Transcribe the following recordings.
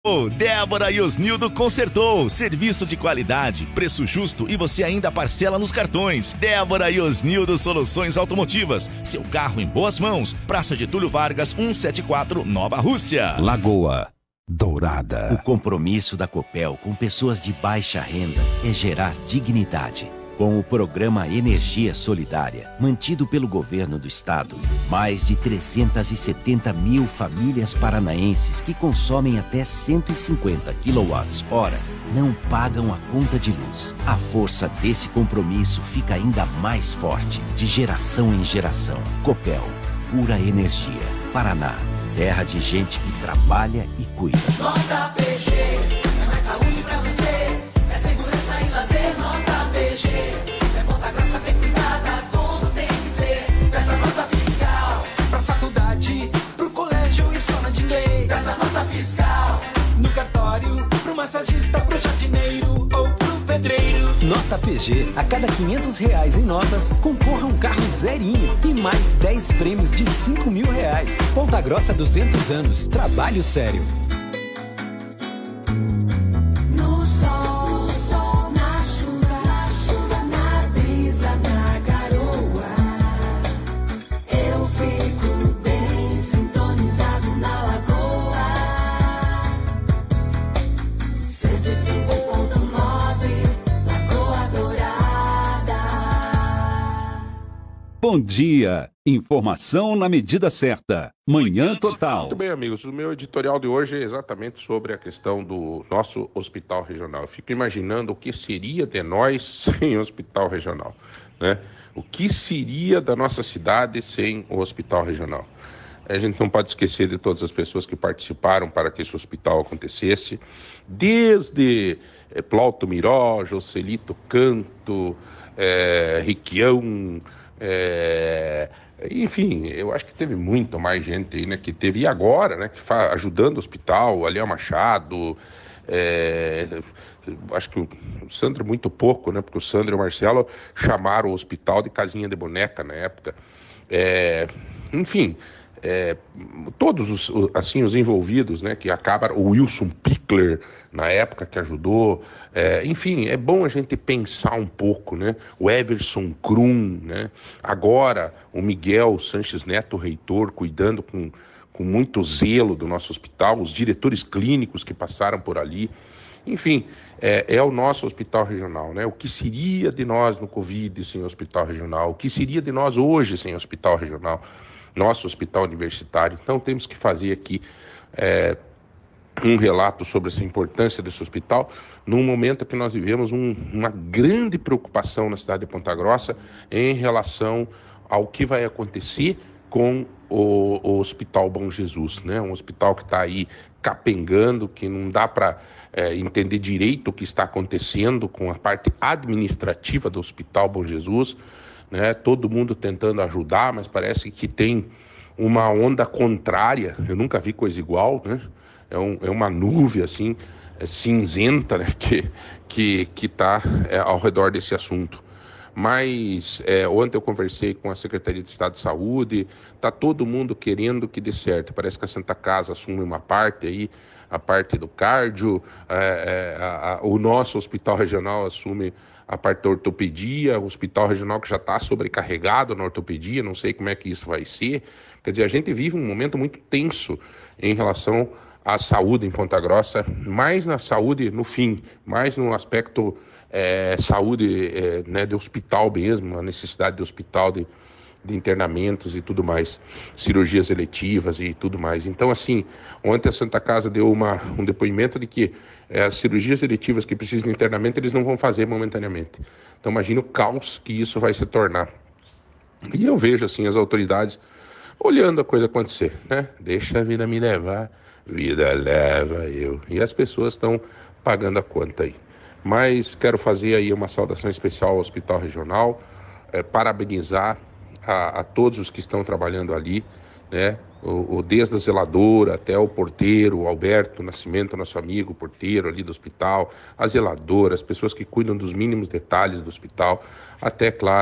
Débora e Osnildo consertou. Serviço de qualidade, preço justo e você ainda parcela nos cartões. Débora e Osnildo Soluções Automotivas. Seu carro em boas mãos. Praça Getúlio Vargas, 174, Nova Rússia. Lagoa Dourada. O compromisso da Copel com pessoas de baixa renda é gerar dignidade. Com o programa Energia Solidária, mantido pelo governo do estado, mais de 370 mil famílias paranaenses que consomem até 150 kWh não pagam a conta de luz. A força desse compromisso fica ainda mais forte, de geração em geração. Copel, pura energia. Paraná, terra de gente que trabalha e cuida. Nota PG, é mais saúde pra você, é segurança e lazer. Nota PG, é Ponta Grossa bem cuidada, como tem que ser. Peça nota fiscal, pra faculdade, pro colégio, escola de inglês. Peça nota fiscal, no cartório, pro massagista, pro jardineiro ou pro pedreiro. Nota PG, a cada R$500 em notas, concorra um carro zerinho e mais 10 prêmios de R$5.000. Ponta Grossa 200 anos, trabalho sério. No sol, na chuva, na brisa, na garoa. Eu fico bem sintonizado na lagoa. 105.9, Lagoa Dourada. Bom dia. Informação na medida certa. Manhã Total. Muito bem, amigos. O meu editorial de hoje é exatamente sobre a questão do nosso hospital regional. Eu fico imaginando o que seria de nós sem hospital regional, né? O que seria da nossa cidade sem o hospital regional? A gente não pode esquecer de todas as pessoas que participaram para que esse hospital acontecesse, desde Plauto Miró, Joselito Canto, Riquião, enfim, eu acho que teve muito mais gente aí, né, que teve, e agora, né, ajudando o hospital, Aliel Machado, acho que o Sandro muito pouco, né, porque o Sandro e o Marcelo chamaram o hospital de casinha de boneca na época, enfim, todos os envolvidos, né, que acaba, o Wilson Pickler na época que ajudou, enfim, é bom a gente pensar um pouco, né, o Everson Krum, né, agora o Miguel Sanches Neto, reitor, cuidando com muito zelo do nosso hospital, os diretores clínicos que passaram por ali, enfim, é o nosso hospital regional, né, o que seria de nós no Covid sem hospital regional, o que seria de nós hoje sem hospital regional, nosso hospital universitário. Então temos que fazer aqui um relato sobre essa importância desse hospital, num momento que nós vivemos uma grande preocupação na cidade de Ponta Grossa em relação ao que vai acontecer com o Hospital Bom Jesus, né? Um hospital que está aí capengando, que não dá para entender direito o que está acontecendo com a parte administrativa do Hospital Bom Jesus, né? Todo mundo tentando ajudar, mas parece que tem uma onda contrária. Eu nunca vi coisa igual, né? É uma nuvem assim, cinzenta, né? que está ao redor desse assunto. Mas ontem eu conversei com a Secretaria de Estado de Saúde, está todo mundo querendo que dê certo. Parece que a Santa Casa assume uma parte aí, a parte do cardio, o nosso hospital regional assume a parte da ortopedia, o hospital regional que já está sobrecarregado na ortopedia, não sei como é que isso vai ser. Quer dizer, a gente vive um momento muito tenso em relação à saúde em Ponta Grossa, mais na saúde no fim, mais no aspecto saúde né, de hospital mesmo, a necessidade de hospital, de internamentos e tudo mais, cirurgias eletivas e tudo mais. Então, assim, ontem a Santa Casa deu um depoimento de que as cirurgias eletivas que precisam de internamento, eles não vão fazer momentaneamente. Então, imagina o caos que isso vai se tornar. E eu vejo, assim, as autoridades olhando a coisa acontecer, né? Deixa a vida me levar, vida leva eu. E as pessoas estão pagando a conta aí. Mas quero fazer aí uma saudação especial ao Hospital Regional, parabenizar a todos os que estão trabalhando ali, né? Desde a zeladora até o porteiro, o Alberto Nascimento, nosso amigo porteiro ali do hospital, a zeladora, as pessoas que cuidam dos mínimos detalhes do hospital, até, claro,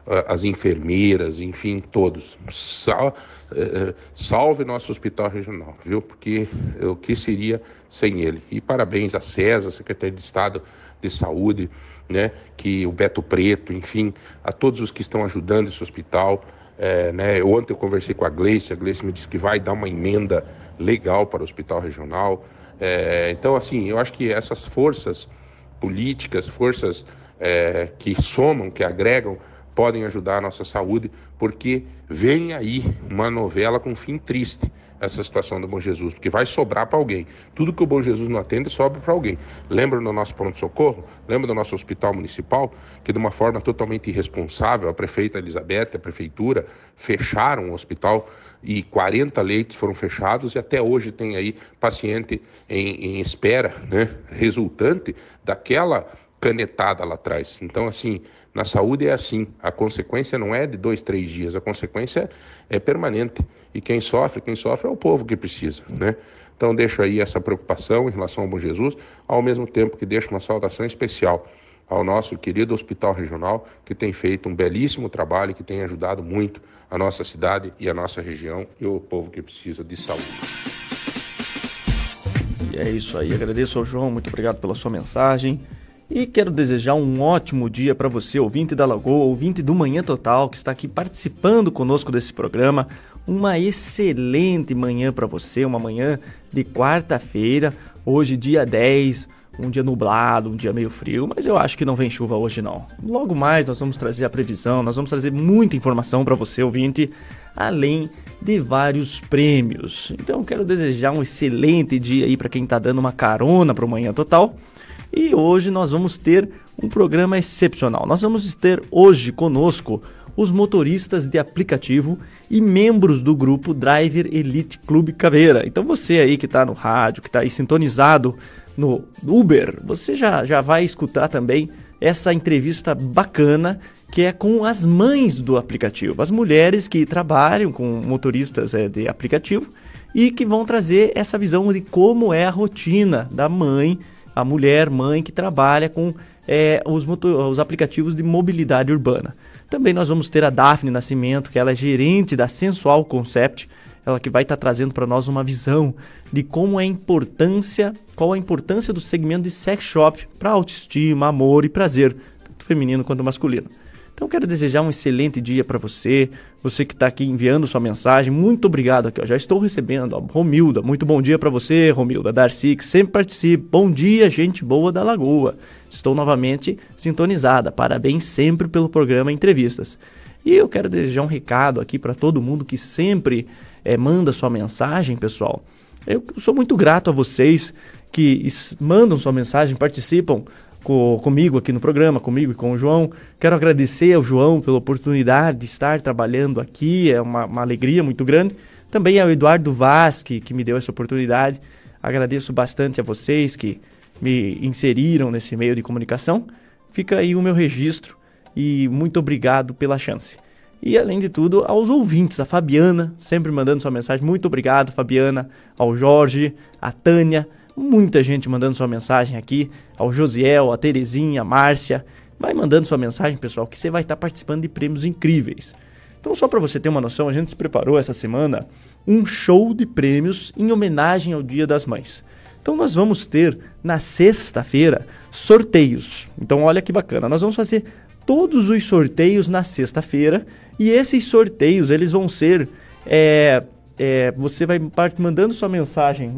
as enfermeiras, enfim, todos. Salve nosso hospital regional, viu? Porque o que seria sem ele? E parabéns à CESA, Secretaria de Estado de Saúde, né? Que o Beto Preto, enfim, a todos os que estão ajudando esse hospital. Né? Ontem eu conversei com a Gleice me disse que vai dar uma emenda legal para o hospital regional. Então, assim, eu acho que essas forças políticas, forças que somam, que agregam, podem ajudar a nossa saúde, porque vem aí uma novela com fim triste, essa situação do Bom Jesus, porque vai sobrar para alguém. Tudo que o Bom Jesus não atende, sobra para alguém. Lembra do nosso pronto-socorro? Lembra do nosso hospital municipal? Que de uma forma totalmente irresponsável, a prefeita Elizabeth, a prefeitura, fecharam o hospital e 40 leitos foram fechados e até hoje tem aí paciente em espera, né? Resultante daquela canetada lá atrás. Então, assim, na saúde é assim, a consequência não é de 2, 3 dias, a consequência é permanente. E quem sofre é o povo que precisa, né? Então deixo aí essa preocupação em relação ao Bom Jesus, ao mesmo tempo que deixo uma saudação especial ao nosso querido Hospital Regional, que tem feito um belíssimo trabalho, que tem ajudado muito a nossa cidade e a nossa região e o povo que precisa de saúde. E é isso aí, agradeço ao João, muito obrigado pela sua mensagem. E quero desejar um ótimo dia para você, ouvinte da Lagoa, ouvinte do Manhã Total, que está aqui participando conosco desse programa. Uma excelente manhã para você, uma manhã de quarta-feira, hoje dia 10, um dia nublado, um dia meio frio, mas eu acho que não vem chuva hoje não. Logo mais nós vamos trazer a previsão, nós vamos trazer muita informação para você, ouvinte, além de vários prêmios. Então quero desejar um excelente dia aí para quem está dando uma carona para o Manhã Total. E hoje nós vamos ter um programa excepcional. Nós vamos ter hoje conosco os motoristas de aplicativo e membros do grupo Driver Elite Clube Caveira. Então você aí que está no rádio, que está aí sintonizado no Uber, você já vai escutar também essa entrevista bacana que é com as mães do aplicativo, as mulheres que trabalham com motoristas de aplicativo e que vão trazer essa visão de como é a rotina da mãe, a mulher mãe que trabalha com os aplicativos de mobilidade urbana. Também nós vamos ter a Daphne Nascimento, que ela é gerente da Sensual Concept, ela que vai estar trazendo para nós uma visão de qual a importância do segmento de sex shop para autoestima, amor e prazer, tanto feminino quanto masculino. Então quero desejar um excelente dia para você que está aqui enviando sua mensagem, muito obrigado aqui, já estou recebendo, Romilda, muito bom dia para você, Romilda, Darcy, que sempre participa, bom dia, gente boa da Lagoa, estou novamente sintonizada, parabéns sempre pelo programa Entrevistas. E eu quero desejar um recado aqui para todo mundo que sempre manda sua mensagem, pessoal. Eu sou muito grato a vocês que mandam sua mensagem, participam comigo aqui no programa, comigo e com o João. Quero agradecer ao João pela oportunidade de estar trabalhando aqui, é uma alegria muito grande. Também ao Eduardo Vaz, que me deu essa oportunidade. Agradeço bastante a vocês que me inseriram nesse meio de comunicação. Fica aí o meu registro e muito obrigado pela chance. E além de tudo, aos ouvintes, a Fabiana, sempre mandando sua mensagem. Muito obrigado, Fabiana, ao Jorge, a Tânia, muita gente mandando sua mensagem aqui, ao Josiel, a Terezinha, a Márcia. Vai mandando sua mensagem, pessoal, que você vai estar participando de prêmios incríveis. Então, só para você ter uma noção, a gente se preparou essa semana um show de prêmios em homenagem ao Dia das Mães. Então, nós vamos ter, na sexta-feira, sorteios. Então, olha que bacana, nós vamos fazer todos os sorteios na sexta-feira e esses sorteios, eles vão ser... você vai mandando sua mensagem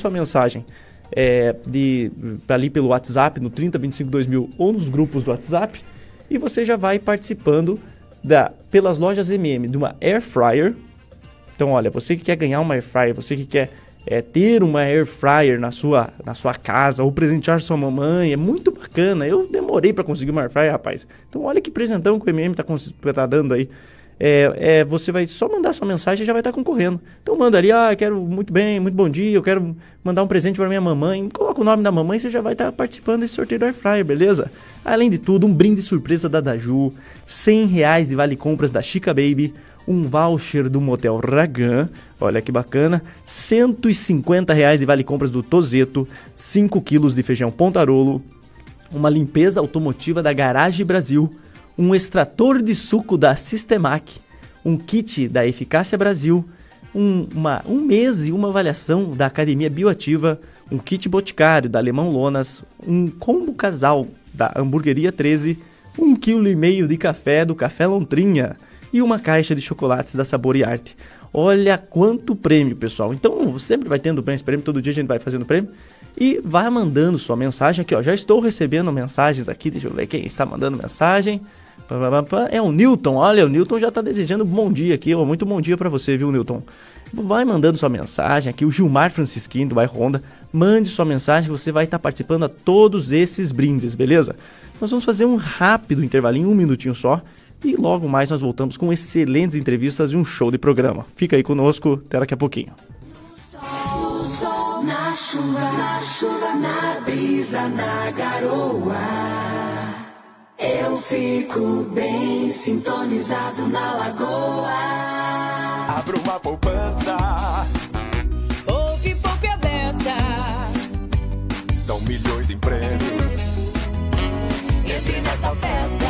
ali pelo WhatsApp, no 3025-2000 ou nos grupos do WhatsApp, e você já vai participando pelas lojas MM de uma Air Fryer. Então, olha, você que quer ganhar uma Air Fryer, você que quer ter uma Air Fryer na sua casa ou presentear sua mamãe, é muito bacana. Eu demorei para conseguir uma Air Fryer, rapaz. Então, olha que presentão que o MM tá dando aí. Você vai só mandar sua mensagem e já vai estar concorrendo. Então manda ali, quero muito bem, muito bom dia, eu quero mandar um presente para minha mamãe. Coloca o nome da mamãe e você já vai estar participando desse sorteio do Air Fryer, beleza? Além de tudo, um brinde surpresa da Daju, R$100 de vale compras da Chica Baby, um voucher do Motel Ragan, olha que bacana, R$150 de vale compras do Tozeto, 5 quilos de feijão Pontarolo, uma limpeza automotiva da Garage Brasil, um extrator de suco da Systemac, um kit da Eficácia Brasil, um mês e uma avaliação da Academia Bioativa, um kit Boticário da Alemão Lonas, um combo casal da Hamburgueria 13, 1,5 kg de café do Café Lontrinha e uma caixa de chocolates da Sabor e Arte. Olha quanto prêmio, pessoal. Então, sempre vai tendo prêmio, todo dia a gente vai fazendo prêmio. E vai mandando sua mensagem aqui, ó. Já estou recebendo mensagens aqui, deixa eu ver quem está mandando mensagem. É o Newton, olha, o Newton já está desejando um bom dia aqui, ó. Muito bom dia para você, viu, Newton? Vai mandando sua mensagem aqui, o Gilmar Francisquinho do bairro Honda. Mande sua mensagem, você vai estar participando a todos esses brindes, beleza? Nós vamos fazer um rápido intervalinho, 1 minutinho só. E logo mais nós voltamos com excelentes entrevistas e um show de programa. Fica aí conosco, até daqui a pouquinho. No sol, na chuva, na brisa, na garoa. Eu fico bem sintonizado na lagoa. Abra uma poupança. Poupe a beça. São milhões em prêmios. Entre nessa festa.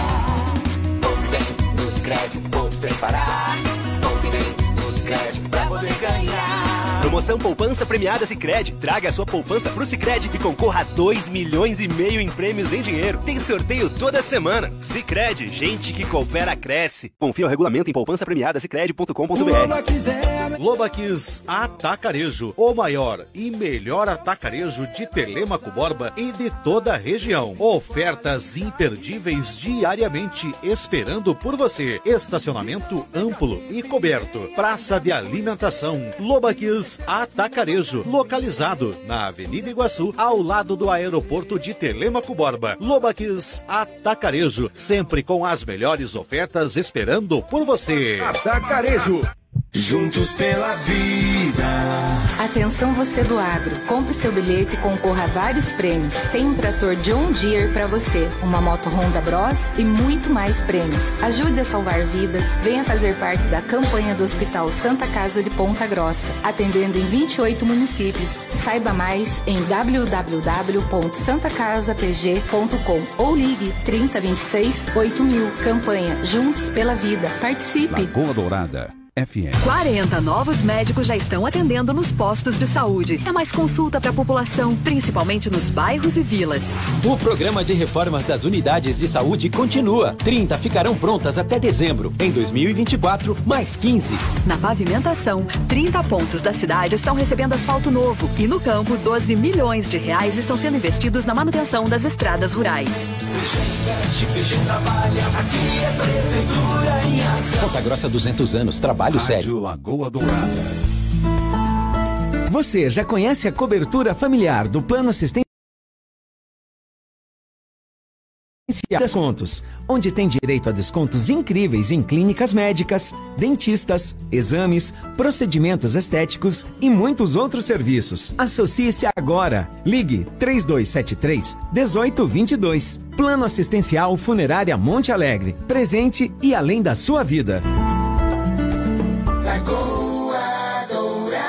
Poupe sem parar. Poupe bem nos créditos pra poder ganhar. Promoção Poupança Premiada Sicredi. Traga a sua poupança pro Sicredi e concorra a 2,5 milhões em prêmios em dinheiro. Tem sorteio toda semana. Sicredi, gente que coopera cresce. Confira o regulamento em poupançapremiadasicredi.com.br. Lobaquis Atacarejo, o maior e melhor atacarejo de Telêmaco Borba e de toda a região. Ofertas imperdíveis diariamente esperando por você. Estacionamento amplo e coberto. Praça de alimentação. Lobaquis Atacarejo, localizado na Avenida Iguaçu, ao lado do aeroporto de Telêmaco Borba. Lobaquis Atacarejo, sempre com as melhores ofertas esperando por você. Atacarejo. Juntos pela vida. Atenção você do agro, compre seu bilhete e concorra a vários prêmios. Tem um trator John Deere para você, uma moto Honda Bros e muito mais prêmios. Ajude a salvar vidas, venha fazer parte da campanha do Hospital Santa Casa de Ponta Grossa, atendendo em 28 municípios. Saiba mais em www.santacasapg.com ou ligue 3026 8000. Campanha Juntos pela Vida. Participe. Lagoa Dourada FM. 40 novos médicos já estão atendendo nos postos de saúde. É mais consulta para a população, principalmente nos bairros e vilas. O programa de reformas das unidades de saúde continua. 30 ficarão prontas até dezembro. Em 2024, mais 15. Na pavimentação, 30 pontos da cidade estão recebendo asfalto novo. E no campo, 12 milhões de reais estão sendo investidos na manutenção das estradas rurais. PG trabalha, aqui é Prefeitura em ação. Ponta Grossa, 200 anos, trabalho sério. Lagoa Dourada. Você já conhece a cobertura familiar do Plano Assistência Descontos, onde tem direito a descontos incríveis em clínicas médicas, dentistas, exames, procedimentos estéticos e muitos outros serviços. Associe-se agora. Ligue 3273-1822. Plano Assistencial Funerária Monte Alegre. Presente e além da sua vida. Lagoa Dourada.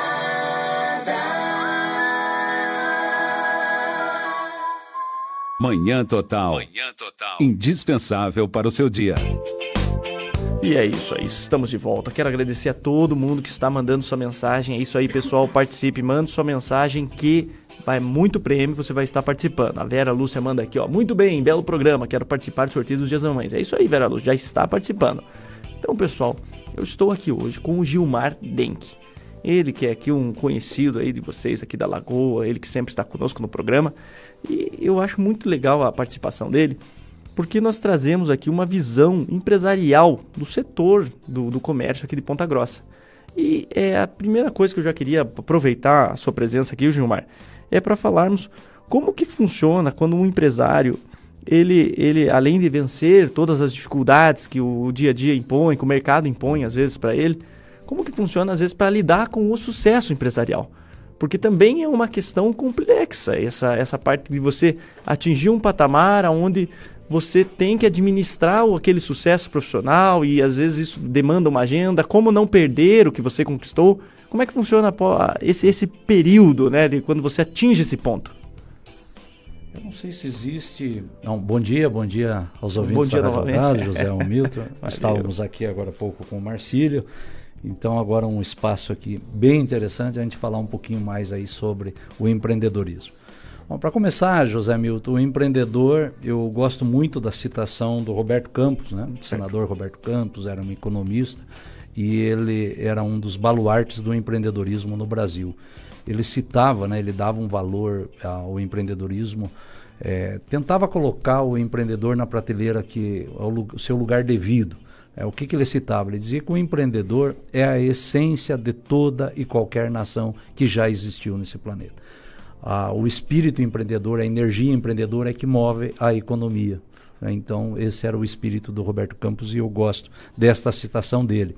Manhã Total. Indispensável para o seu dia. E é isso aí, estamos de volta. Quero agradecer a todo mundo que está mandando sua mensagem. É isso aí, pessoal, participe, mande sua mensagem que vai muito prêmio, você vai estar participando. A Vera Lúcia manda aqui, ó, muito bem, belo programa, quero participar do sorteio dos Dias das Mães. É isso aí, Vera Lúcia, já está participando. Então, pessoal, eu estou aqui hoje com o Gilmar Denk. Ele que é aqui um conhecido aí de vocês aqui da Lagoa, ele que sempre está conosco no programa. E eu acho muito legal a participação dele, porque nós trazemos aqui uma visão empresarial do setor do comércio aqui de Ponta Grossa. E a primeira coisa que eu já queria aproveitar a sua presença aqui, Gilmar, é para falarmos como que funciona quando um empresário, ele além de vencer todas as dificuldades que o dia a dia impõe, que o mercado impõe às vezes para ele, como que funciona às vezes para lidar com o sucesso empresarial? Porque também é uma questão complexa essa parte de você atingir um patamar onde você tem que administrar aquele sucesso profissional e às vezes isso demanda uma agenda, como não perder o que você conquistou? Como é que funciona esse período, né, de quando você atinge esse ponto? Eu não sei se existe... Não, bom dia aos ouvintes da Rádio novamente. José Hamilton. Estávamos aqui agora há pouco com o Marcílio. Então agora um espaço aqui bem interessante a gente falar um pouquinho mais aí sobre o empreendedorismo. Bom, para começar, José Hamilton, o empreendedor, eu gosto muito da citação do Roberto Campos, né? O senador Roberto Campos era um economista e ele era um dos baluartes do empreendedorismo no Brasil. Ele citava, né, ele dava um valor ao empreendedorismo, tentava colocar o empreendedor na prateleira que o seu lugar devido. O que ele citava? Ele dizia que o empreendedor é a essência de toda e qualquer nação que já existiu nesse planeta. O espírito empreendedor, a energia empreendedora é que move a economia. Então esse era o espírito do Roberto Campos e eu gosto desta citação dele.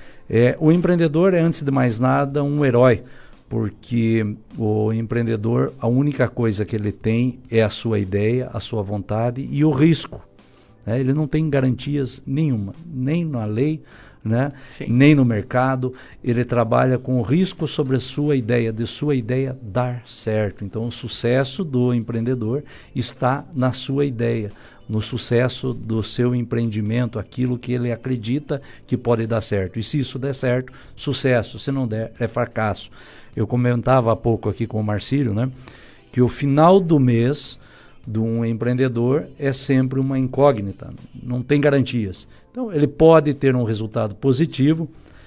O empreendedor é, antes de mais nada, um herói, porque o empreendedor, a única coisa que ele tem é a sua ideia, a sua vontade e o risco. Ele não tem garantias nenhuma, nem na lei, né? Nem no mercado. Ele trabalha com o risco sobre a sua ideia, de sua ideia dar certo. Então o sucesso do empreendedor está na sua ideia, no sucesso do seu empreendimento, aquilo que ele acredita que pode dar certo. E se isso der certo, sucesso. Se não der, é fracasso. Eu comentava há pouco aqui com o Marcílio, né, que o final do mês de um empreendedor é sempre uma incógnita, não tem garantias. Então ele pode ter um resultado positivo,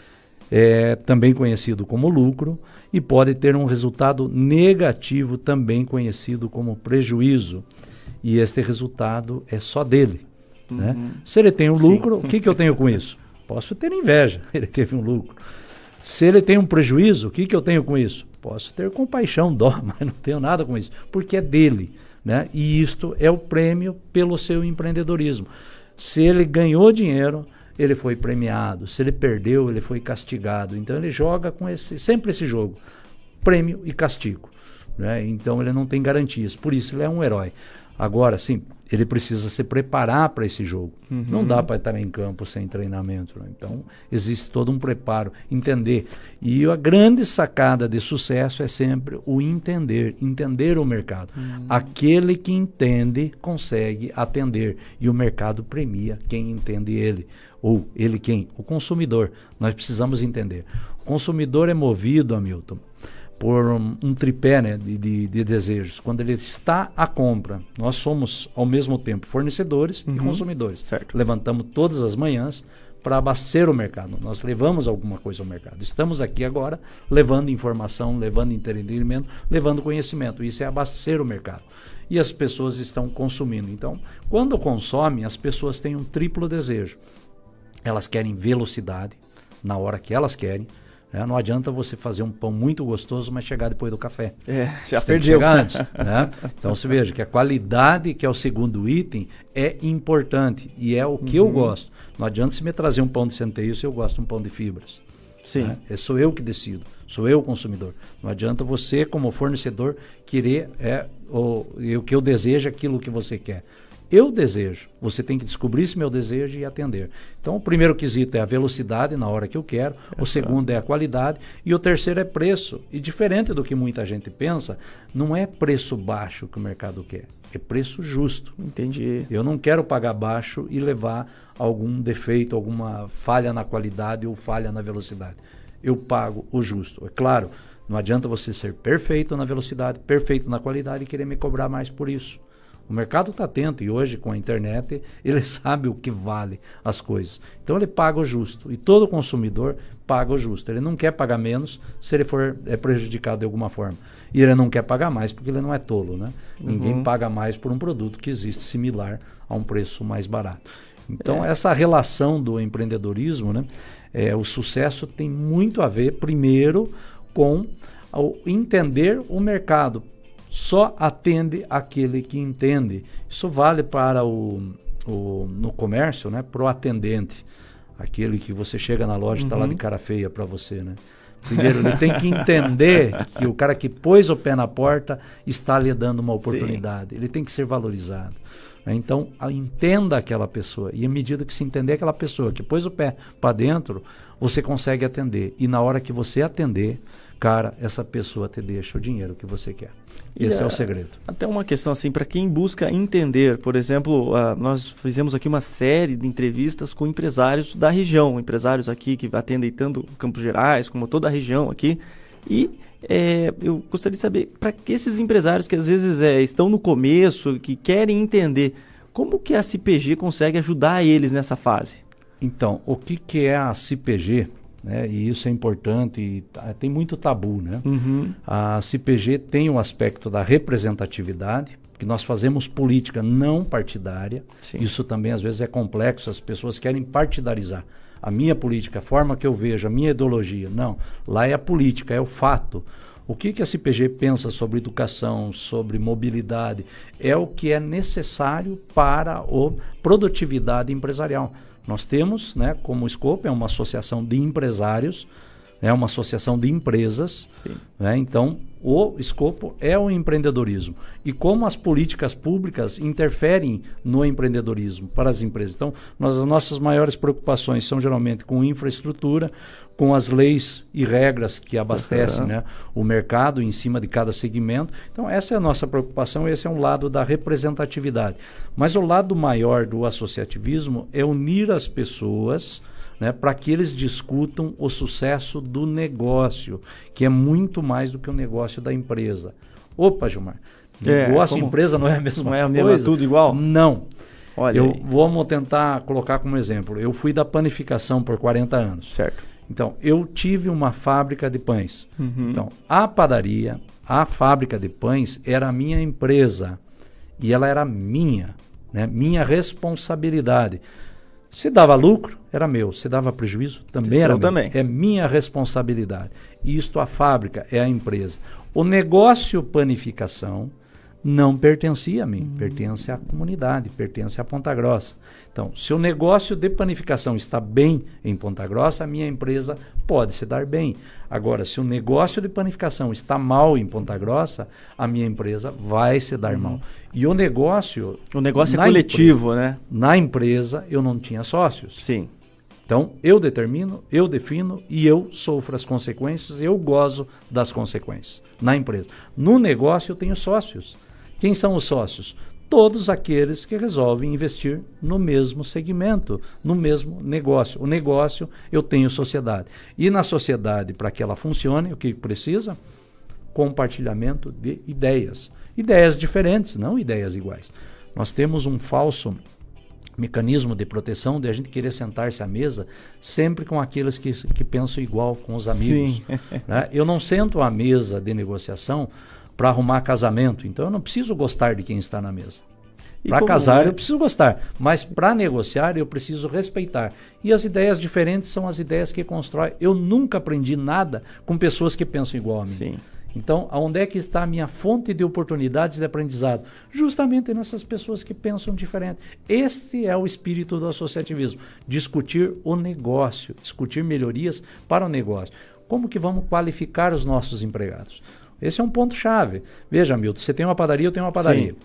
também conhecido como lucro, e pode ter um resultado negativo, também conhecido como prejuízo. E este resultado é só dele. Né? Se ele tem um lucro, o que eu tenho com isso? Posso ter inveja, ele teve um lucro. Se ele tem um prejuízo, o que eu tenho com isso? Posso ter compaixão, dó, mas não tenho nada com isso, porque é dele. Né? E isto é o prêmio pelo seu empreendedorismo. Se ele ganhou dinheiro, ele foi premiado. Se ele perdeu, ele foi castigado. Então ele joga com sempre esse jogo, prêmio e castigo. Né? Então ele não tem garantias, por isso ele é um herói. Agora, sim, ele precisa se preparar para esse jogo. Não dá para estar em campo sem treinamento. Né? Então, existe todo um preparo, entender. E a grande sacada de sucesso é sempre o entender o mercado. Aquele que entende, consegue atender. E o mercado premia quem entende ele. Ou ele quem? O consumidor. Nós precisamos entender. O consumidor é movido, Hamilton, por um tripé, né, de desejos. Quando ele está à compra, nós somos ao mesmo tempo fornecedores e consumidores. Certo. Levantamos todas as manhãs para abastecer o mercado. Nós levamos alguma coisa ao mercado. Estamos aqui agora levando informação, levando entretenimento, levando conhecimento. Isso é abastecer o mercado. E as pessoas estão consumindo. Então, quando consomem, as pessoas têm um triplo desejo. Elas querem velocidade na hora que elas querem. Não adianta você fazer um pão muito gostoso, mas chegar depois do café. Já você perdeu. Tem que chegar antes, né? Então você veja que a qualidade, que é o segundo item, é importante e é o que eu gosto. Não adianta você me trazer um pão de centeio se eu gosto de um pão de fibras. Sim. Né? Sou eu que decido, sou eu o consumidor. Não adianta você, como fornecedor, querer o que eu desejo, aquilo que você quer. Eu desejo, você tem que descobrir esse meu desejo e atender. Então o primeiro quesito é a velocidade na hora que eu quero, o segundo é a qualidade e o terceiro é preço. E diferente do que muita gente pensa, não é preço baixo que o mercado quer, é preço justo. Entendi. Eu não quero pagar baixo e levar algum defeito, alguma falha na qualidade ou falha na velocidade. Eu pago o justo. É claro, não adianta você ser perfeito na velocidade, perfeito na qualidade e querer me cobrar mais por isso. O mercado está atento e hoje com a internet ele sabe o que vale as coisas. Então ele paga o justo e todo consumidor paga o justo. Ele não quer pagar menos se ele for prejudicado de alguma forma. E ele não quer pagar mais porque ele não é tolo, né? Ninguém paga mais por um produto que existe similar a um preço mais barato. Então essa relação do empreendedorismo, né? O sucesso tem muito a ver primeiro com o entender o mercado. Só atende aquele que entende. Isso vale para no comércio, né, para o atendente. Aquele que você chega na loja e está lá de cara feia para você. Né? Primeiro, ele tem que entender que o cara que pôs o pé na porta está lhe dando uma oportunidade. Sim. Ele tem que ser valorizado. Então, entenda aquela pessoa. E à medida que se entender aquela pessoa que pôs o pé para dentro, você consegue atender. E na hora que você atender, cara, essa pessoa te deixa o dinheiro que você quer. Esse é o segredo. Até uma questão assim, para quem busca entender, por exemplo, nós fizemos aqui uma série de entrevistas com empresários da região, empresários aqui que atendem tanto Campos Gerais como toda a região aqui, e eu gostaria de saber, para que esses empresários que às vezes estão no começo, que querem entender, como que a CPG consegue ajudar eles nessa fase? Então, o que é a CPG? Né? E isso é importante, e tem muito tabu, né? A CPG tem o aspecto da representatividade, que nós fazemos política não partidária. Sim. Isso também às vezes é complexo, as pessoas querem partidarizar a minha política, a forma que eu vejo, a minha ideologia. Não, lá é a política, é o fato. O que a CPG pensa sobre educação, sobre mobilidade, é o que é necessário para a produtividade empresarial. Nós temos, né, como escopo, é uma associação de empresários, é uma associação de empresas, né, então o escopo é o empreendedorismo. E como as políticas públicas interferem no empreendedorismo para as empresas. Então, as nossas maiores preocupações são geralmente com infraestrutura, com as leis e regras que abastecem, né, o mercado em cima de cada segmento. Então, essa é a nossa preocupação, esse é um lado da representatividade. Mas o lado maior do associativismo é unir as pessoas, né, para que eles discutam o sucesso do negócio, que é muito mais do que o negócio da empresa. Opa, Gilmar, negócio e empresa não é a mesma coisa? Não é tudo igual? Não. Olha, vamos tentar colocar como exemplo. Eu fui da panificação por 40 anos. Certo. Então, eu tive uma fábrica de pães. Então, a padaria, a fábrica de pães era a minha empresa e ela era minha, né? Minha responsabilidade. Se dava lucro, era meu. Se dava prejuízo, também era meu. Também. É minha responsabilidade. Isto a fábrica, é a empresa. O negócio panificação não pertencia a mim, pertence à comunidade, pertence à Ponta Grossa. Então, se o negócio de panificação está bem em Ponta Grossa, a minha empresa pode se dar bem. Agora, se o negócio de panificação está mal em Ponta Grossa, a minha empresa vai se dar mal. E o negócio é coletivo, né? Na empresa, eu não tinha sócios. Sim. Então, eu determino, eu defino e eu sofro as consequências, eu gozo das consequências na empresa. No negócio, eu tenho sócios. Quem são os sócios? Todos aqueles que resolvem investir no mesmo segmento, no mesmo negócio. O negócio, eu tenho sociedade. E na sociedade, para que ela funcione, o que precisa? Compartilhamento de ideias. Ideias diferentes, não ideias iguais. Nós temos um falso mecanismo de proteção de a gente querer sentar-se à mesa sempre com aqueles que pensam igual, com os amigos. Né? Eu não sento à mesa de negociação para arrumar casamento, então eu não preciso gostar de quem está na mesa. Para casar eu preciso gostar, mas para negociar eu preciso respeitar. E as ideias diferentes são as ideias que constroem. Eu nunca aprendi nada com pessoas que pensam igual a mim. Sim. Então, onde é que está a minha fonte de oportunidades de aprendizado? Justamente nessas pessoas que pensam diferente. Este é o espírito do associativismo. Discutir o negócio, discutir melhorias para o negócio. Como que vamos qualificar os nossos empregados? Esse é um ponto-chave. Veja, Milton, você tem uma padaria, eu tenho uma padaria.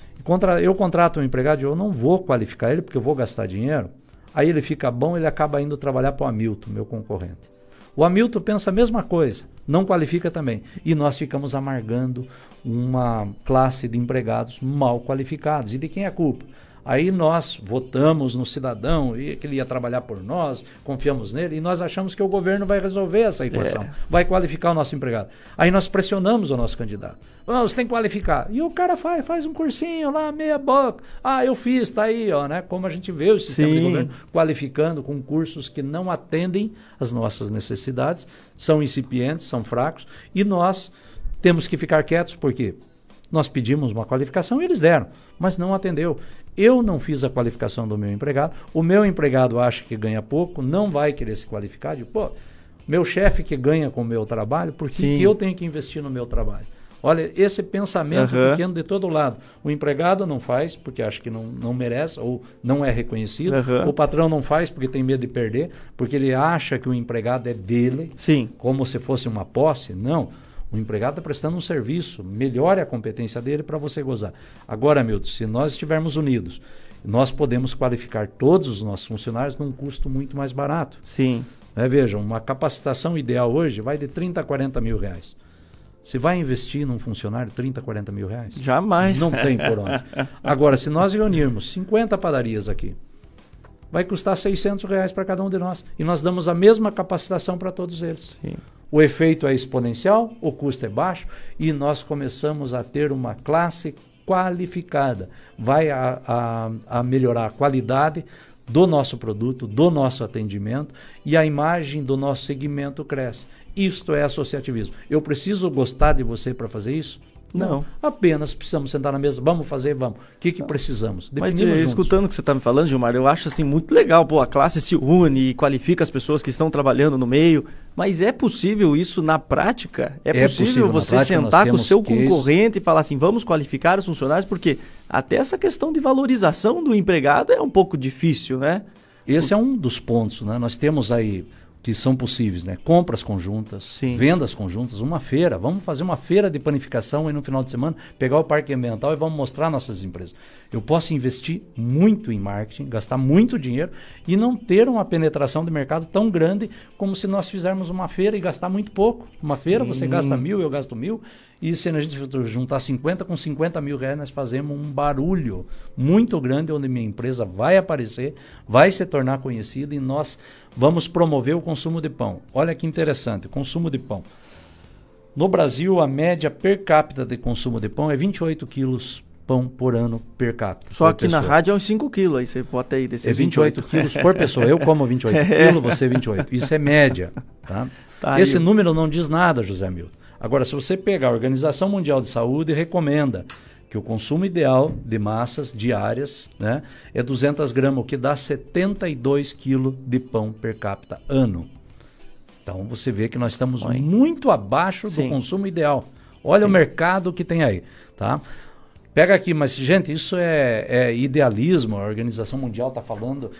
Eu contrato um empregado e eu não vou qualificar ele porque eu vou gastar dinheiro. Aí ele fica bom, ele acaba indo trabalhar para o Hamilton, meu concorrente. O Hamilton pensa a mesma coisa, não qualifica também. E nós ficamos amargando uma classe de empregados mal qualificados. E de quem é a culpa? Aí nós votamos no cidadão e que ele ia trabalhar por nós, confiamos nele e nós achamos que o governo vai resolver essa equação, vai qualificar o nosso empregado. Aí nós pressionamos o nosso candidato. Você tem que qualificar. E o cara faz um cursinho lá, meia boca. Eu fiz, tá aí, ó, né? Como a gente vê o sistema de governo qualificando com cursos que não atendem às nossas necessidades, são incipientes, são fracos, e nós temos que ficar quietos, por quê? Nós pedimos uma qualificação e eles deram, mas não atendeu. Eu não fiz a qualificação do meu empregado, o meu empregado acha que ganha pouco, não vai querer se qualificar. Meu chefe que ganha com o meu trabalho, por que eu tenho que investir no meu trabalho? Olha, esse pensamento pequeno de todo lado. O empregado não faz porque acha que não merece ou não é reconhecido. O patrão não faz porque tem medo de perder, porque ele acha que o empregado é dele, como se fosse uma posse. Não. O empregado está prestando um serviço, melhore a competência dele para você gozar. Agora, Milton, se nós estivermos unidos, nós podemos qualificar todos os nossos funcionários num custo muito mais barato. Sim. Vejam, uma capacitação ideal hoje vai de 30 a 40 mil reais. Você vai investir num funcionário 30, 40 mil reais? Jamais. Não tem por onde. Agora, se nós reunirmos 50 padarias aqui, vai custar 600 reais para cada um de nós. E nós damos a mesma capacitação para todos eles. Sim. O efeito é exponencial, o custo é baixo e nós começamos a ter uma classe qualificada. Vai a melhorar a qualidade do nosso produto, do nosso atendimento, e a imagem do nosso segmento cresce. Isto é associativismo. Eu preciso gostar de você para fazer isso? Não. Apenas precisamos sentar na mesa, vamos fazer, vamos. O que precisamos? Mas escutando o que você está me falando, Gilmar, eu acho assim muito legal. Pô, a classe se une e qualifica as pessoas que estão trabalhando no meio. Mas é possível isso na prática? É possível você sentar com o seu concorrente e falar assim, vamos qualificar os funcionários? Porque até essa questão de valorização do empregado é um pouco difícil, né? Esse é um dos pontos, né? Nós temos aí que são possíveis, né? Compras conjuntas, Sim. vendas conjuntas, uma feira. Vamos fazer uma feira de panificação aí no final de semana, pegar o parque ambiental e vamos mostrar nossas empresas. Eu posso investir muito em marketing, gastar muito dinheiro e não ter uma penetração de mercado tão grande como se nós fizermos uma feira e gastar muito pouco. Uma feira você gasta 1.000, eu gasto 1.000, e se a gente juntar 50 com 50 mil reais, nós fazemos um barulho muito grande onde minha empresa vai aparecer, vai se tornar conhecida e nós vamos promover o consumo de pão. Olha que interessante, consumo de pão. No Brasil, a média per capita de consumo de pão é 28 quilos pão por ano per capita. Só aqui na rádio é uns 5 quilos, aí você bota aí desses 28 quilos por pessoa. Eu como 28 quilos, você 28. Isso é média. Tá? Esse número não diz nada, José Milton. Agora, se você pegar a Organização Mundial de Saúde, recomenda que o consumo ideal de massas diárias, né, é 200 gramas, o que dá 72 quilos de pão per capita ano. Então, você vê que nós estamos muito abaixo do consumo ideal. Olha o mercado que tem aí. Tá? Pega aqui, mas, gente, isso é idealismo, a Organização Mundial está falando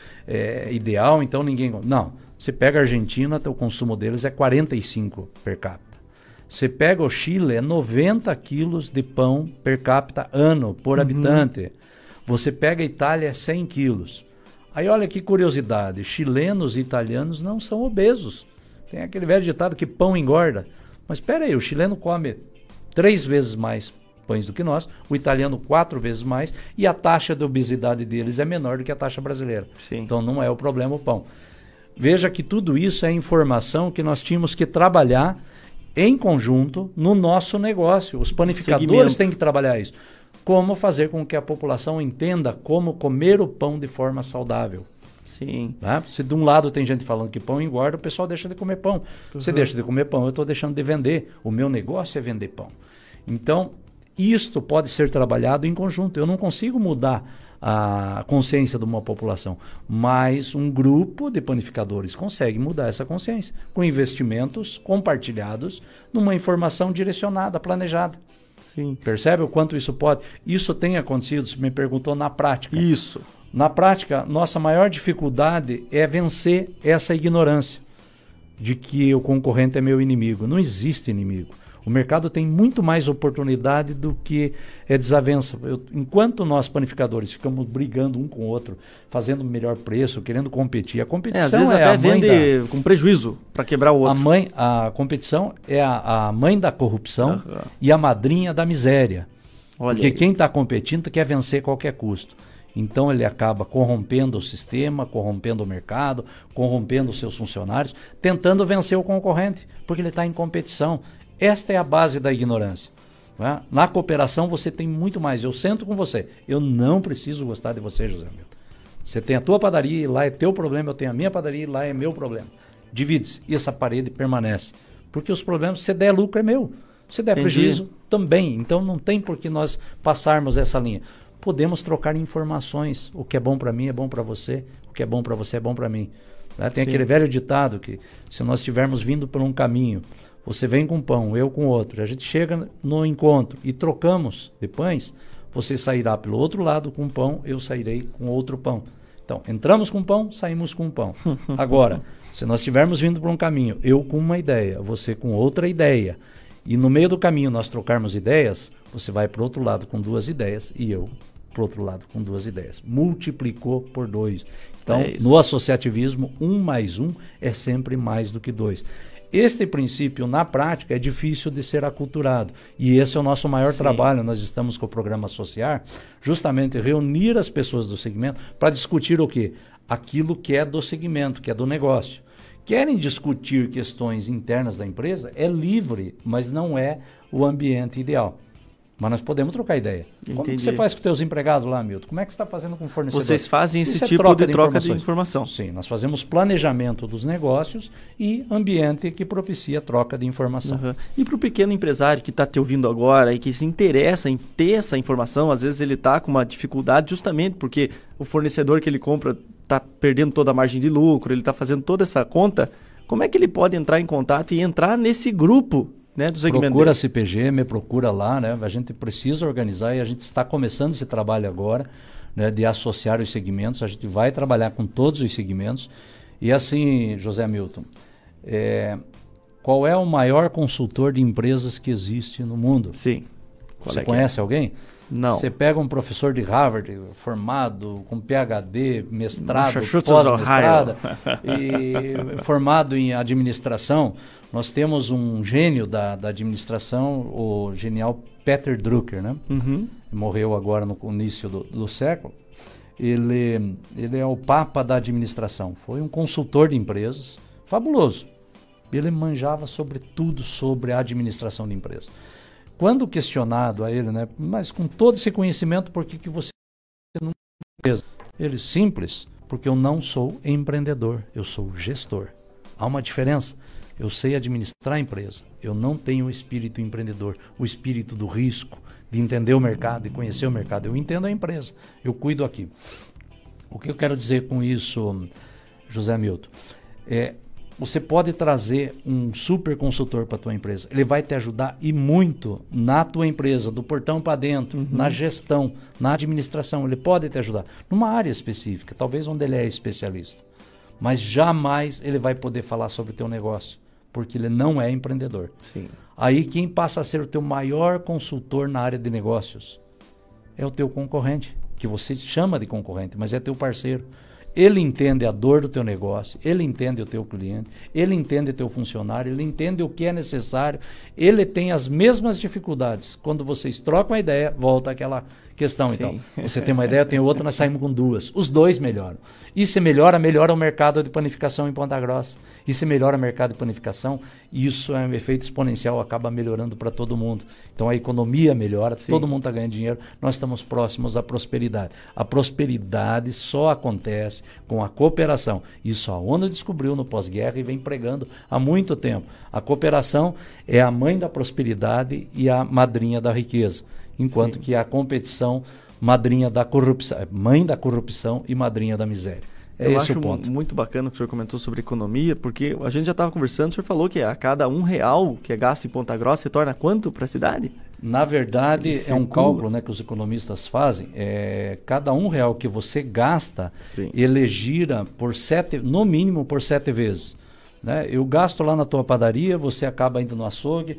ideal, então ninguém... Não, você pega a Argentina, o consumo deles é 45 per capita. Você pega o Chile, é 90 quilos de pão per capita ano, por habitante. Você pega a Itália, é 100 quilos. Aí olha que curiosidade, chilenos e italianos não são obesos. Tem aquele velho ditado que pão engorda. Mas espera aí, o chileno come 3 vezes mais pães do que nós, o italiano 4 vezes mais, e a taxa de obesidade deles é menor do que a taxa brasileira. Sim. Então não é o problema o pão. Veja que tudo isso é informação que nós tínhamos que trabalhar em conjunto no nosso negócio. Os panificadores têm que trabalhar isso. Como fazer com que a população entenda como comer o pão de forma saudável. Sim. Tá? Se de um lado tem gente falando que pão engorda, o pessoal deixa de comer pão. Você deixa de comer pão, eu estou deixando de vender. O meu negócio é vender pão. Então, isto pode ser trabalhado em conjunto. Eu não consigo mudar a consciência de uma população, mas um grupo de panificadores consegue mudar essa consciência com investimentos compartilhados numa informação direcionada, planejada. Sim. Percebe o quanto isso pode? Isso tem acontecido, você me perguntou na prática. Isso. Na prática, nossa maior dificuldade é vencer essa ignorância de que o concorrente é meu inimigo. Não existe inimigo. O mercado tem muito mais oportunidade do que desavença. Enquanto nós, panificadores, ficamos brigando um com o outro, fazendo melhor preço, querendo competir, a competição às vezes até vende com prejuízo para quebrar o outro. A competição é a mãe da corrupção e a madrinha da miséria. Porque quem está competindo quer vencer a qualquer custo. Então ele acaba corrompendo o sistema, corrompendo o mercado, corrompendo os seus funcionários, tentando vencer o concorrente, porque ele está em competição. Esta é a base da ignorância. Né? Na cooperação você tem muito mais. Eu sento com você. Eu não preciso gostar de você, José Milton. Você tem a tua padaria e lá é teu problema, eu tenho a minha padaria e lá é meu problema. Divide-se e essa parede permanece. Porque os problemas, se der lucro, é meu. Se der prejuízo, também. Então não tem por que nós passarmos essa linha. Podemos trocar informações. O que é bom para mim é bom para você. O que é bom para você é bom para mim. Né? Tem aquele velho ditado que se nós estivermos vindo por um caminho, você vem com pão, eu com outro. A gente chega no encontro e trocamos de pães. Você sairá pelo outro lado com pão, eu sairei com outro pão. Então, entramos com pão, saímos com pão. Agora, se nós estivermos vindo por um caminho, eu com uma ideia, você com outra ideia, e no meio do caminho nós trocarmos ideias, você vai para o outro lado com 2 ideias e eu para o outro lado com 2 ideias. Multiplicou por 2. Então, no associativismo, 1 mais 1 é sempre mais do que 2. Este princípio, na prática, é difícil de ser aculturado. E esse é o nosso maior trabalho. Nós estamos com o programa Associar, justamente reunir as pessoas do segmento para discutir o quê? Aquilo que é do segmento, que é do negócio. Querem discutir questões internas da empresa? É livre, mas não é o ambiente ideal. Mas nós podemos trocar ideia. Como que você faz com os teus empregados lá, Milton? Como é que você está fazendo com o fornecedor? Vocês fazem esse tipo de troca de informação. Sim, nós fazemos planejamento dos negócios e ambiente que propicia troca de informação. E para o pequeno empresário que está te ouvindo agora e que se interessa em ter essa informação, às vezes ele está com uma dificuldade justamente porque o fornecedor que ele compra está perdendo toda a margem de lucro, ele está fazendo toda essa conta. Como é que ele pode entrar em contato e entrar nesse grupo, né, do segmento? Procura a CPG, me procura lá, né? A gente precisa organizar e a gente está começando esse trabalho agora, né, de associar os segmentos. A gente vai trabalhar com todos os segmentos. E assim, José Milton, qual é o maior consultor de empresas que existe no mundo? Sim. Você conhece alguém? Não. Você pega um professor de Harvard, formado com PhD, mestrado, pós-mestrado, e formado em administração. Nós temos um gênio da administração, o genial Peter Drucker, né? Morreu agora no início do século. Ele é o papa da administração. Foi um consultor de empresas, fabuloso. Ele manjava sobre tudo sobre a administração de empresas. Quando questionado a ele, né, mas com todo esse conhecimento, por que você não empresa? Ele, simples, porque eu não sou empreendedor, eu sou gestor. Há uma diferença. Eu sei administrar a empresa, eu não tenho o espírito empreendedor, o espírito do risco, de entender o mercado, de conhecer o mercado. Eu entendo a empresa, eu cuido aqui. O que eu quero dizer com isso, José Milton? Você pode trazer um super consultor para a tua empresa. Ele vai te ajudar e muito na tua empresa, do portão para dentro, na gestão, na administração. Ele pode te ajudar numa área específica, talvez onde ele é especialista. Mas jamais ele vai poder falar sobre o teu negócio, porque ele não é empreendedor. Sim. Aí quem passa a ser o teu maior consultor na área de negócios é o teu concorrente, que você chama de concorrente, mas é teu parceiro. Ele entende a dor do teu negócio, ele entende o teu cliente, ele entende o teu funcionário, ele entende o que é necessário, ele tem as mesmas dificuldades. Quando vocês trocam a ideia, volta aquela questão. Sim. Então, você tem uma ideia, eu tenho outra, nós saímos com 2. Os 2 melhoram. E se melhora o mercado de panificação em Ponta Grossa. E se melhora o mercado de panificação, isso é um efeito exponencial, acaba melhorando para todo mundo. Então a economia melhora, sim, todo mundo está ganhando dinheiro, nós estamos próximos à prosperidade. A prosperidade só acontece com a cooperação. Isso a ONU descobriu no pós-guerra e vem pregando há muito tempo. A cooperação é a mãe da prosperidade e a madrinha da riqueza, enquanto sim, que a competição, madrinha da corrupção, mãe da corrupção e madrinha da miséria. Eu acho muito bacana o que o senhor comentou sobre economia, porque a gente já estava conversando, o senhor falou que a cada R$1 que é gasto em Ponta Grossa, retorna quanto para a cidade? Na verdade, é um cálculo, né, que os economistas fazem. Cada R$1 que você gasta, sim, ele gira por no mínimo por 7 vezes. Né? Eu gasto lá na tua padaria, você acaba indo no açougue,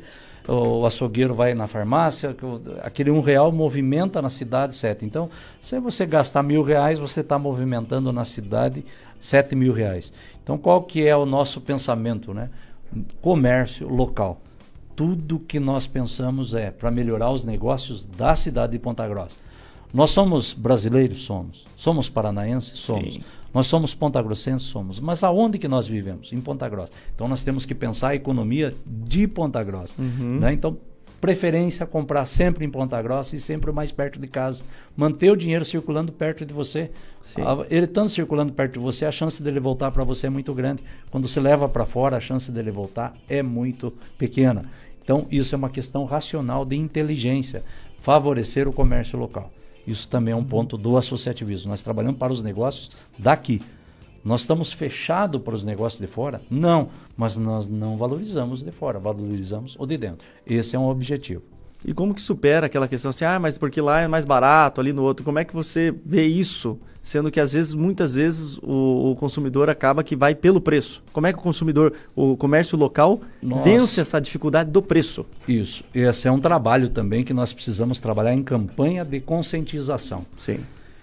o açougueiro vai na farmácia, aquele R$1 movimenta na cidade 7. Então, se você gastar R$1.000, você está movimentando na cidade R$7.000. Então, qual que é o nosso pensamento, né? Comércio local. Tudo que nós pensamos é para melhorar os negócios da cidade de Ponta Grossa. Nós somos brasileiros? Somos. Somos paranaenses? Somos. Sim. Nós somos pontagrossenses? Somos. Mas aonde que nós vivemos? Em Ponta Grossa. Então nós temos que pensar a economia de Ponta Grossa. Né? Então, preferência comprar sempre em Ponta Grossa e sempre mais perto de casa. Manter o dinheiro circulando perto de você. Sim. Ele estando circulando perto de você, a chance dele voltar para você é muito grande. Quando se leva para fora, a chance dele voltar é muito pequena. Então, isso é uma questão racional de inteligência. Favorecer o comércio local. Isso também é um ponto do associativismo. Nós trabalhamos para os negócios daqui. Nós estamos fechados para os negócios de fora? Não, mas nós não valorizamos de fora, valorizamos o de dentro. Esse é um objetivo. E como que supera aquela questão assim, mas porque lá é mais barato, ali no outro, como é que você vê isso sendo que muitas vezes o consumidor acaba que vai pelo preço. Como é que o comércio local vence essa dificuldade do preço? Isso. Esse é um trabalho também que nós precisamos trabalhar em campanha de conscientização. Sim.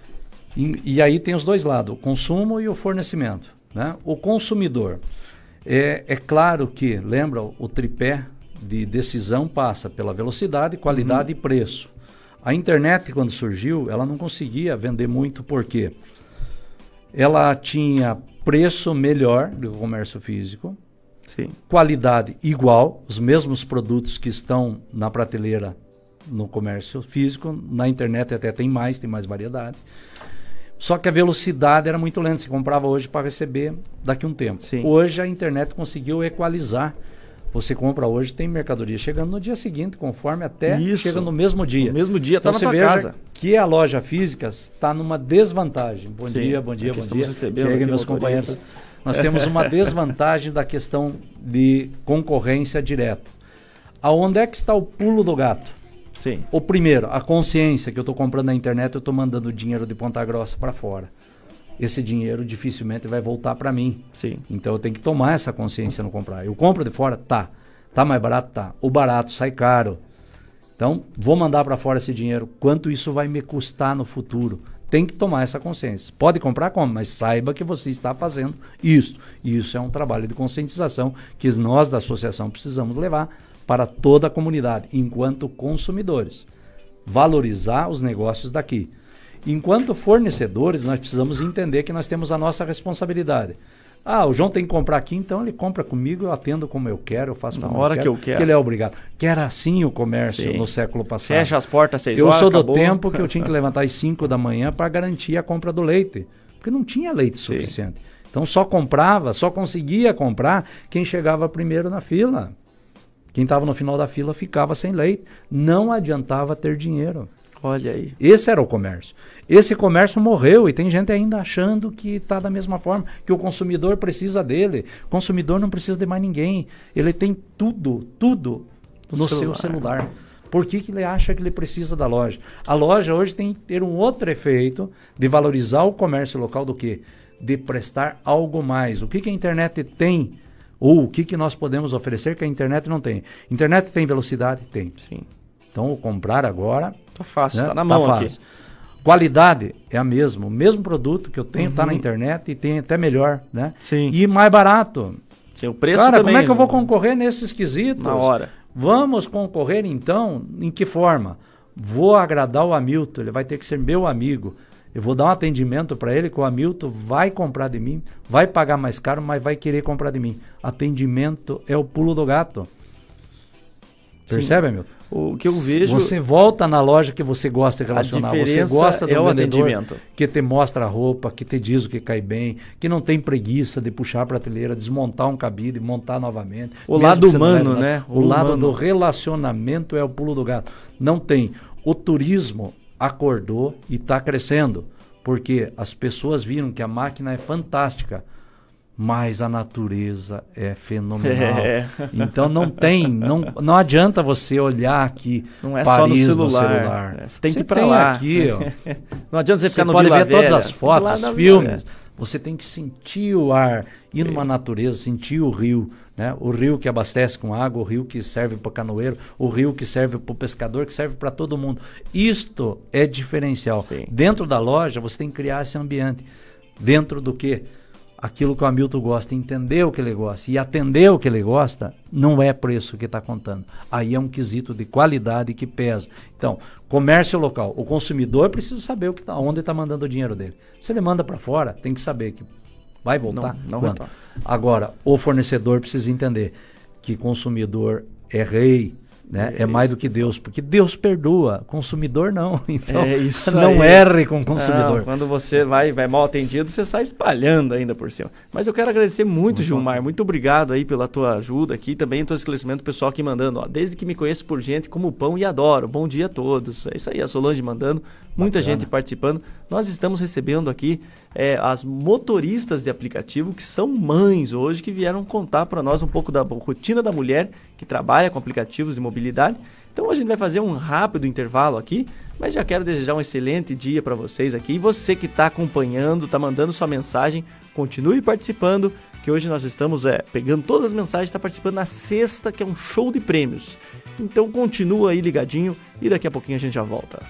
E aí tem os dois lados, o consumo e o fornecimento, né? O consumidor, é claro que, lembra, o tripé de decisão passa pela velocidade, qualidade e preço. A internet, quando surgiu, ela não conseguia vender muito, porque ela tinha preço melhor do que o comércio físico, sim, qualidade igual, os mesmos produtos que estão na prateleira no comércio físico, na internet até tem mais variedade. Só que a velocidade era muito lenta, você comprava hoje para receber daqui a um tempo. Sim. Hoje a internet conseguiu equalizar. Você compra hoje, tem mercadoria chegando no dia seguinte, conforme até chega no mesmo dia. No mesmo dia, então está na você tua veja casa. Que a loja física está numa desvantagem. Bom dia, bom dia, bom dia. Cheguem meus companheiros. Nós temos uma desvantagem da questão de concorrência direta. Aonde é que está o pulo do gato? Sim. O primeiro, a consciência que eu estou comprando na internet, eu estou mandando dinheiro de Ponta Grossa para fora. Esse dinheiro dificilmente vai voltar para mim. Sim. Então eu tenho que tomar essa consciência no comprar. Eu compro de fora? Tá. Tá mais barato? Tá. O barato sai caro. Então, vou mandar para fora esse dinheiro. Quanto isso vai me custar no futuro? Tem que tomar essa consciência. Pode comprar como, mas saiba que você está fazendo isso. E isso é um trabalho de conscientização que nós da associação precisamos levar para toda a comunidade, enquanto consumidores. Valorizar os negócios daqui. Enquanto fornecedores, nós precisamos entender que nós temos a nossa responsabilidade. Ah, o João tem que comprar aqui, então ele compra comigo, eu atendo como eu quero, eu faço como eu quero. Que ele é obrigado. Que era assim o comércio no século passado. Fecha as portas às 6 horas, eu sou do acabou. tempo que eu tinha que levantar às 5 da manhã para garantir a compra do leite, porque não tinha leite suficiente. Então só conseguia comprar quem chegava primeiro na fila. Quem estava no final da fila ficava sem leite. Não adiantava ter dinheiro. Olha aí. Esse era o comércio. Esse comércio morreu e tem gente ainda achando que está da mesma forma, que o consumidor precisa dele. O consumidor não precisa de mais ninguém. Ele tem tudo no seu celular. Por que ele acha que ele precisa da loja? A loja hoje tem que ter um outro efeito de valorizar o comércio local do que? De prestar algo mais. O que a internet tem? Ou o que nós podemos oferecer que a internet não tem? Internet tem velocidade? Tem. Sim. Então, comprar agora... Tá fácil, tá na mão aqui. Qualidade é a mesma. O mesmo produto que eu tenho tá na internet e tem até melhor, né? Sim. E mais barato. Sim, o preço Cara, também, como é que eu vou concorrer nesses quesitos? Na hora. Vamos concorrer, então, em que forma? Vou agradar o Hamilton, ele vai ter que ser meu amigo. Eu vou dar um atendimento para ele que o Hamilton vai comprar de mim, vai pagar mais caro, mas vai querer comprar de mim. Atendimento é o pulo do gato. Percebe, Hamilton? O que eu vejo... Você volta na loja que você gosta de relacionar. Você gosta do vendedor que te mostra a roupa, que te diz o que cai bem, que não tem preguiça de puxar a prateleira, desmontar um cabide, montar novamente. O lado humano, né? O lado do relacionamento é o pulo do gato. Não tem. O turismo acordou e está crescendo, porque as pessoas viram que a máquina é fantástica, mas a natureza é fenomenal. Então não adianta você olhar aqui não é Paris só no celular. Você tem que ir para lá. Aqui, ó. Não adianta você ficar no Vila Velha. Você pode ver todas as fotos, os filmes. Você tem que sentir o ar, ir numa natureza, sentir o rio, né? O rio que abastece com água, o rio que serve para o canoeiro, o rio que serve para o pescador, que serve para todo mundo. Isto é diferencial. Sim. Dentro da loja, você tem que criar esse ambiente. Dentro do quê? Aquilo que o Hamilton gosta, entender o que ele gosta e atender o que ele gosta, não é preço que está contando. Aí é um quesito de qualidade que pesa. Então, comércio local, o consumidor precisa saber onde está mandando o dinheiro dele. Se ele manda para fora, tem que saber que vai voltar. Não retorna. Agora, o fornecedor precisa entender que consumidor é rei, né? É mais do que Deus, porque Deus perdoa, consumidor não. Então, não erre com o consumidor. Não, quando você vai mal atendido, você sai espalhando ainda por cima. Mas eu quero agradecer muito, Gilmar. Muito obrigado aí pela tua ajuda aqui, também teu esclarecimento, o pessoal aqui mandando. Ó, desde que me conheço por gente, como pão e adoro. Bom dia a todos. É isso aí, a Solange mandando. Muita gente participando. Nós estamos recebendo aqui as motoristas de aplicativo, que são mães hoje, que vieram contar para nós um pouco da rotina da mulher que trabalha com aplicativos de mobilidade Então a gente vai fazer um rápido intervalo aqui, mas já quero desejar um excelente dia para vocês aqui. E você que está acompanhando, está mandando sua mensagem, continue participando, que hoje nós estamos pegando todas as mensagens, está participando na sexta, que é um show de prêmios. Então continua aí ligadinho e daqui a pouquinho a gente já volta.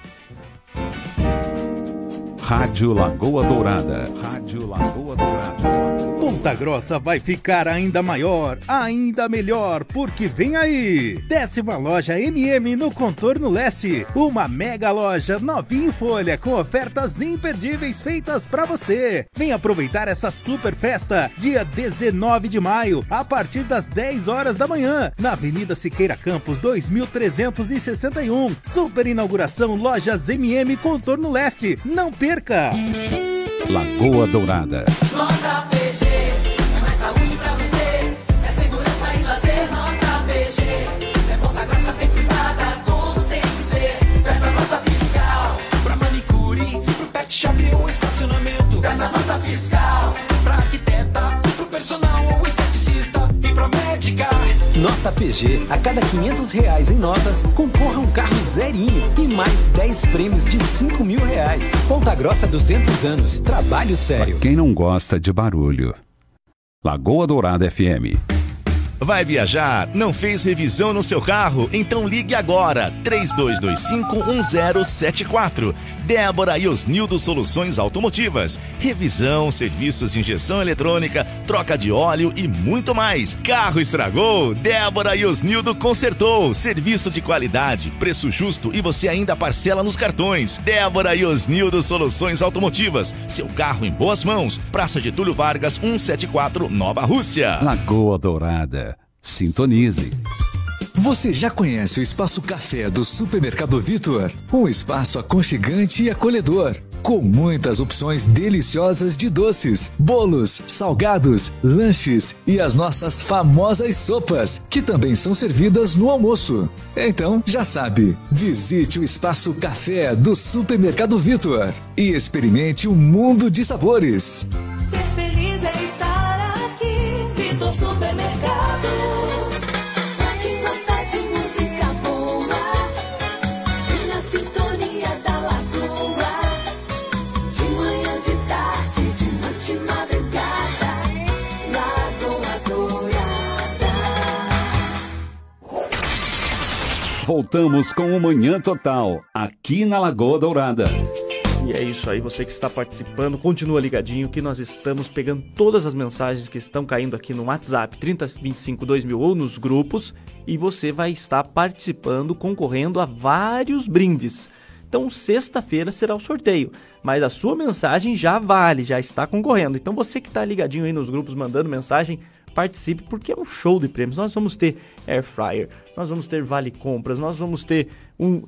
Rádio Lagoa Dourada. Rádio Lagoa Dourada. Ponta Grossa vai ficar ainda maior, ainda melhor, porque vem aí! 10ª loja MM no Contorno Leste. Uma mega loja novinha em folha, com ofertas imperdíveis feitas pra você. Vem aproveitar essa super festa, dia 19 de maio, a partir das 10 horas da manhã, na Avenida Siqueira Campos, 2361. Super inauguração Lojas MM Contorno Leste. Não perca! Lagoa Dourada. Nota PG, é mais saúde pra você, é segurança e lazer. Nota PG, é Ponta Grossa bem cuidada, como tem que ser. Peça nota fiscal pra manicure, pro pet shop ou estacionamento. Peça nota fiscal pra arquiteta, pro personal ou esteticista e pra médica. Nota PG, a cada R$500 em notas, concorra um carro zerinho e mais 10 prêmios de R$5.000. Ponta Grossa 200 anos, trabalho sério. Quem não gosta de barulho? Lagoa Dourada FM. Vai viajar? Não fez revisão no seu carro? Então ligue agora, 3225-1074. Débora e Osnildo Soluções Automotivas. Revisão, serviços de injeção eletrônica, troca de óleo e muito mais. Carro estragou? Débora e Osnildo consertou. Serviço de qualidade, preço justo e você ainda parcela nos cartões. Débora e Osnildo Soluções Automotivas. Seu carro em boas mãos. Praça Getúlio Vargas, 174, Nova Rússia. Lagoa Dourada. Sintonize. Você já conhece o Espaço Café do Supermercado Vitor? Um espaço aconchegante e acolhedor, com muitas opções deliciosas de doces, bolos, salgados, lanches e as nossas famosas sopas, que também são servidas no almoço. Então, já sabe, visite o Espaço Café do Supermercado Vitor e experimente um mundo de sabores. Ser feliz é estar aqui, Vitor Supermercado. Pra quem gosta de música boa, e na sintonia da Lagoa. De manhã, de tarde, de noite, madrugada, Lagoa Dourada. Voltamos com o Manhã Total, aqui na Lagoa Dourada. E é isso aí, você que está participando, continua ligadinho que nós estamos pegando todas as mensagens que estão caindo aqui no WhatsApp 3025-2000 ou nos grupos e você vai estar participando, concorrendo a vários brindes. Então, sexta-feira será o sorteio, mas a sua mensagem já vale, já está concorrendo. Então, você que está ligadinho aí nos grupos, mandando mensagem, participe, porque é um show de prêmios. Nós vamos ter Air Fryer, nós vamos ter Vale Compras, nós vamos ter um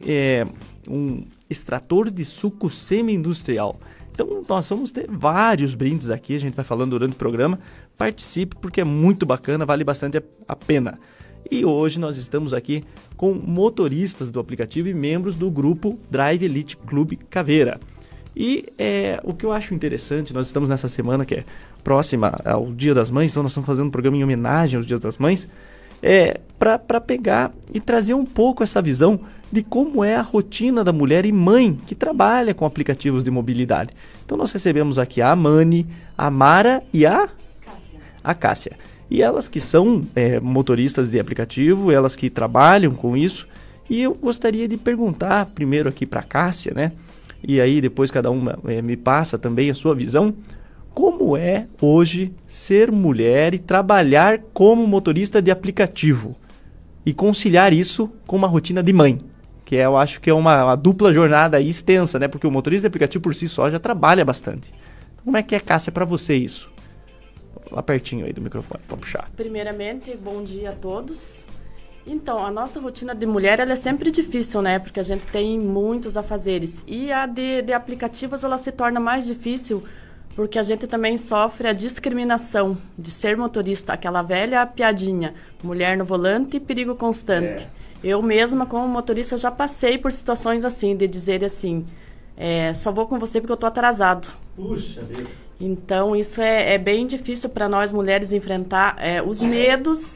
extrator de suco semi-industrial. Então, nós vamos ter vários brindes aqui, a gente vai falando durante o programa. Participe, porque é muito bacana, vale bastante a pena. E hoje nós estamos aqui com motoristas do aplicativo e membros do grupo Drive Elite Clube Caveira. E o que eu acho interessante, nós estamos nessa semana que é próxima ao Dia das Mães, então nós estamos fazendo um programa em homenagem aos Dias das Mães, para pegar e trazer um pouco essa visão de como é a rotina da mulher e mãe que trabalha com aplicativos de mobilidade. Então nós recebemos aqui a Amani, a Mara e a Cássia. E elas que são motoristas de aplicativo, elas que trabalham com isso. E eu gostaria de perguntar primeiro aqui para a Cássia, né? E aí depois cada uma me passa também a sua visão. Como é hoje ser mulher e trabalhar como motorista de aplicativo? E conciliar isso com uma rotina de mãe? Que eu acho que é uma dupla jornada aí extensa, né? Porque o motorista de aplicativo por si só já trabalha bastante. Então, como é que é, Cássia, para você isso? Lá pertinho aí do microfone, para puxar. Primeiramente, bom dia a todos. Então, a nossa rotina de mulher, ela é sempre difícil, né? Porque a gente tem muitos afazeres. E a de aplicativos, ela se torna mais difícil porque a gente também sofre a discriminação de ser motorista, aquela velha piadinha, mulher no volante, perigo constante. Eu mesma, como motorista, já passei por situações assim, de dizer assim, só vou com você porque eu tô atrasado. Puxa vida. Então, isso é bem difícil para nós mulheres enfrentar os medos,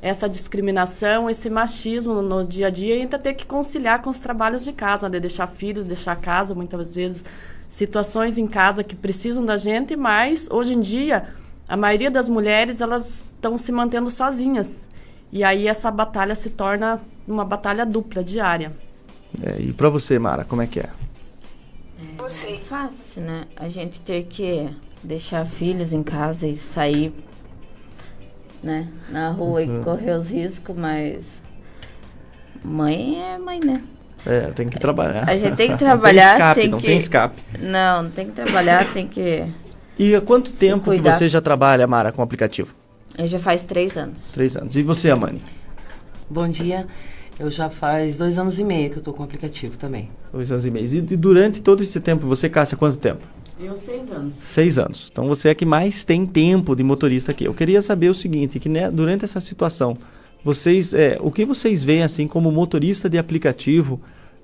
essa discriminação, esse machismo no dia a dia, e ainda ter que conciliar com os trabalhos de casa, de deixar filhos, deixar casa, muitas vezes situações em casa que precisam da gente, mas hoje em dia a maioria das mulheres elas estão se mantendo sozinhas, e aí essa batalha se torna uma batalha dupla, diária. E para você, Mara, como é que é? É fácil, né? A gente ter que deixar filhos em casa e sair, né, na rua e correr os riscos, mas mãe é mãe, né? Tem que trabalhar. A gente tem que trabalhar, não tem escape. Não tem que trabalhar, tem que... E há quanto tempo que você já trabalha, Mara, com o aplicativo? Eu já faz 3 anos. 3 anos. E você, Amani? Bom dia. Eu já faz 2 anos e meio que eu tô com o aplicativo também. 2 anos e meio. E durante todo esse tempo, você, Cássia, quanto tempo? Eu, 6 anos. 6 anos. Então você é que mais tem tempo de motorista aqui. Eu queria saber o seguinte, que durante essa situação, vocês, o que vocês veem assim como motorista de aplicativo,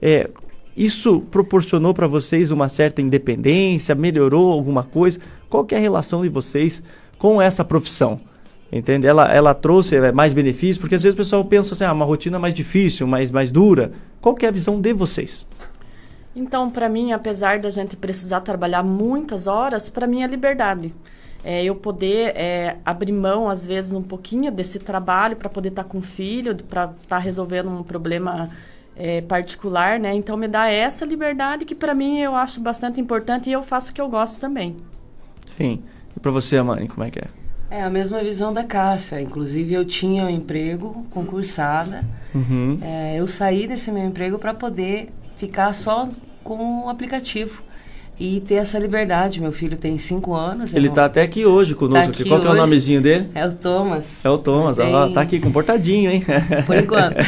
isso proporcionou para vocês uma certa independência, melhorou alguma coisa? Qual que é a relação de vocês com essa profissão? Entende? Ela trouxe mais benefícios, porque às vezes o pessoal pensa assim, uma rotina mais difícil, mais dura. Qual que é a visão de vocês? Então, para mim, apesar da gente precisar trabalhar muitas horas, para mim é liberdade. Eu poder abrir mão, às vezes, um pouquinho desse trabalho para poder estar com o filho, para estar resolvendo um problema particular, né? Então, me dá essa liberdade que, para mim, eu acho bastante importante e eu faço o que eu gosto também. Sim. E para você, Amani, como é que é? É a mesma visão da Cássia. Inclusive, eu tinha um emprego concursada. Uhum. Eu saí desse meu emprego para poder ficar só com o aplicativo e ter essa liberdade. Meu filho tem 5 anos. Ele tá até aqui hoje conosco. Tá aqui Qual que é o nomezinho dele? É o Thomas. É o Thomas. Tá aqui comportadinho, hein? Por enquanto.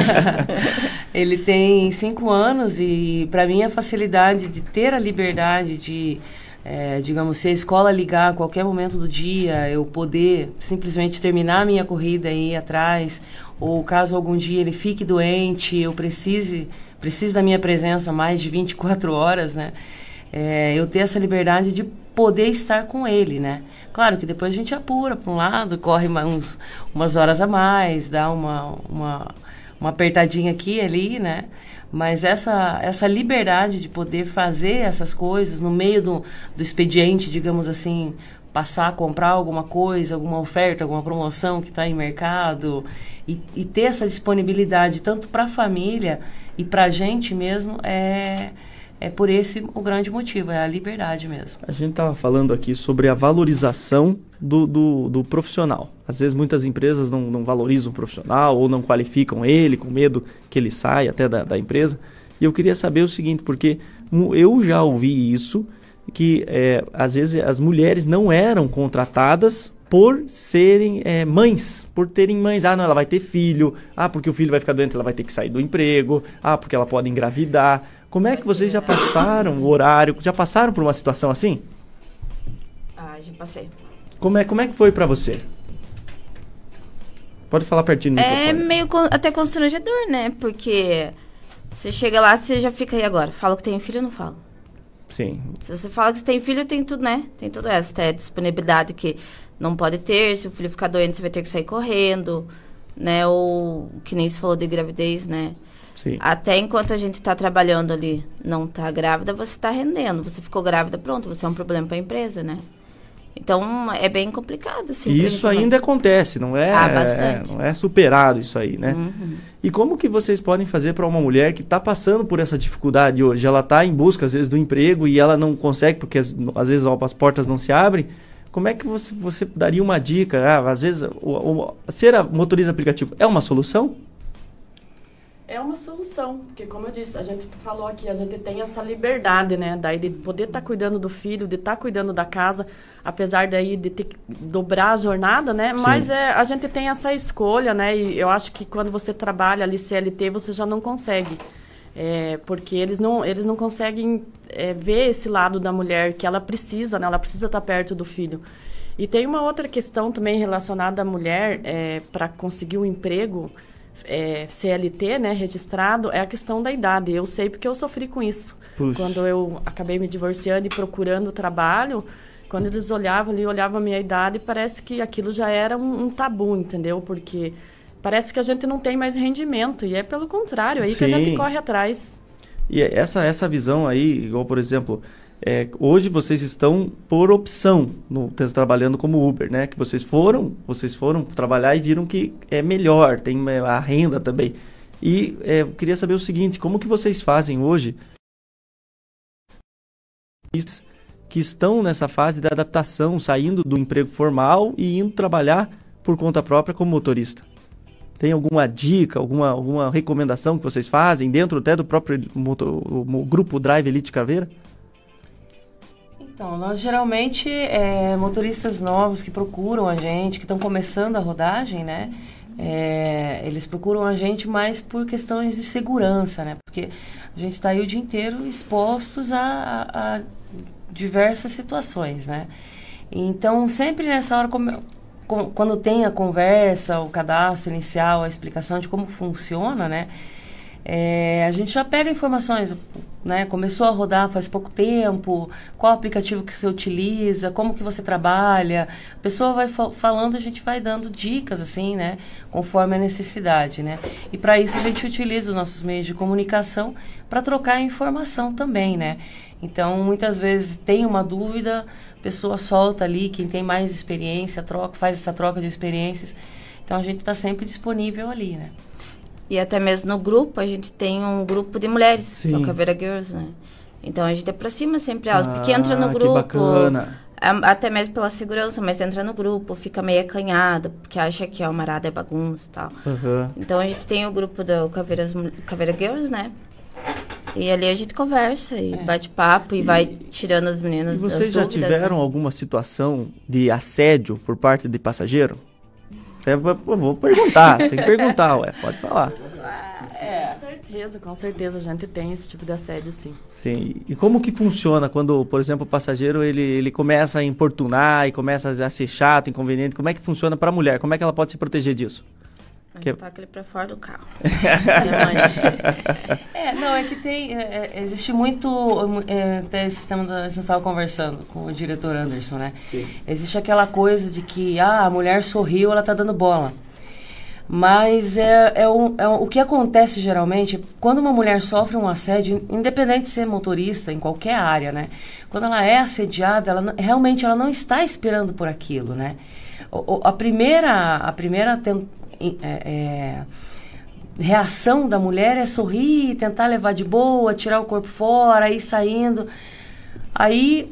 Ele tem 5 anos e para mim a facilidade de ter a liberdade de... digamos, se a escola ligar a qualquer momento do dia, eu poder simplesmente terminar a minha corrida e ir atrás, ou caso algum dia ele fique doente, eu precise da minha presença mais de 24 horas, né? Eu ter essa liberdade de poder estar com ele, né? Claro que depois a gente apura para um lado, corre umas horas a mais, dá uma apertadinha aqui e ali, né? Mas essa liberdade de poder fazer essas coisas no meio do expediente, digamos assim, passar a comprar alguma coisa, alguma oferta, alguma promoção que está em mercado e ter essa disponibilidade tanto para a família e para a gente mesmo é por esse o grande motivo, é a liberdade mesmo. A gente estava falando aqui sobre a valorização do profissional. Às vezes muitas empresas não valorizam o profissional ou não qualificam ele, com medo que ele saia até da empresa. E eu queria saber o seguinte, porque eu já ouvi isso, que às vezes as mulheres não eram contratadas por serem mães, por terem mães. Não, ela vai ter filho. Porque o filho vai ficar doente, ela vai ter que sair do emprego. Porque ela pode engravidar. Como é que vocês já passaram o horário? Já passaram por uma situação assim? Já passei. Como é que foi pra você? Pode falar pertinho do microfone. É meio até constrangedor, né? Porque você chega lá, você já fica aí agora. Fala que tem filho ou não fala? Sim. Se você fala que tem filho, tem tudo, né? Tem tudo essa. Tem a disponibilidade que não pode ter. Se o filho ficar doente, você vai ter que sair correndo, né? Ou que nem se falou de gravidez, né? Sim. Até enquanto a gente tá trabalhando ali, não tá grávida, você tá rendendo. Você ficou grávida, pronto, você é um problema pra empresa, né? Então, é bem complicado, assim. E isso ainda acontece, não é? Bastante. Não é superado isso aí, né? Uhum. E como que vocês podem fazer para uma mulher que está passando por essa dificuldade hoje? Ela está em busca, às vezes, do emprego e ela não consegue, porque às vezes as portas não se abrem. Como é que você daria uma dica? Às vezes, ser motorista aplicativo é uma solução? É uma solução, porque como eu disse, a gente falou aqui, a gente tem essa liberdade, né, daí de poder estar cuidando do filho, de estar cuidando da casa, apesar daí de ter que dobrar a jornada, né, Sim. mas a gente tem essa escolha, né, e eu acho que quando você trabalha ali CLT, você já não consegue, porque eles não conseguem ver esse lado da mulher que ela precisa, né, ela precisa estar perto do filho. E tem uma outra questão também relacionada à mulher, para conseguir um emprego, CLT, né, registrado, é a questão da idade. Eu sei porque eu sofri com isso. Puxa. Quando eu acabei me divorciando e procurando trabalho, quando eles olhavam a minha idade, parece que aquilo já era um tabu, entendeu? Porque parece que a gente não tem mais rendimento, e é pelo contrário, aí que a gente corre atrás. E essa visão aí, igual por exemplo, hoje vocês estão por opção, trabalhando como Uber, né? Que vocês foram trabalhar e viram que é melhor, tem a renda também. E eu queria saber o seguinte, como que vocês fazem hoje que estão nessa fase da adaptação, saindo do emprego formal e indo trabalhar por conta própria como motorista? Tem alguma dica, alguma recomendação que vocês fazem dentro até do próprio grupo Drive Elite Caveira? Então, nós geralmente, motoristas novos que procuram a gente, que estão começando a rodagem, né? Eles procuram a gente mais por questões de segurança, né? Porque a gente está aí o dia inteiro expostos a diversas situações, né? Então, sempre nessa hora, quando tem a conversa, o cadastro inicial, a explicação de como funciona, né? A gente já pega informações, né? Começou a rodar faz pouco tempo, qual aplicativo que você utiliza, como que você trabalha. A pessoa vai falando, a gente vai dando dicas, assim, né? Conforme a necessidade, né? E para isso a gente utiliza os nossos meios de comunicação para trocar informação também, né? Então, muitas vezes tem uma dúvida, a pessoa solta ali, quem tem mais experiência, faz essa troca de experiências. Então, a gente está sempre disponível ali, né? E até mesmo no grupo, a gente tem um grupo de mulheres, que é o Caveira Girls, né? Então, a gente aproxima sempre elas, porque entra no grupo... Que bacana. Até mesmo pela segurança, mas entra no grupo, fica meio acanhado, porque acha que a Almarada é bagunça e tal. Então, a gente tem o grupo do Caveira Girls, né? E ali a gente conversa e bate papo e vai tirando as meninas das dúvidas. E vocês já tiveram alguma situação de assédio por parte de passageiro? Eu vou perguntar, tem que perguntar, pode falar. Com certeza a gente tem esse tipo de assédio, sim. Sim, e como que funciona quando, por exemplo, o passageiro ele começa a importunar e começa a ser chato, inconveniente? Como é que funciona para a mulher? Como é que ela pode se proteger disso? Toca ele pra fora do carro. Não, é que existe muito, até esse sistema, a gente estava conversando com o diretor Anderson, né? Sim. Existe aquela coisa de que, a mulher sorriu, ela tá dando bola. Mas o que acontece geralmente, quando uma mulher sofre um assédio, independente de ser motorista, em qualquer área, né? Quando ela é assediada, realmente ela não está esperando por aquilo, né? A primeira reação da mulher é sorrir, tentar levar de boa, tirar o corpo fora, ir saindo. Aí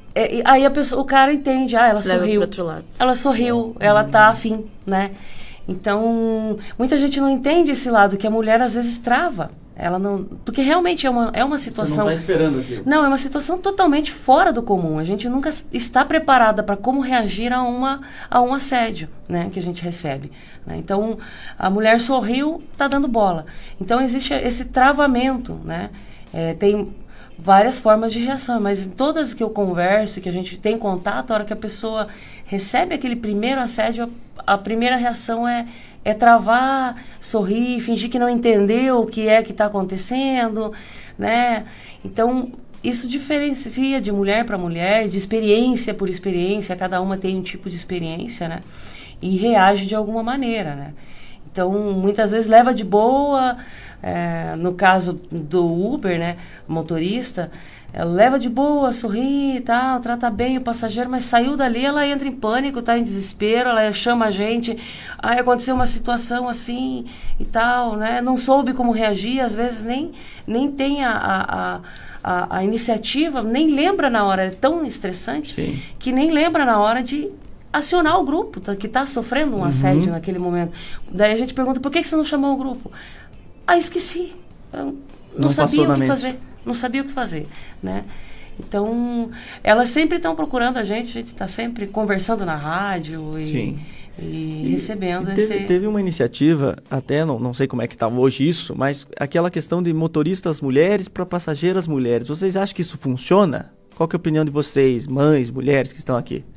o cara entende, ela sorriu. Pro outro lado. Ela sorriu, ela tá afim, né? Então, muita gente não entende esse lado, que a mulher às vezes trava. Ela não, porque realmente é uma situação... Você não está esperando aquilo. Não, é uma situação totalmente fora do comum. A gente nunca está preparada para como reagir a um assédio, né, que a gente recebe. Né? Então, a mulher sorriu, está dando bola. Então, existe esse travamento, né? Tem várias formas de reação, mas em todas que eu converso, que a gente tem contato, a hora que a pessoa recebe aquele primeiro assédio, a primeira reação é travar, sorrir, fingir que não entendeu o que é que está acontecendo, né? Então, isso diferencia de mulher para mulher, de experiência por experiência, cada uma tem um tipo de experiência, né? E reage de alguma maneira, né? Então, muitas vezes leva de boa, no caso do Uber, né, motorista, ela leva de boa, sorri e tal, trata bem o passageiro, mas saiu dali, ela entra em pânico, tá em desespero, ela chama a gente, aconteceu uma situação assim e tal, né, não soube como reagir, às vezes nem tem a iniciativa, nem lembra na hora, é tão estressante, sim, que nem lembra na hora de acionar o grupo que está sofrendo um assédio naquele momento. Daí a gente pergunta, por que você não chamou o grupo? Esqueci. Eu não sabia o que fazer. Não sabia o que fazer, né? Então, elas sempre estão procurando a gente está sempre conversando na rádio e recebendo Teve uma iniciativa, até não sei como é que está hoje isso, mas aquela questão de motoristas mulheres para passageiras mulheres. Vocês acham que isso funciona? Qual que é a opinião de vocês, mães, mulheres que estão aqui?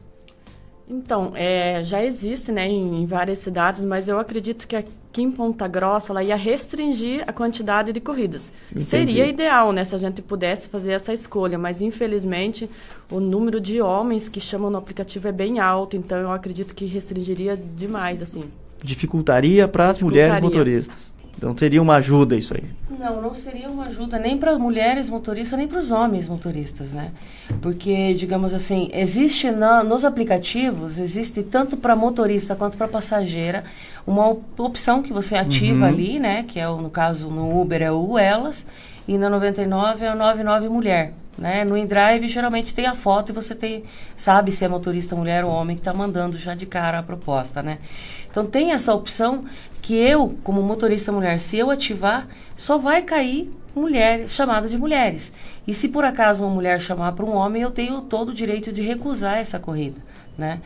Então, já existe, né, em várias cidades, mas eu acredito que aqui em Ponta Grossa ela ia restringir a quantidade de corridas. Entendi. Seria ideal, né, se a gente pudesse fazer essa escolha, mas infelizmente o número de homens que chamam no aplicativo é bem alto, então eu acredito que restringiria demais, assim. dificultaria para as mulheres motoristas. Então seria uma ajuda isso aí. Não seria uma ajuda nem para mulheres motoristas, nem para os homens motoristas, né? Porque, digamos assim, existe nos aplicativos, existe tanto para motorista quanto para passageira, uma opção que você ativa ali, né? Que é, no caso, no Uber é o Elas, e na 99 é o 99 Mulher. Né? No InDrive, geralmente tem a foto e você sabe se é motorista mulher ou homem que está mandando já de cara a proposta, né? Então, tem essa opção que eu, como motorista mulher, se eu ativar, só vai cair mulheres, chamada de mulheres. E se por acaso uma mulher chamar para um homem, eu tenho todo o direito de recusar essa corrida, né?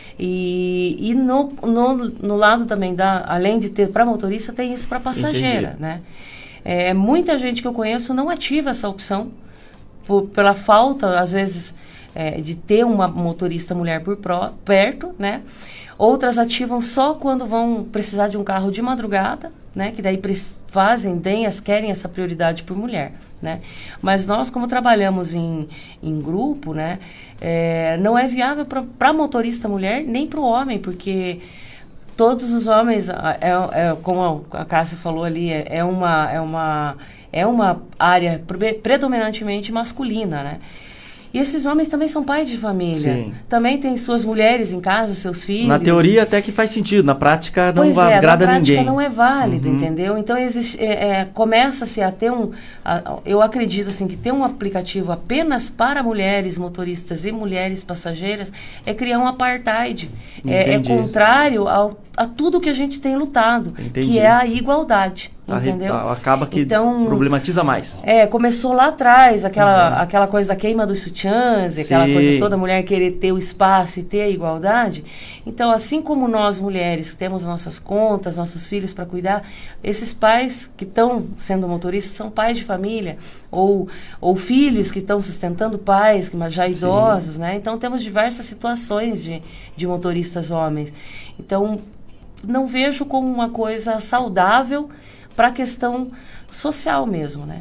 E no lado também, além de ter para motorista, tem isso para passageira, né? Muita gente que eu conheço não ativa essa opção, pela falta, às vezes, de ter uma motorista mulher perto, né? Outras ativam só quando vão precisar de um carro de madrugada, né? Que daí querem essa prioridade por mulher, né? Mas nós, como trabalhamos em grupo, né? Não é viável para motorista mulher nem para o homem, porque todos os homens, como a Cássia falou ali, é uma área predominantemente masculina, né? E esses homens também são pais de família. Sim. Também têm suas mulheres em casa, seus filhos. Na teoria até que faz sentido, na prática não agrada ninguém. Na prática não é válido, entendeu? Então começa-se a ter eu acredito assim, que ter um aplicativo apenas para mulheres motoristas e mulheres passageiras é criar um apartheid. É contrário a tudo que a gente tem lutado, que é a igualdade. Entendeu? Acaba que problematiza mais. Começou lá atrás, aquela coisa da queima dos sutiãs, aquela coisa toda mulher querer ter o espaço e ter a igualdade. Então, assim como nós mulheres que temos nossas contas, nossos filhos para cuidar, esses pais que estão sendo motoristas são pais de família, ou filhos que estão sustentando pais já idosos, né? Então, temos diversas situações de motoristas homens. Então, não vejo como uma coisa saudável para a questão social mesmo, né?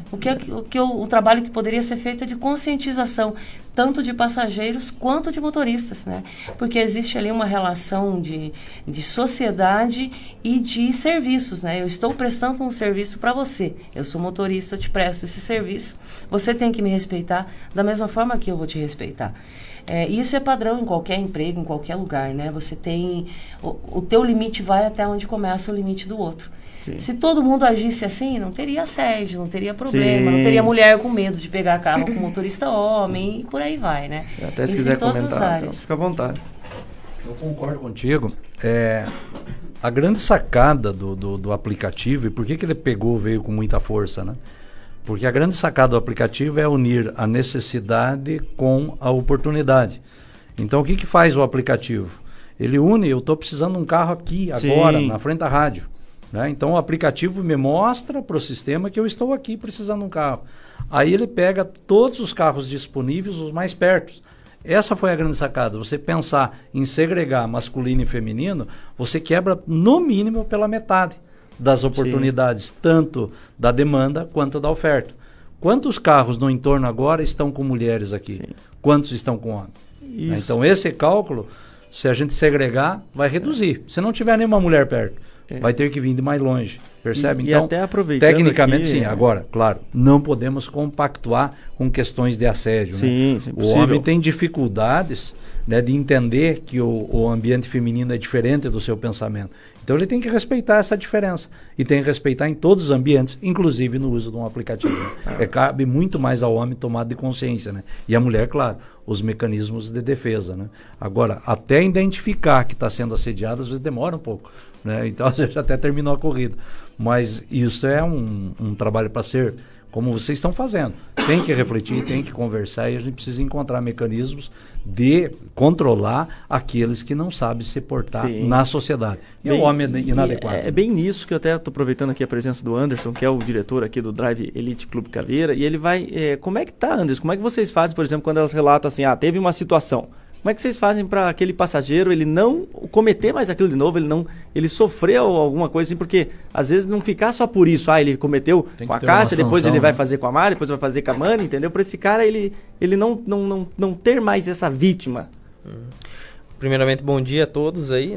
O trabalho que poderia ser feito é de conscientização, tanto de passageiros quanto de motoristas, né? Porque existe ali uma relação de sociedade e de serviços, né? Eu estou prestando um serviço para você. Eu sou motorista, eu te presto esse serviço. Você tem que me respeitar da mesma forma que eu vou te respeitar. Isso é padrão em qualquer emprego, em qualquer lugar, né? Você tem... O teu limite vai até onde começa o limite do outro. Sim. Se todo mundo agisse assim, não teria assédio, não teria problema, não teria mulher com medo de pegar carro com motorista homem e por aí vai, né? Até se quiser comentar, então, fica à vontade. Eu concordo contigo. A grande sacada do aplicativo, e por que ele veio com muita força, né? Porque a grande sacada do aplicativo é unir a necessidade com a oportunidade. Então, o que faz o aplicativo? Ele une, eu estou precisando de um carro aqui, agora, na frente da rádio. Né? Então, o aplicativo me mostra para o sistema que eu estou aqui precisando de um carro. Aí ele pega todos os carros disponíveis, os mais perto. Essa foi a grande sacada. Você pensar em segregar masculino e feminino, você quebra no mínimo pela metade das oportunidades, tanto da demanda quanto da oferta. Quantos carros no entorno agora estão com mulheres aqui? Quantos estão com homens? Então, esse cálculo, se a gente segregar, vai reduzir. Se não tiver nenhuma mulher perto, vai ter que vir de mais longe, percebe? E então, até aproveitando tecnicamente aqui, sim. Agora, claro, não podemos compactuar com questões de assédio. Sim, né? O homem tem dificuldades, né, de entender que o ambiente feminino é diferente do seu pensamento. Então ele tem que respeitar essa diferença e tem que respeitar em todos os ambientes, inclusive no uso de um aplicativo. Cabe muito mais ao homem tomada de consciência, né? E a mulher, claro, os mecanismos de defesa, né? Agora, até identificar que está sendo assediado, às vezes demora um pouco, né? Então já até terminou a corrida. Mas isso é um trabalho para ser, como vocês estão fazendo. Tem que refletir, tem que conversar e a gente precisa encontrar mecanismos de controlar aqueles que não sabem se portar na sociedade. E o homem é inadequado. É bem nisso que eu até estou aproveitando aqui a presença do Anderson, que é o diretor aqui do Drive Elite Clube Caveira, e ele vai... como é que tá, Anderson? Como é que vocês fazem, por exemplo, quando elas relatam assim, teve uma situação... Como é que vocês fazem para aquele passageiro ele não cometer mais aquilo de novo, ele sofreu alguma coisa assim, porque às vezes não ficar só por isso, ele cometeu com a Cássia, depois ele vai fazer com a Mari, depois vai fazer com a Mani, entendeu? Para esse cara ele não ter mais essa vítima. Primeiramente, bom dia a todos aí, né?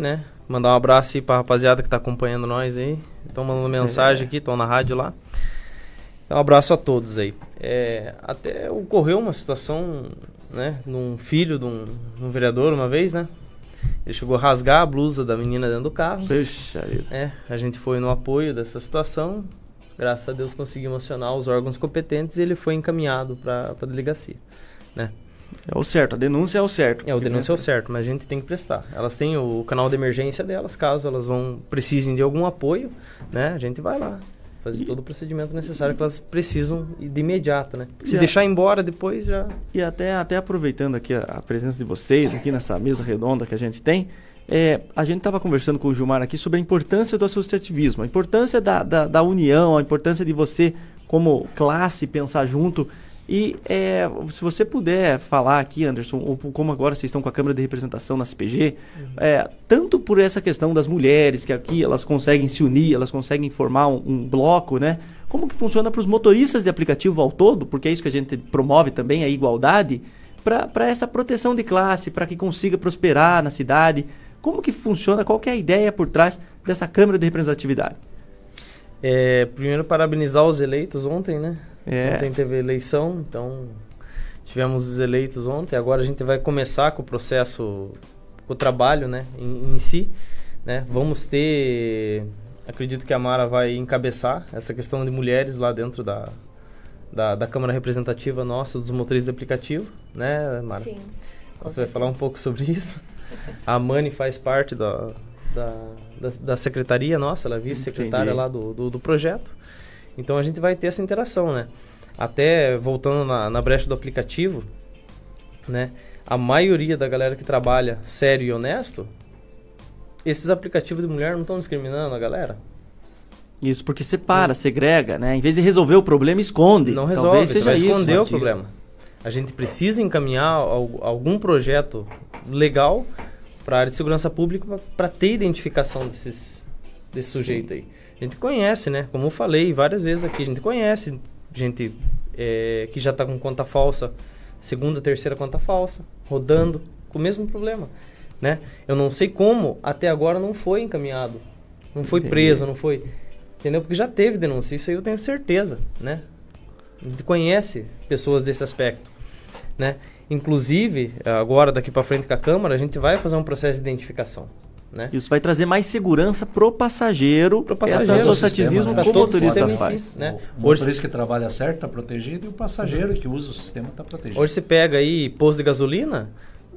Mandar um abraço aí pra rapaziada que tá acompanhando nós aí. Estão mandando mensagem aqui, estão na rádio lá. Então, um abraço a todos aí. Até ocorreu uma situação, né, num filho de um vereador uma vez, né? Ele chegou a rasgar a blusa da menina dentro do carro. Puxa vida. A gente foi no apoio dessa situação. Graças a Deus conseguimos acionar os órgãos competentes e ele foi encaminhado para a delegacia, né? É o certo, a denúncia é o certo. O denúncia é o certo, mas a gente tem que prestar. Elas têm o canal de emergência delas, caso elas precisem de algum apoio, né? A gente vai lá, fazer todo o procedimento necessário que elas precisam de imediato, né? Se deixar embora depois já... E até aproveitando aqui a presença de vocês, aqui nessa mesa redonda que a gente tem, a gente estava conversando com o Gilmar aqui sobre a importância do associativismo, a importância da união, a importância de você, como classe, pensar junto. E se você puder falar aqui, Anderson, ou como agora vocês estão com a Câmara de Representação na CPG, tanto por essa questão das mulheres, que aqui elas conseguem se unir, elas conseguem formar um bloco, né? Como que funciona para os motoristas de aplicativo ao todo, porque é isso que a gente promove também, a igualdade, para essa proteção de classe, para que consiga prosperar na cidade. Como que funciona, qual que é a ideia por trás dessa Câmara de Representatividade? Primeiro, parabenizar os eleitos ontem, né? Ontem teve eleição, então tivemos os eleitos ontem. Agora a gente vai começar com o processo, com o trabalho, né, em si, né? Vamos ter, acredito que a Mara vai encabeçar essa questão de mulheres lá dentro da Câmara Representativa nossa, dos motoristas de aplicativo, né, Mara? Sim. Você vai falar um pouco sobre isso. A Mani faz parte da secretaria nossa, ela é vice-secretária lá do projeto. Então a gente vai ter essa interação, né? Até voltando na brecha do aplicativo, né? A maioria da galera que trabalha sério e honesto, esses aplicativos de mulher não estão discriminando a galera. Isso, porque separa, segrega, né? Em vez de resolver o problema, esconde. Não resolve, você vai esconder o problema. A gente precisa encaminhar algum projeto legal para a área de segurança pública para ter identificação desse sujeito aí. A gente conhece, né? Como eu falei várias vezes aqui, a gente conhece gente que já está com conta falsa, segunda, terceira conta falsa, rodando com o mesmo problema, né? Eu não sei como até agora não foi encaminhado, não foi preso, não foi... Entendeu? Porque já teve denúncia, isso aí eu tenho certeza, né? A gente conhece pessoas desse aspecto, né? Inclusive, agora daqui para frente com a Câmara, a gente vai fazer um processo de identificação, né? Isso vai trazer mais segurança pro passageiro, esse associativismo que o motorista faz. Né? O motorista que trabalha certo está protegido e o passageiro que usa o sistema está protegido. Hoje você pega aí posto de gasolina,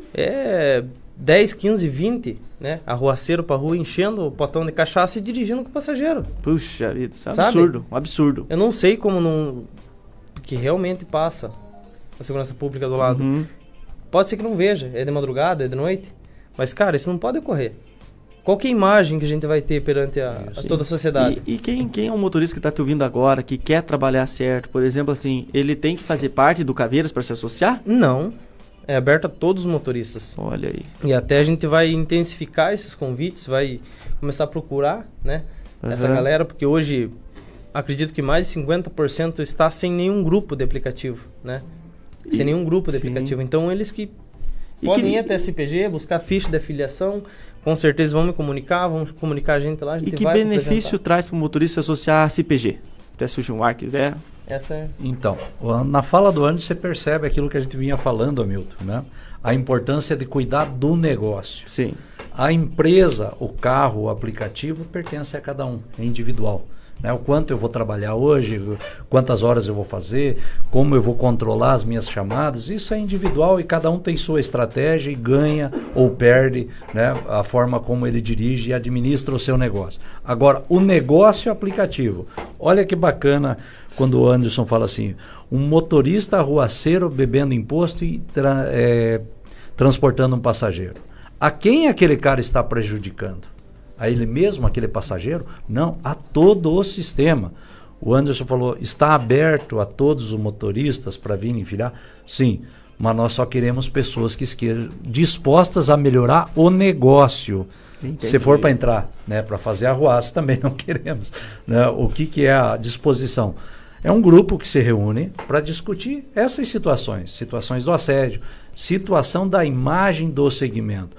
10, 15, 20, né? Arruaceiro pra rua, enchendo o potão de cachaça e dirigindo com o passageiro. Puxa vida, isso é absurdo, um absurdo. Eu não sei como não... Porque realmente passa a segurança pública do lado. Pode ser que não veja, é de madrugada, é de noite, mas, cara, isso não pode ocorrer. Qual que é a imagem que a gente vai ter perante a toda a sociedade? E quem é um motorista que está te ouvindo agora, que quer trabalhar certo, por exemplo, assim, ele tem que fazer parte do Caveiras para se associar? Não. É aberto a todos os motoristas. Olha aí. E até a gente vai intensificar esses convites, vai começar a procurar, né, essa galera, porque hoje acredito que mais de 50% está sem nenhum grupo de aplicativo, né? Sem nenhum grupo de aplicativo. Então eles que podem ir até a CPG, buscar ficha de afiliação, com certeza vão me comunicar, vão comunicar a gente lá. A gente e que benefício traz para o motorista associar a CPG? Até se o Gilmar quiser. Então, na fala do Anderson você percebe aquilo que a gente vinha falando, Hamilton, né? A importância de cuidar do negócio. Sim. A empresa, o carro, o aplicativo pertence a cada um, é individual. Né? O quanto eu vou trabalhar hoje, quantas horas eu vou fazer, como eu vou controlar as minhas chamadas, isso é individual e cada um tem sua estratégia e ganha ou perde, né, a forma como ele dirige e administra o seu negócio. Agora, o negócio aplicativo, olha que bacana quando o Anderson fala assim, um motorista arruaceiro bebendo imposto e transportando um passageiro. A quem aquele cara está prejudicando? A ele mesmo, aquele passageiro? Não, a todo o sistema. O Anderson falou, está aberto a todos os motoristas para virem filiar? Sim, mas nós só queremos pessoas que estejam dispostas a melhorar o negócio. Entendi. Se for para entrar, né, para fazer arruaça, também não queremos. Né? O que é a disposição? É um grupo que se reúne para discutir essas situações do assédio, situação da imagem do segmento.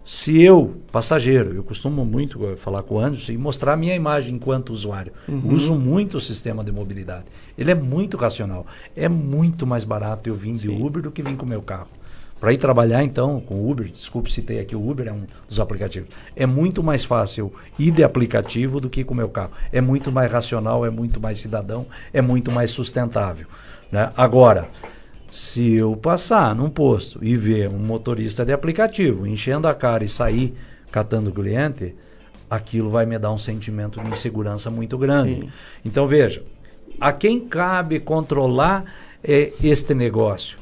Se eu, passageiro, eu costumo muito falar com o Anderson e mostrar a minha imagem enquanto usuário. Uso muito o sistema de mobilidade. Ele é muito racional. É muito mais barato eu vir de Uber do que vir com o meu carro. Para ir trabalhar, então, com o Uber, desculpe, citei aqui o Uber, é um dos aplicativos. É muito mais fácil ir de aplicativo do que com o meu carro. É muito mais racional, é muito mais cidadão, é muito mais sustentável, né? Agora, se eu passar num posto e ver um motorista de aplicativo enchendo a cara e sair catando o cliente, aquilo vai me dar um sentimento de insegurança muito grande. Então, veja, a quem cabe controlar este negócio?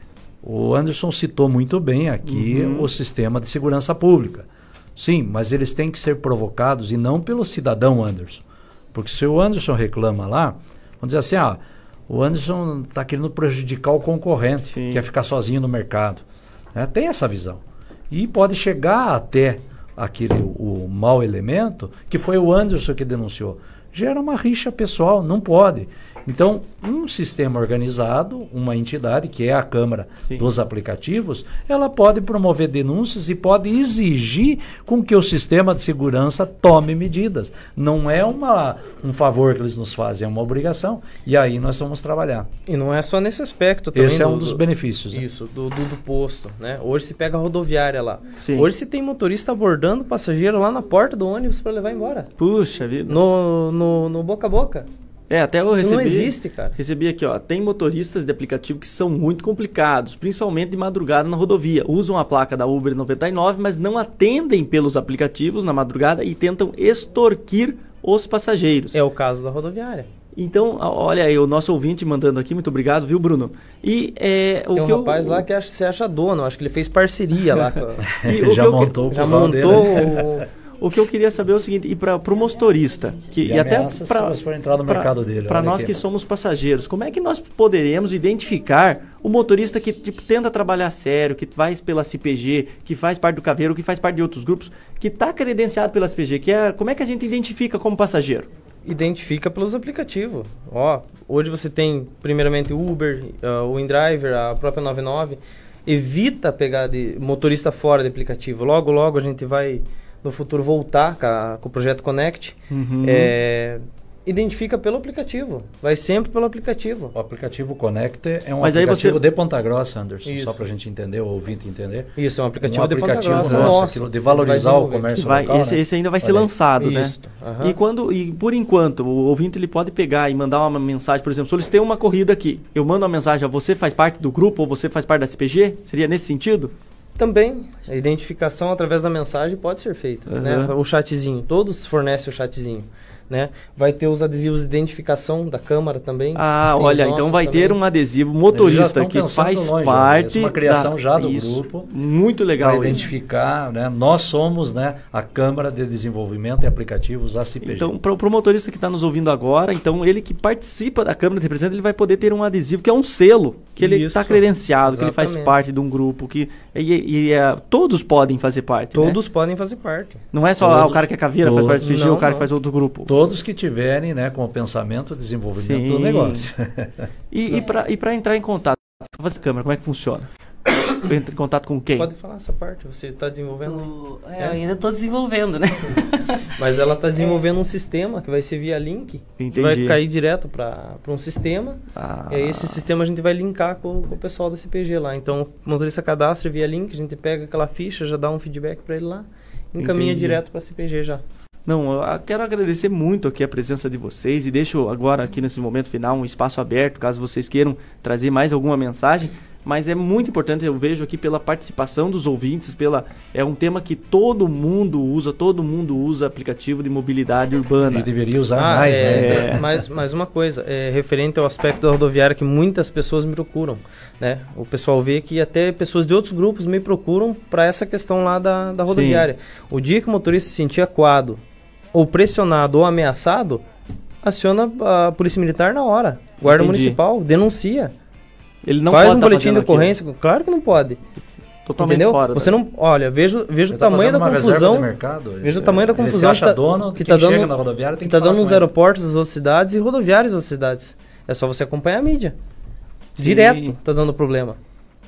O Anderson citou muito bem aqui o sistema de segurança pública. Sim, mas eles têm que ser provocados e não pelo cidadão Anderson. Porque se o Anderson reclama lá, vamos dizer assim, o Anderson está querendo prejudicar o concorrente, quer ficar sozinho no mercado. Tem essa visão. E pode chegar até o mau elemento, que foi o Anderson que denunciou. Gera uma rixa pessoal, não pode. Então, um sistema organizado, uma entidade, que é a Câmara dos Aplicativos, ela pode promover denúncias e pode exigir com que o sistema de segurança tome medidas. Não é um favor que eles nos fazem, é uma obrigação. E aí nós vamos trabalhar. E não é só nesse aspecto também. Esse é um dos benefícios. Isso, do posto. Né? Hoje se pega a rodoviária lá. Hoje se tem motorista abordando passageiro lá na porta do ônibus para levar embora. Puxa vida. No boca a boca. Até eu Isso não existe, cara. Recebi aqui, tem motoristas de aplicativo que são muito complicados, principalmente de madrugada na rodovia. Usam a placa da Uber 99, mas não atendem pelos aplicativos na madrugada e tentam extorquir os passageiros. É o caso da rodoviária. Então, olha aí, o nosso ouvinte mandando aqui, muito obrigado, viu, Bruno? E tem um rapaz lá que você acha dono, acho que ele fez parceria lá. Já montou O que eu queria saber é o seguinte, e para o motorista, e até para entrar no mercado dele, para nós que somos passageiros, como é que nós poderemos identificar o motorista que tenta trabalhar sério, que faz pela CPG, que faz parte do Caveiro, que faz parte de outros grupos, que está credenciado pela CPG, como é que a gente identifica como passageiro? Identifica pelos aplicativos. Hoje você tem primeiramente o Uber, o InDriver, a própria 99. Evita pegar de motorista fora de aplicativo. Logo a gente vai no futuro voltar com o projeto Connect. Identifica pelo aplicativo. Vai sempre pelo aplicativo. O aplicativo Connect é um aplicativo de Ponta Grossa, Anderson. Isso. Só para a gente entender, o ouvinte entender. Isso, é um aplicativo de Ponta Grossa. Nosso, de valorizar o comércio local. Esse ainda vai ser lançado, né? E por enquanto, o ouvinte ele pode pegar e mandar uma mensagem, por exemplo, solicitei uma corrida aqui. Eu mando uma mensagem, você faz parte do grupo ou você faz parte da CPG? Seria nesse sentido? Também, a identificação através da mensagem pode ser feita. Né? O chatzinho, todos fornecem o chatzinho. Né? Vai ter os adesivos de identificação da Câmara também. Olha, então vai ter um adesivo motorista que faz parte uma criação já do grupo. Muito legal. Para identificar, né? Nós somos, né, a Câmara de Desenvolvimento e Aplicativos, a CPG. Então, para o motorista que está nos ouvindo agora, então ele que participa da Câmara de Representantes, ele vai poder ter um adesivo que é um selo, que ele está credenciado, que ele faz parte de um grupo, todos podem fazer parte. Todos podem fazer parte. Não é só o cara que é caveira faz parte do CPG, o cara que faz outro grupo. Todos que tiverem, né, com o pensamento de desenvolvimento do negócio. E para entrar em contato com a Câmara, como é que funciona? Entra em contato com quem? Pode falar essa parte, você está desenvolvendo? Eu ainda estou desenvolvendo, né? Mas ela está desenvolvendo um sistema que vai ser via link. Entendi. Que vai cair direto para um sistema. E aí esse sistema a gente vai linkar com o pessoal da CPG lá. Então o motorista cadastra via link, a gente pega aquela ficha, já dá um feedback para ele lá, encaminha direto para a CPG já. Não, eu quero agradecer muito aqui a presença de vocês e deixo agora aqui nesse momento final um espaço aberto, caso vocês queiram trazer mais alguma mensagem, mas é muito importante, eu vejo aqui pela participação dos ouvintes, é um tema que todo mundo usa aplicativo de mobilidade urbana. E deveria usar mais, né? Mais uma coisa, referente ao aspecto da rodoviária que muitas pessoas me procuram, né? O pessoal vê que até pessoas de outros grupos me procuram para essa questão lá da rodoviária. O dia que o motorista se sentir acuado, ou pressionado ou ameaçado, aciona a polícia militar na hora. Guarda municipal, denuncia. Ele não faz pode um boletim de ocorrência. Claro que não pode. Totalmente entendeu? fora. Você não, olha, veja o tamanho da confusão. Veja o tamanho da confusão que tá dando nos aeroportos das outras cidades e rodoviárias das outras cidades. É só você acompanhar a mídia. Direto tá dando problema.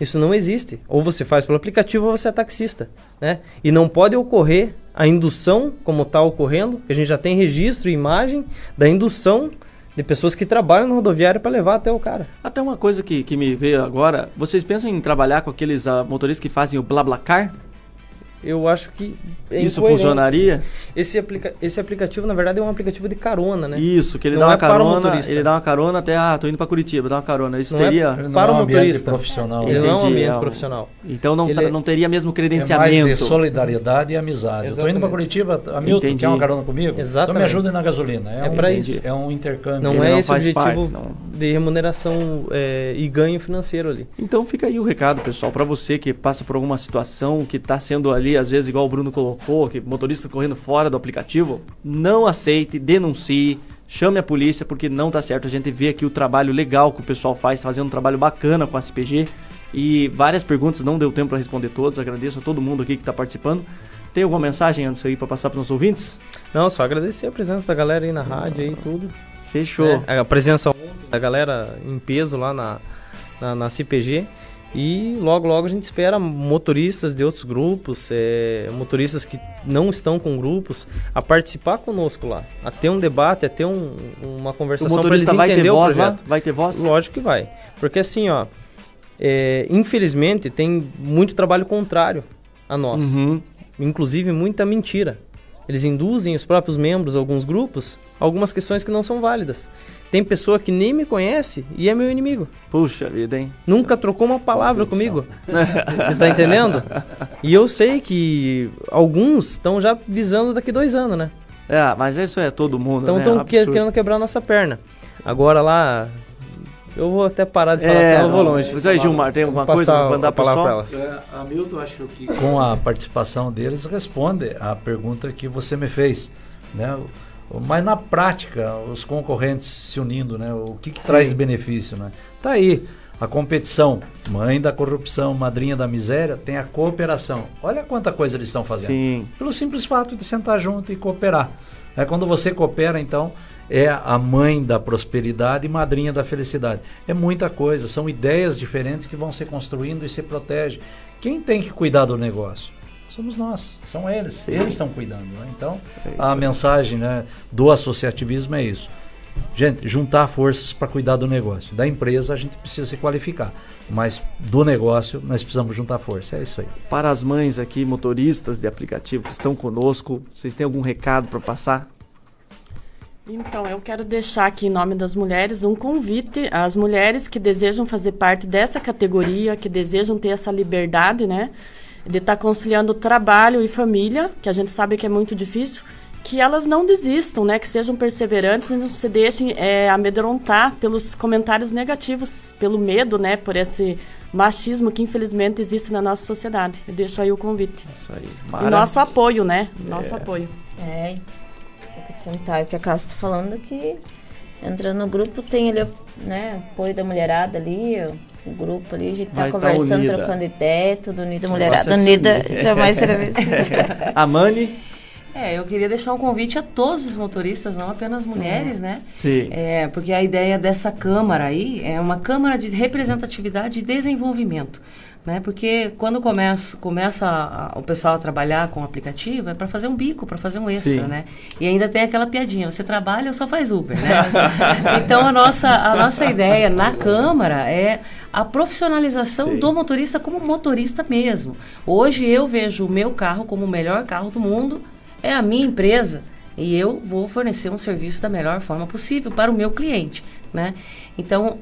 Isso não existe. Ou você faz pelo aplicativo ou você é taxista, né? E não pode ocorrer a indução como está ocorrendo, que a gente já tem registro e imagem da indução de pessoas que trabalham no rodoviário para levar até o cara. Até uma coisa que me veio agora, vocês pensam em trabalhar com aqueles motoristas que fazem o BlaBlaCar? Eu acho que isso funcionaria? Esse aplicativo, na verdade, é um aplicativo de carona, né? Isso, que ele dá uma carona, ele dá uma carona até, tô indo para Curitiba, dá uma carona. Isso teria para o motorista profissional. Ele não é um ambiente profissional. Então não teria mesmo credenciamento. É mais de solidariedade e amizade. Exatamente. Eu tô indo para Curitiba, Hamilton, quer uma carona comigo? Exatamente. Então me ajuda na gasolina. É para isso. É um intercâmbio. Não é esse o objetivo de remuneração e ganho financeiro ali. Então fica aí o recado, pessoal, para você que passa por alguma situação que está sendo ali, às vezes, igual o Bruno colocou, que motorista correndo fora do aplicativo, não aceite, denuncie, chame a polícia, porque não tá certo. A gente vê aqui o trabalho legal que o pessoal faz, fazendo um trabalho bacana com a CPG, e várias perguntas, não deu tempo para responder todas. Agradeço a todo mundo aqui que está participando. Tem alguma mensagem antes aí para passar para os nossos ouvintes? Não, só agradecer a presença da galera aí na rádio e tudo. Fechou. A presença da galera em peso lá na CPG. E logo a gente espera motoristas de outros grupos, motoristas que não estão com grupos, a participar conosco lá, a ter um debate, a ter uma conversação para eles entenderem o projeto. Vai ter voz? Lógico que vai. Porque assim, ó, infelizmente tem muito trabalho contrário a nós. Inclusive muita mentira. Eles induzem os próprios membros, alguns grupos, algumas questões que não são válidas. Tem pessoa que nem me conhece e é meu inimigo. Puxa vida, hein? Nunca trocou uma palavra comigo. Você tá entendendo? E eu sei que alguns estão já visando daqui 2 anos, né? Mas isso é todo mundo, então estão querendo quebrar a nossa perna. Agora lá... Eu vou até parar de falar, senão eu vou longe. Mas aí, Gilmar, tem alguma coisa para mandar para elas? Hamilton, acho que com a participação deles responde a pergunta que você me fez, né? Mas na prática, os concorrentes se unindo, né? O que traz de benefício, né? Tá aí a competição, mãe da corrupção, madrinha da miséria, tem a cooperação. Olha quanta coisa eles estão fazendo. Sim. Pelo simples fato de sentar junto e cooperar. Quando você coopera, então, é a mãe da prosperidade e madrinha da felicidade. É muita coisa, são ideias diferentes que vão se construindo e se protegem. Quem tem que cuidar do negócio? Somos nós, são eles. Sim. Eles estão cuidando. Né? Então, a mensagem, né, do associativismo é isso. Gente, juntar forças para cuidar do negócio. Da empresa a gente precisa se qualificar, mas do negócio nós precisamos juntar força. É isso aí. Para as mães aqui, motoristas de aplicativo que estão conosco, vocês têm algum recado para passar? Então, eu quero deixar aqui em nome das mulheres um convite às mulheres que desejam fazer parte dessa categoria, que desejam ter essa liberdade, né, de estar conciliando trabalho e família, que a gente sabe que é muito difícil, que elas não desistam, né, que sejam perseverantes e não se deixem amedrontar pelos comentários negativos, pelo medo, né, por esse machismo que infelizmente existe na nossa sociedade. Eu deixo aí o convite. Isso aí. E nosso apoio, né, nosso apoio. Acrescentar o que a Cássia está falando, que entrando no grupo tem ali, né, apoio da mulherada ali, o grupo ali, a gente tá conversando, trocando ideia, tudo unido, mulherada unida, jamais será vencida. A Mani? Eu queria deixar um convite a todos os motoristas, não apenas mulheres, né? Sim. Porque a ideia dessa Câmara aí é uma Câmara de representatividade e desenvolvimento. Né? Porque quando começa o pessoal a trabalhar com o aplicativo, é para fazer um bico, para fazer um extra, né? E ainda tem aquela piadinha, você trabalha ou só faz Uber, né? Então a nossa ideia na Câmara é a profissionalização do motorista como motorista mesmo. Hoje eu vejo o meu carro como o melhor carro do mundo, é a minha empresa, e eu vou fornecer um serviço da melhor forma possível para o meu cliente, né? Então,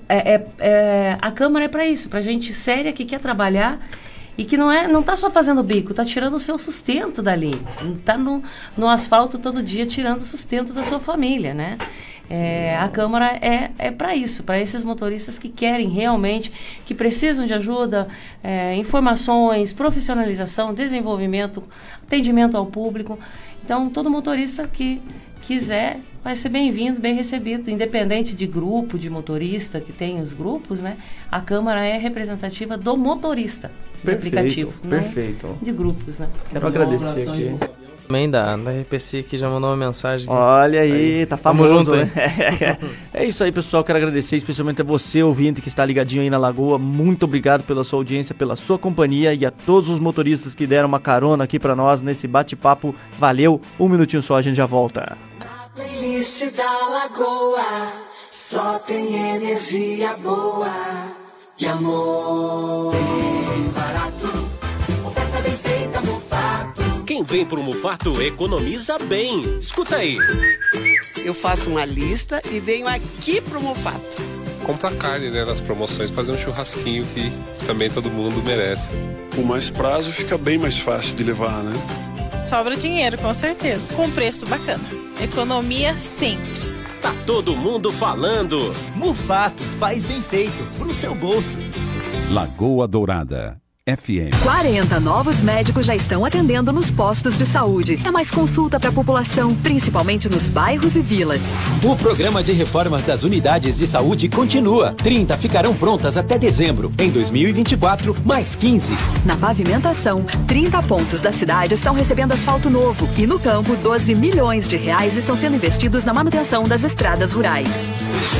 a Câmara é para isso, para gente séria que quer trabalhar e que não tá só fazendo bico, tá tirando o seu sustento dali, tá no asfalto todo dia tirando o sustento da sua família, né? A Câmara é para isso, para esses motoristas que querem realmente, que precisam de ajuda, informações, profissionalização, desenvolvimento, atendimento ao público. Então, todo motorista que quiser vai ser bem-vindo, bem recebido, independente de grupo, de motorista, que tem os grupos, né? A Câmara é representativa do motorista de aplicativo, perfeito. Não de grupos, né? Quero agradecer aqui. Também da RPC que já mandou uma mensagem. Olha aí, tá famoso, junto, né? É isso aí, pessoal. Quero agradecer especialmente a você, ouvinte, que está ligadinho aí na Lagoa. Muito obrigado pela sua audiência, pela sua companhia e a todos os motoristas que deram uma carona aqui pra nós nesse bate-papo. Valeu, um minutinho só, a gente já volta. Playlist da Lagoa, só tem energia boa e amor. Bem barato, oferta bem feita, Mufato. Quem vem pro Mufato economiza bem. Escuta aí. Eu faço uma lista e venho aqui pro Mufato. Compra carne, né, nas promoções, fazer um churrasquinho que também todo mundo merece. Com mais prazo fica bem mais fácil de levar, né? Sobra dinheiro, com certeza. Com preço bacana. Economia sempre. Tá todo mundo falando. Mufato, faz bem feito, pro seu bolso. Lagoa Dourada FM. 40 novos médicos já estão atendendo nos postos de saúde. É mais consulta para a população, principalmente nos bairros e vilas. O programa de reformas das unidades de saúde continua. 30 ficarão prontas até dezembro. Em 2024, mais 15. Na pavimentação, 30 pontos da cidade estão recebendo asfalto novo. E no campo, 12 milhões de reais estão sendo investidos na manutenção das estradas rurais.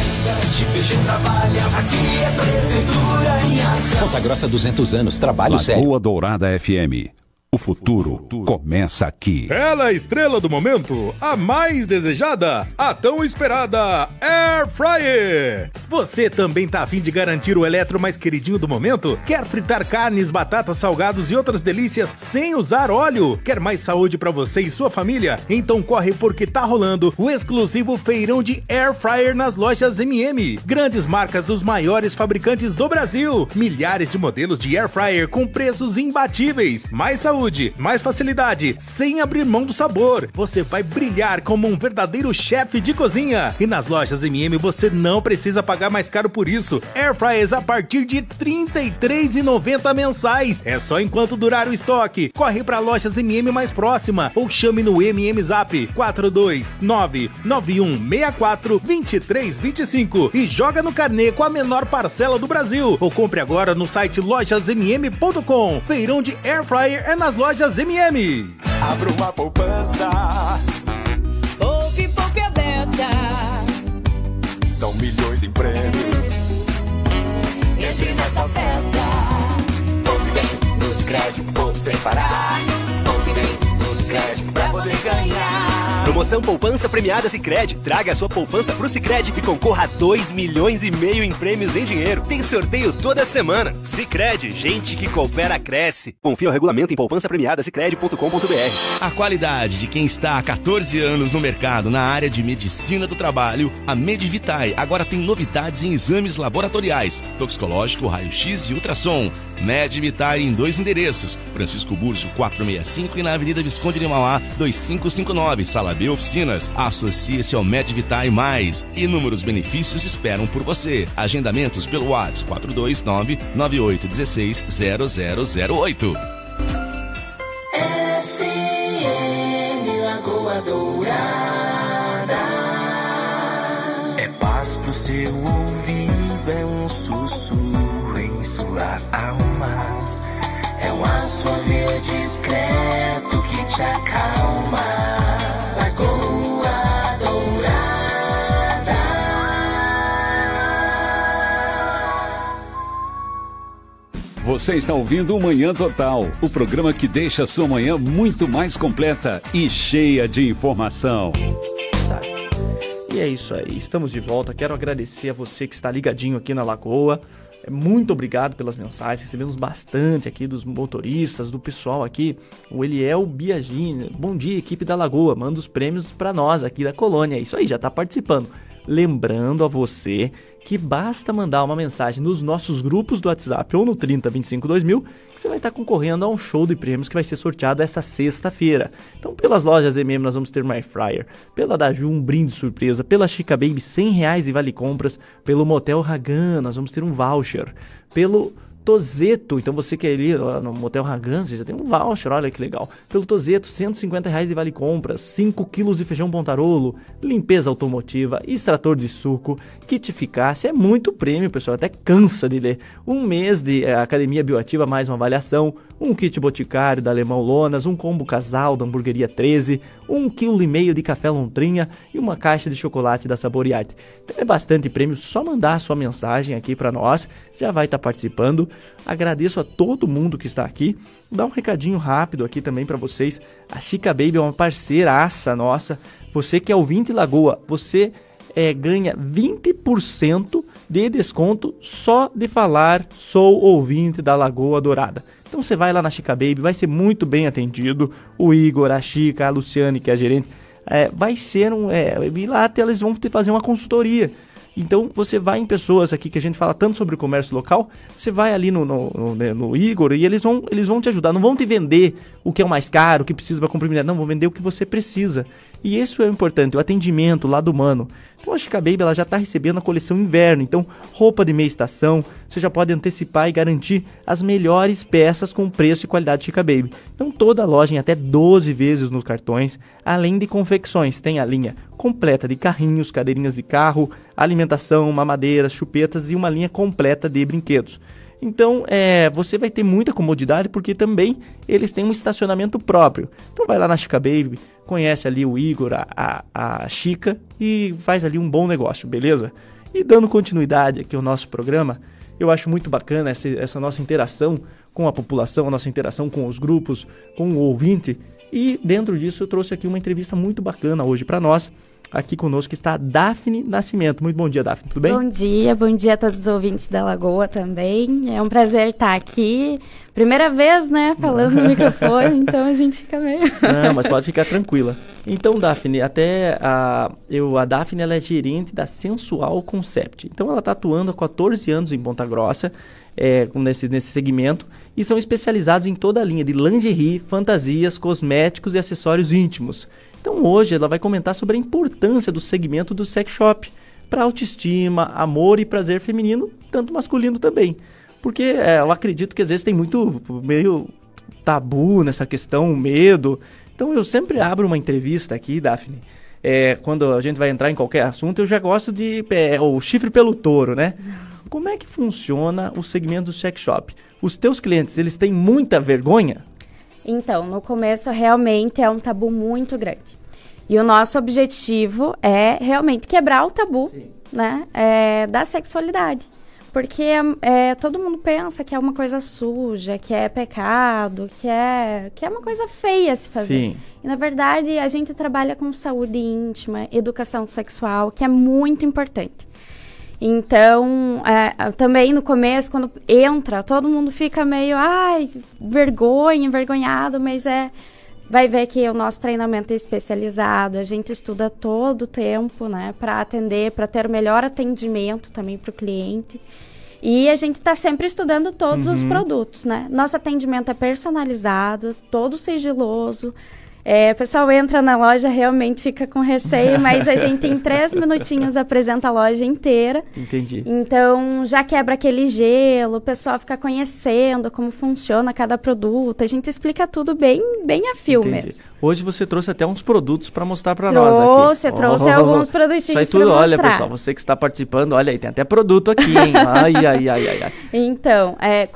Ponta Grossa 200 anos, trabalho sério. Lagoa Dourada FM. O futuro começa aqui. Ela é a estrela do momento, a mais desejada, a tão esperada Air Fryer. Você também tá a fim de garantir o eletro mais queridinho do momento? Quer fritar carnes, batatas, salgados e outras delícias sem usar óleo? Quer mais saúde pra você e sua família? Então corre porque tá rolando o exclusivo feirão de Air Fryer nas lojas MM. Grandes marcas dos maiores fabricantes do Brasil. Milhares de modelos de Air Fryer com preços imbatíveis. Mais saúde, mais facilidade, sem abrir mão do sabor. Você vai brilhar como um verdadeiro chefe de cozinha. E nas lojas MM você não precisa pagar mais caro por isso. Air Fryers a partir de R$ 33,90 mensais. É só enquanto durar o estoque. Corre para lojas MM mais próxima ou chame no MM Zap 42991642325 e joga no carnê com a menor parcela do Brasil. Ou compre agora no site lojasmm.com. Feirão de Air Fryer é nas lojas MM. Abra uma poupança. Poupe, poupe a beça. São milhões em prêmios. Entre nessa festa. Poupe bem nos créditos, poupe sem parar. Poupe bem nos créditos pra poder ganhar. Promoção Poupança Premiada Sicredi. Traga a sua poupança pro Sicredi e concorra a 2,5 milhões em prêmios em dinheiro. Tem sorteio toda semana. Sicredi, gente que coopera cresce. Confira o regulamento em poupançapremiadasicredi.com.br. A qualidade de quem está há 14 anos no mercado na área de medicina do trabalho, a Medivitae agora tem novidades em exames laboratoriais, toxicológico, raio-x e ultrassom. Medivitae em 2 endereços, Francisco Burjo 465 e na Avenida Visconde de Mauá 2559, Sala B Oficinas. Associe-se ao Medivitae Mais. Inúmeros benefícios esperam por você. Agendamentos pelo WhatsApp 429-9816-0008. FM Lagoa Dourada. É paz pro seu ouvido, é um sussurro em sua alma. É um assovio discreto que te acalma. Lagoa Dourada. Você está ouvindo o Manhã Total, o programa que deixa a sua manhã muito mais completa e cheia de informação. E é isso aí, estamos de volta. Quero agradecer a você que está ligadinho aqui na Lagoa. Muito obrigado pelas mensagens, recebemos bastante aqui dos motoristas, do pessoal aqui. O Eliel Biagini, bom dia, equipe da Lagoa, manda os prêmios para nós aqui da colônia. Isso aí, já está participando. Lembrando a você que basta mandar uma mensagem nos nossos grupos do WhatsApp ou no 3025-2000 que você vai estar concorrendo a um show de prêmios que vai ser sorteado essa sexta-feira. Então, pelas lojas MM nós vamos ter uma Air Fryer, pela Daju um brinde surpresa, pela Chica Baby R$100 e vale compras, pelo Motel Hagan nós vamos ter um voucher, pelo Tozeto, então você quer ir no Motel Ragan, você já tem um voucher, olha que legal. Pelo Tozeto, R$150 de vale compras, 5 quilos de feijão Pontarolo, limpeza automotiva, extrator de suco, kit eficácia, é muito prêmio, pessoal, até cansa de ler. Um mês de Academia Bioativa, mais uma avaliação, um kit Boticário da Alemão Lonas, um combo casal da Hamburgueria 13, 1,5 kg de café Lontrinha e uma caixa de chocolate da Saboriarte. Então é bastante prêmio, só mandar a sua mensagem aqui para nós, já vai estar participando. Agradeço a todo mundo que está aqui. Vou dar um recadinho rápido aqui também para vocês. A Chica Baby é uma parceiraça nossa. Você que é ouvinte Lagoa, você ganha 20% de desconto só de falar sou ouvinte da Lagoa Dourada. Então você vai lá na Chica Baby, vai ser muito bem atendido. O Igor, a Chica, a Luciane, que é a gerente, vai ser e lá até eles vão fazer uma consultoria. Então você vai em pessoas aqui que a gente fala tanto sobre o comércio local, você vai ali no Igor e eles vão te ajudar, não vão te vender o que é o mais caro, o que precisa para comprar, não, vão vender o que você precisa. E isso é importante, o atendimento, o lado humano. Então a Chica Baby ela já está recebendo a coleção inverno, então roupa de meia estação, você já pode antecipar e garantir as melhores peças com preço e qualidade Chica Baby. Então toda a loja em até 12 vezes nos cartões, além de confecções, tem a linha completa de carrinhos, cadeirinhas de carro, alimentação, mamadeiras, chupetas e uma linha completa de brinquedos. Então, você vai ter muita comodidade porque também eles têm um estacionamento próprio. Então vai lá na Chica Baby, conhece ali o Igor, a Chica e faz ali um bom negócio, beleza? E dando continuidade aqui ao nosso programa, eu acho muito bacana essa nossa interação com a população, a nossa interação com os grupos, com o ouvinte. E dentro disso eu trouxe aqui uma entrevista muito bacana hoje para nós. Aqui conosco está a Daphne Nascimento. Muito bom dia, Daphne, tudo bem? Bom dia a todos os ouvintes da Lagoa também. É um prazer estar aqui. Primeira vez, né, falando no microfone, então a gente fica meio... Não, mas pode ficar tranquila. Então, Daphne, a Daphne ela é gerente da Sensual Concept. Então ela está atuando há 14 anos em Ponta Grossa, nesse segmento, e são especializados em toda a linha de lingerie, fantasias, cosméticos e acessórios íntimos. Então hoje ela vai comentar sobre a importância do segmento do sex shop para autoestima, amor e prazer feminino, tanto masculino também. Porque eu acredito que às vezes tem muito meio tabu nessa questão, medo. Então eu sempre abro uma entrevista aqui, Daphne, quando a gente vai entrar em qualquer assunto, eu já gosto de o chifre pelo touro, né? Como é que funciona o segmento do sex shop? Os teus clientes, eles têm muita vergonha? Então, no começo realmente é um tabu muito grande. E o nosso objetivo é realmente quebrar o tabu, né, da sexualidade. Porque todo mundo pensa que é uma coisa suja, que é pecado, que é uma coisa feia a se fazer. Sim. E na verdade a gente trabalha com saúde íntima, educação sexual, que é muito importante. Então, também no começo, quando entra, todo mundo fica meio, envergonhado, mas vai ver que o nosso treinamento é especializado, a gente estuda todo o tempo, né, para atender, para ter o melhor atendimento também para o cliente. E a gente está sempre estudando todos os produtos, né? Nosso atendimento é personalizado, todo sigiloso. O pessoal entra na loja, realmente fica com receio, mas a gente em 3 minutinhos apresenta a loja inteira. Entendi. Então já quebra aquele gelo, o pessoal fica conhecendo como funciona cada produto. A gente explica tudo bem a fio mesmo. Hoje você trouxe até uns produtos para mostrar para nós aqui. Trouxe alguns produtinhos para mostrar. Olha, pessoal, você que está participando, olha aí, tem até produto aqui, hein? Ai. Então,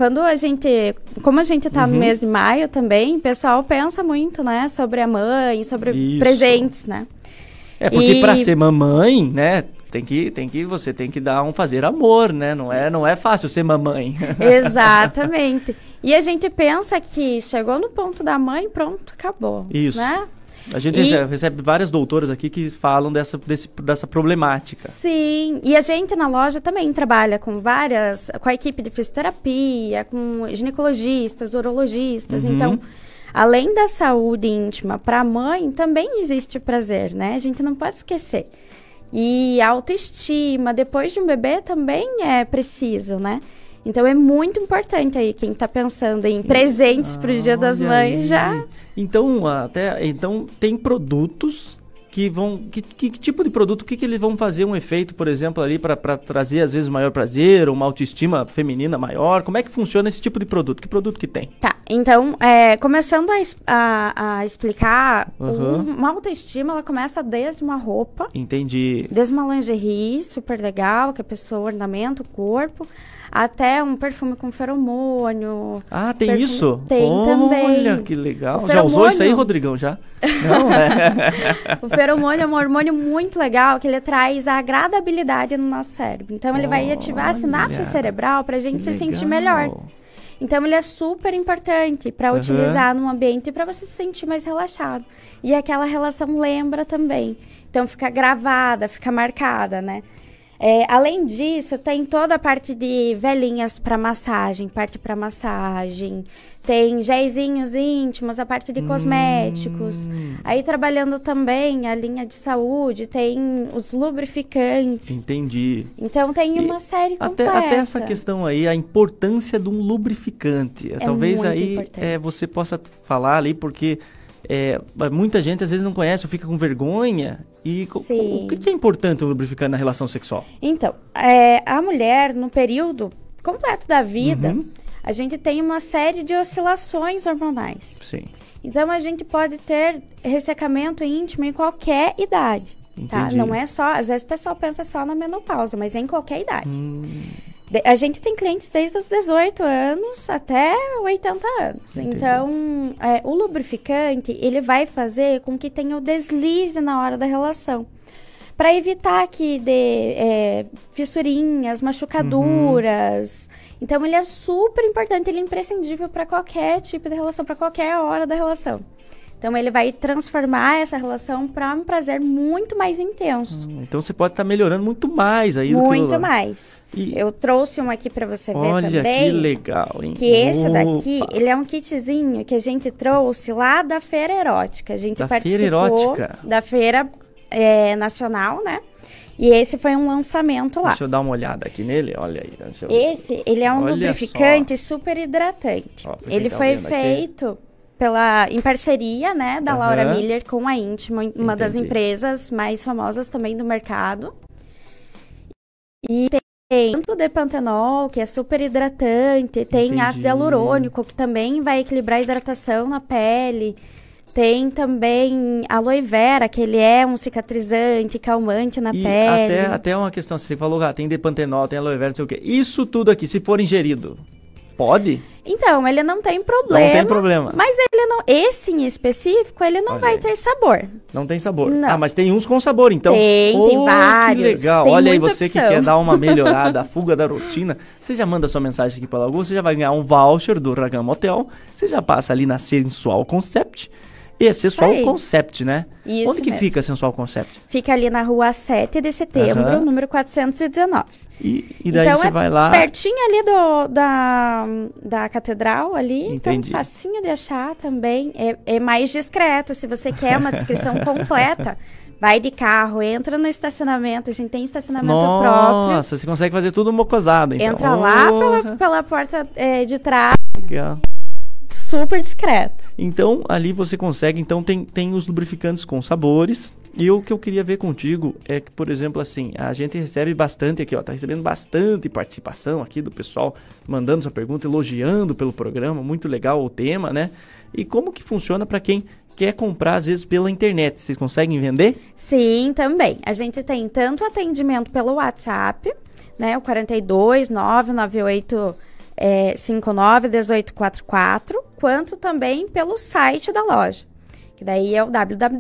como a gente está no mês de maio também, o pessoal pensa muito, né, sobre a mãe, sobre presentes, né? Porque para ser mamãe, né, você tem que fazer amor, né? Não é fácil ser mamãe. Exatamente. E a gente pensa que chegou no ponto da mãe, pronto, acabou. Isso. Né? A gente recebe várias doutoras aqui que falam dessa problemática. Sim, e a gente na loja também trabalha com a equipe de fisioterapia, com ginecologistas, urologistas, então... Além da saúde íntima para a mãe, também existe prazer, né? A gente não pode esquecer. E a autoestima, depois de um bebê, também é preciso, né? Então, é muito importante aí, quem está pensando em presentes para o Dia das Mães já... Então, tem produtos que vão... Que tipo de produto, o que eles vão fazer um efeito, por exemplo, ali para trazer, às vezes, maior prazer, uma autoestima feminina maior? Como é que funciona esse tipo de produto? Que produto que tem? Tá, então, começando a explicar, uma autoestima, ela começa desde uma roupa. Entendi. Desde uma lingerie super legal, que a pessoa ornamenta o corpo, até um perfume com feromônio. Ah, tem isso? Tem também. Olha, que legal. Já usou isso aí, Rodrigão, já? Não, O feromônio é um hormônio muito legal, que ele traz a agradabilidade no nosso cérebro. Então, ele vai ativar a sinapse cerebral pra gente se sentir melhor. Então, ele é super importante para utilizar num ambiente para você se sentir mais relaxado. E aquela relação lembra também. Então, fica gravada, fica marcada, né? Além disso, tem toda a parte de velinhas para massagem, tem géisinhos íntimos, a parte de cosméticos. Aí, trabalhando também a linha de saúde, tem os lubrificantes. Entendi. Então, tem uma série completa. Até essa questão aí, a importância de um lubrificante. Talvez muito aí você possa falar ali, porque muita gente às vezes não conhece ou fica com vergonha. E o que é importante um lubrificante na relação sexual? Então, a mulher, no período completo da vida, a gente tem uma série de oscilações hormonais. Sim. Então, a gente pode ter ressecamento íntimo em qualquer idade. Tá? Não é só... Às vezes o pessoal pensa só na menopausa, mas é em qualquer idade. A gente tem clientes desde os 18 anos até 80 anos. Entendi. Então, o lubrificante, ele vai fazer com que tenha o deslize na hora da relação. Para evitar que dê fissurinhas, machucaduras. Então, ele é super importante, ele é imprescindível para qualquer tipo de relação, para qualquer hora da relação. Então, ele vai transformar essa relação para um prazer muito mais intenso. Então, você pode estar melhorando muito mais aí do que... Muito mais. Eu trouxe um aqui para você ver também. Olha, que legal, hein? Que esse daqui, ele é um kitzinho que a gente trouxe lá da Feira Erótica. A gente participou da Feira Nacional, né? E esse foi um lançamento lá. Deixa eu dar uma olhada aqui nele, olha aí. Ele é um lubrificante super hidratante. Ele foi feito... em parceria, né, da Laura Miller com a Íntimo, uma das empresas mais famosas também do mercado. E tem tanto depantenol, que é super hidratante, tem ácido hialurônico, que também vai equilibrar a hidratação na pele. Tem também aloe vera, que ele é um cicatrizante, calmante na pele. Até uma questão, você falou, tem depantenol, tem aloe vera, não sei o quê. Isso tudo aqui, se for ingerido, pode? Então, ele não tem problema. Não tem problema. Mas ele não... Esse em específico, ele não vai ter sabor. Não tem sabor. Não. Ah, mas tem uns com sabor, então. Tem vários. Que legal. Tem olha aí, você opção. que quer dar uma melhorada, a fuga da rotina, você já manda sua mensagem aqui para Lagoa, você já vai ganhar um voucher do Ragam Motel, você já passa ali na Sensual Concept. E é Sensual Concept, né? Isso Onde que mesmo. Fica a Sensual Concept? Fica ali na rua 7 de setembro, número 419. E daí então, você vai lá... pertinho ali da catedral ali. Entendi. Então, facinho de achar também. É mais discreto. Se você quer uma descrição completa, vai de carro, entra no estacionamento. A gente tem estacionamento próprio. Nossa, você consegue fazer tudo mocosado, então. Entra lá pela porta de trás. Legal. Super discreto. Então, ali você consegue, então tem os lubrificantes com sabores. E o que eu queria ver contigo é que, por exemplo, assim, a gente recebe bastante aqui, tá recebendo bastante participação aqui do pessoal, mandando sua pergunta, elogiando pelo programa, muito legal o tema, né? E como que funciona para quem quer comprar, às vezes, pela internet? Vocês conseguem vender? Sim, também. A gente tem tanto atendimento pelo WhatsApp, né, o 42 998 591844, quanto também pelo site da loja, que daí é o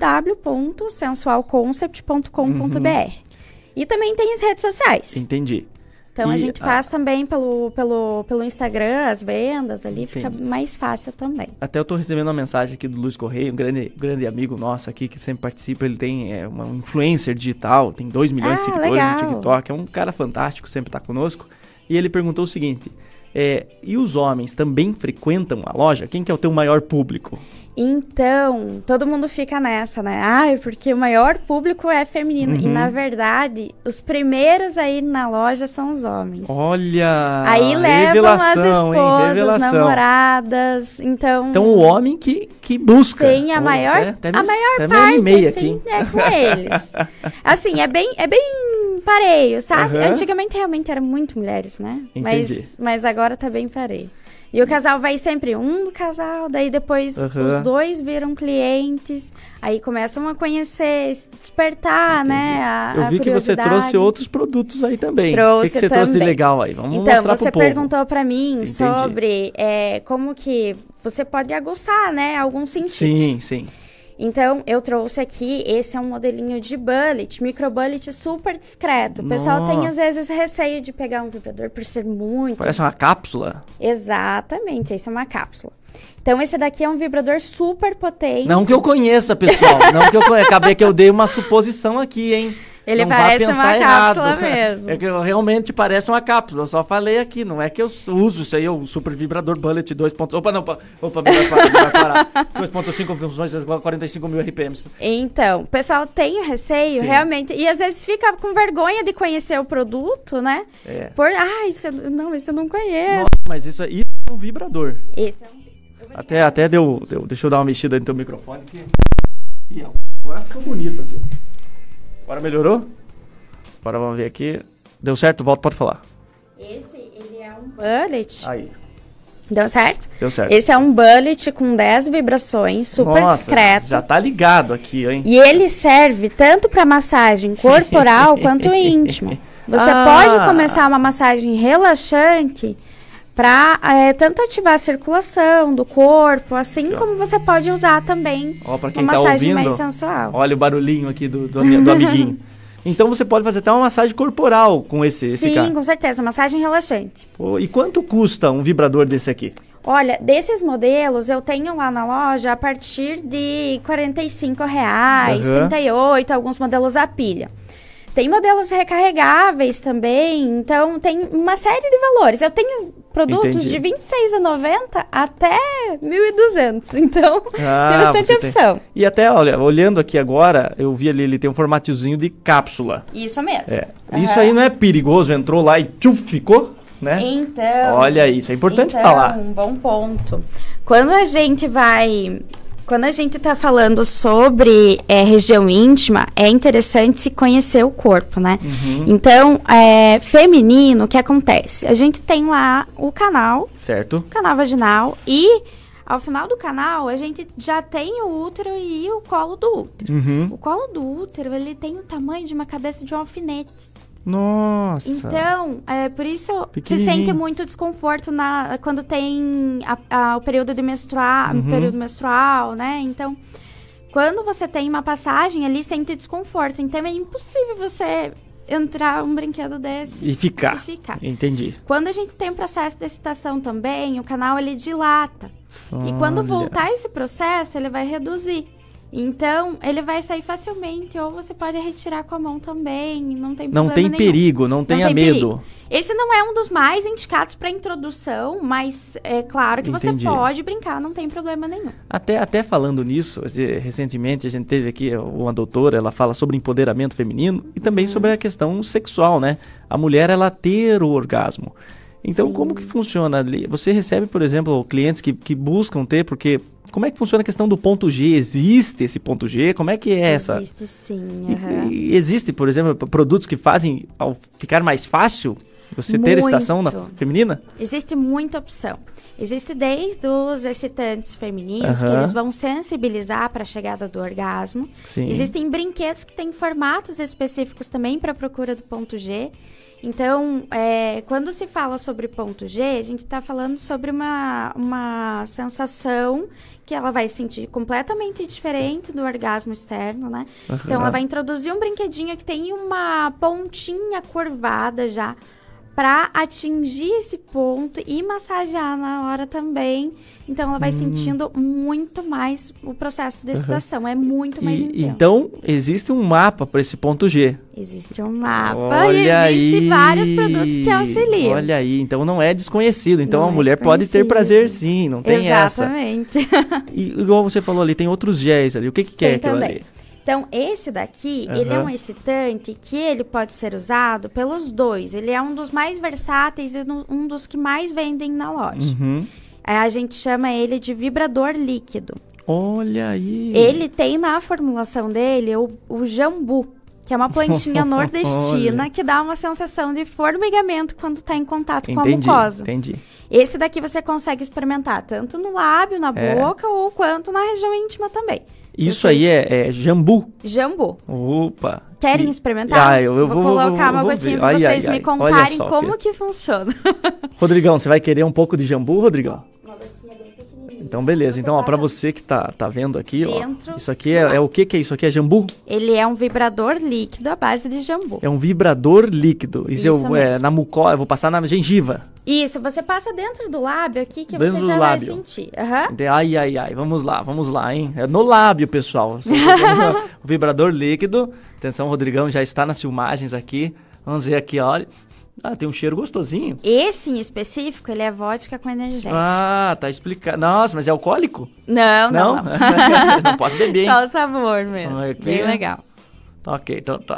www.sensualconcept.com.br. E também tem as redes sociais. Entendi. Então a gente faz também pelo Instagram as vendas ali, fica mais fácil também. Até eu tô recebendo uma mensagem aqui do Luiz Correia, um grande amigo nosso aqui que sempre participa, ele tem um influencer digital, tem 2 milhões de seguidores no TikTok, é um cara fantástico, sempre tá conosco, e ele perguntou o seguinte: E os homens também frequentam a loja? Quem que é o teu maior público? Então, todo mundo fica nessa, né? Ai, porque o maior público é feminino. E, na verdade, os primeiros a ir na loja são os homens. Olha! Aí levam as esposas, namoradas, então... Então, o homem que busca. Tem a maior parte, assim, com eles. Assim, é bem pareio, sabe? Antigamente, realmente, eram muito mulheres, né? Mas agora tá bem pareio. E o casal vai sempre um do casal, daí depois os dois viram clientes, aí começam a conhecer, despertar, né, Eu vi que você trouxe outros produtos aí também. Trouxe o que você trouxe de legal aí? Vamos mostrar pro povo. Então, você perguntou pra mim sobre como que você pode aguçar, né, alguns sentidos. Sim. Então, eu trouxe aqui, esse é um modelinho de bullet, micro bullet super discreto. O pessoal tem, às vezes, receio de pegar um vibrador por ser muito... Parece uma cápsula. Exatamente, esse é uma cápsula. Então, esse daqui é um vibrador super potente. Não que eu conheça, pessoal. Acabei que eu dei uma suposição aqui, hein? Ele não parece uma cápsula mesmo. É que realmente parece uma cápsula. Eu só falei aqui, não é que eu uso isso aí, o super vibrador bullet 2.5. Opa, vai parar. 2.5 funções, 45 mil RPMs. Então, o pessoal tem o receio, realmente, e às vezes fica com vergonha de conhecer o produto, né? Isso eu não conheço. Nossa, mas isso é um vibrador. Esse é um... Até deu. Deixa eu dar uma mexida no teu microfone aqui. Agora ficou bonito aqui. Agora melhorou? Agora vamos ver aqui. Deu certo? Pode falar. Esse, ele é um bullet. Aí. Deu certo? Deu certo. Esse é um bullet com 10 vibrações, super discreto. Já tá ligado aqui, hein? E ele serve tanto para massagem corporal quanto íntima. Você pode começar uma massagem relaxante para tanto ativar a circulação do corpo, assim como você pode usar também pra quem uma massagem tá ouvindo, mais sensual. Olha o barulhinho aqui do amiguinho. Então você pode fazer até uma massagem corporal com esse cara. Sim, com certeza, massagem relaxante. E quanto custa um vibrador desse aqui? Olha, desses modelos eu tenho lá na loja a partir de R$45, R$38, alguns modelos a pilha. Tem modelos recarregáveis também, então tem uma série de valores. Eu tenho produtos de R$26,90 até R$1.200, então tem bastante opção. E até, olha, olhando aqui agora, eu vi ali, ele tem um formatezinho de cápsula. Isso mesmo. Isso aí não é perigoso? Entrou lá e ficou, né? Então... Olha isso, é importante falar. Um bom ponto. Quando a gente está falando sobre região íntima, é interessante se conhecer o corpo, né? Então, feminino, o que acontece? A gente tem lá o canal. Certo. O canal vaginal e, ao final do canal, a gente já tem o útero e o colo do útero. O colo do útero, ele tem o tamanho de uma cabeça de um alfinete. Nossa! Então, por isso se sente muito desconforto quando tem o período de período menstrual, né? Então, quando você tem uma passagem ali, sente desconforto. Então, é impossível você entrar um brinquedo desse e ficar. Entendi. Quando a gente tem um processo de excitação também, o canal ele dilata. Olha. E quando voltar esse processo, ele vai reduzir. Então, ele vai sair facilmente, ou você pode retirar com a mão também, não tem problema nenhum. Não tem perigo, não tenha medo. Perigo. Esse não é um dos mais indicados para introdução, mas é claro que você pode brincar, não tem problema nenhum. Até falando nisso, recentemente a gente teve aqui uma doutora, ela fala sobre empoderamento feminino e também sobre a questão sexual, né? A mulher, ela ter o orgasmo. Então, como que funciona ali? Você recebe, por exemplo, clientes que buscam ter, porque... Como é que funciona a questão do ponto G? Existe esse ponto G? Como é que é essa? Existe sim. E existe, por exemplo, produtos que fazem ao ficar mais fácil você ter excitação feminina? Existe muita opção. Existe desde os excitantes femininos, que eles vão sensibilizar para a chegada do orgasmo. Sim. Existem brinquedos que têm formatos específicos também para a procura do ponto G. Então, quando se fala sobre ponto G, a gente está falando sobre uma sensação que ela vai sentir completamente diferente do orgasmo externo, né? Então, ela vai introduzir um brinquedinho que tem uma pontinha curvada já para atingir esse ponto e massagear na hora também. Então, ela vai sentindo muito mais o processo de excitação. É muito mais intenso. Então, existe um mapa para esse ponto G. Existe um mapa e existem vários produtos que auxiliam. Olha aí, então não é desconhecido. Então, a mulher pode ter prazer sim, não tem Exatamente. essa. E igual você falou ali, tem outros géis ali. O que é aquilo ali? Então, esse daqui, ele é um excitante que ele pode ser usado pelos dois. Ele é um dos mais versáteis e um dos que mais vendem na loja. A gente chama ele de vibrador líquido. Olha aí! Ele tem na formulação dele o jambu, que é uma plantinha nordestina que dá uma sensação de formigamento quando está em contato com a mucosa. Entendi. Esse daqui você consegue experimentar tanto no lábio, na boca, ou quanto na região íntima também. Isso aí é jambu? Jambu. Opa! Querem experimentar? Eu vou colocar uma gotinha para vocês me contarem como que funciona. Rodrigão, você vai querer um pouco de jambu, Rodrigão? Uma gotinha bem pequenininha. Então, beleza. Então, para você que tá vendo aqui, ó, isso aqui é o que é isso? Aqui é jambu? Ele é um vibrador líquido à base de jambu. É um vibrador líquido. Isso na mucosa, eu vou passar na gengiva. Isso, você passa dentro do lábio aqui que você já vai sentir. Ai. Vamos lá, hein? É no lábio, pessoal. O vibrador líquido. Atenção, o Rodrigão já está nas filmagens aqui. Vamos ver aqui, olha. Tem um cheiro gostosinho. Esse em específico, ele é vodka com energético. Tá explicado. Nossa, mas é alcoólico? Não. Não pode beber, hein? Só o sabor mesmo. Bem legal. Ok, então tá.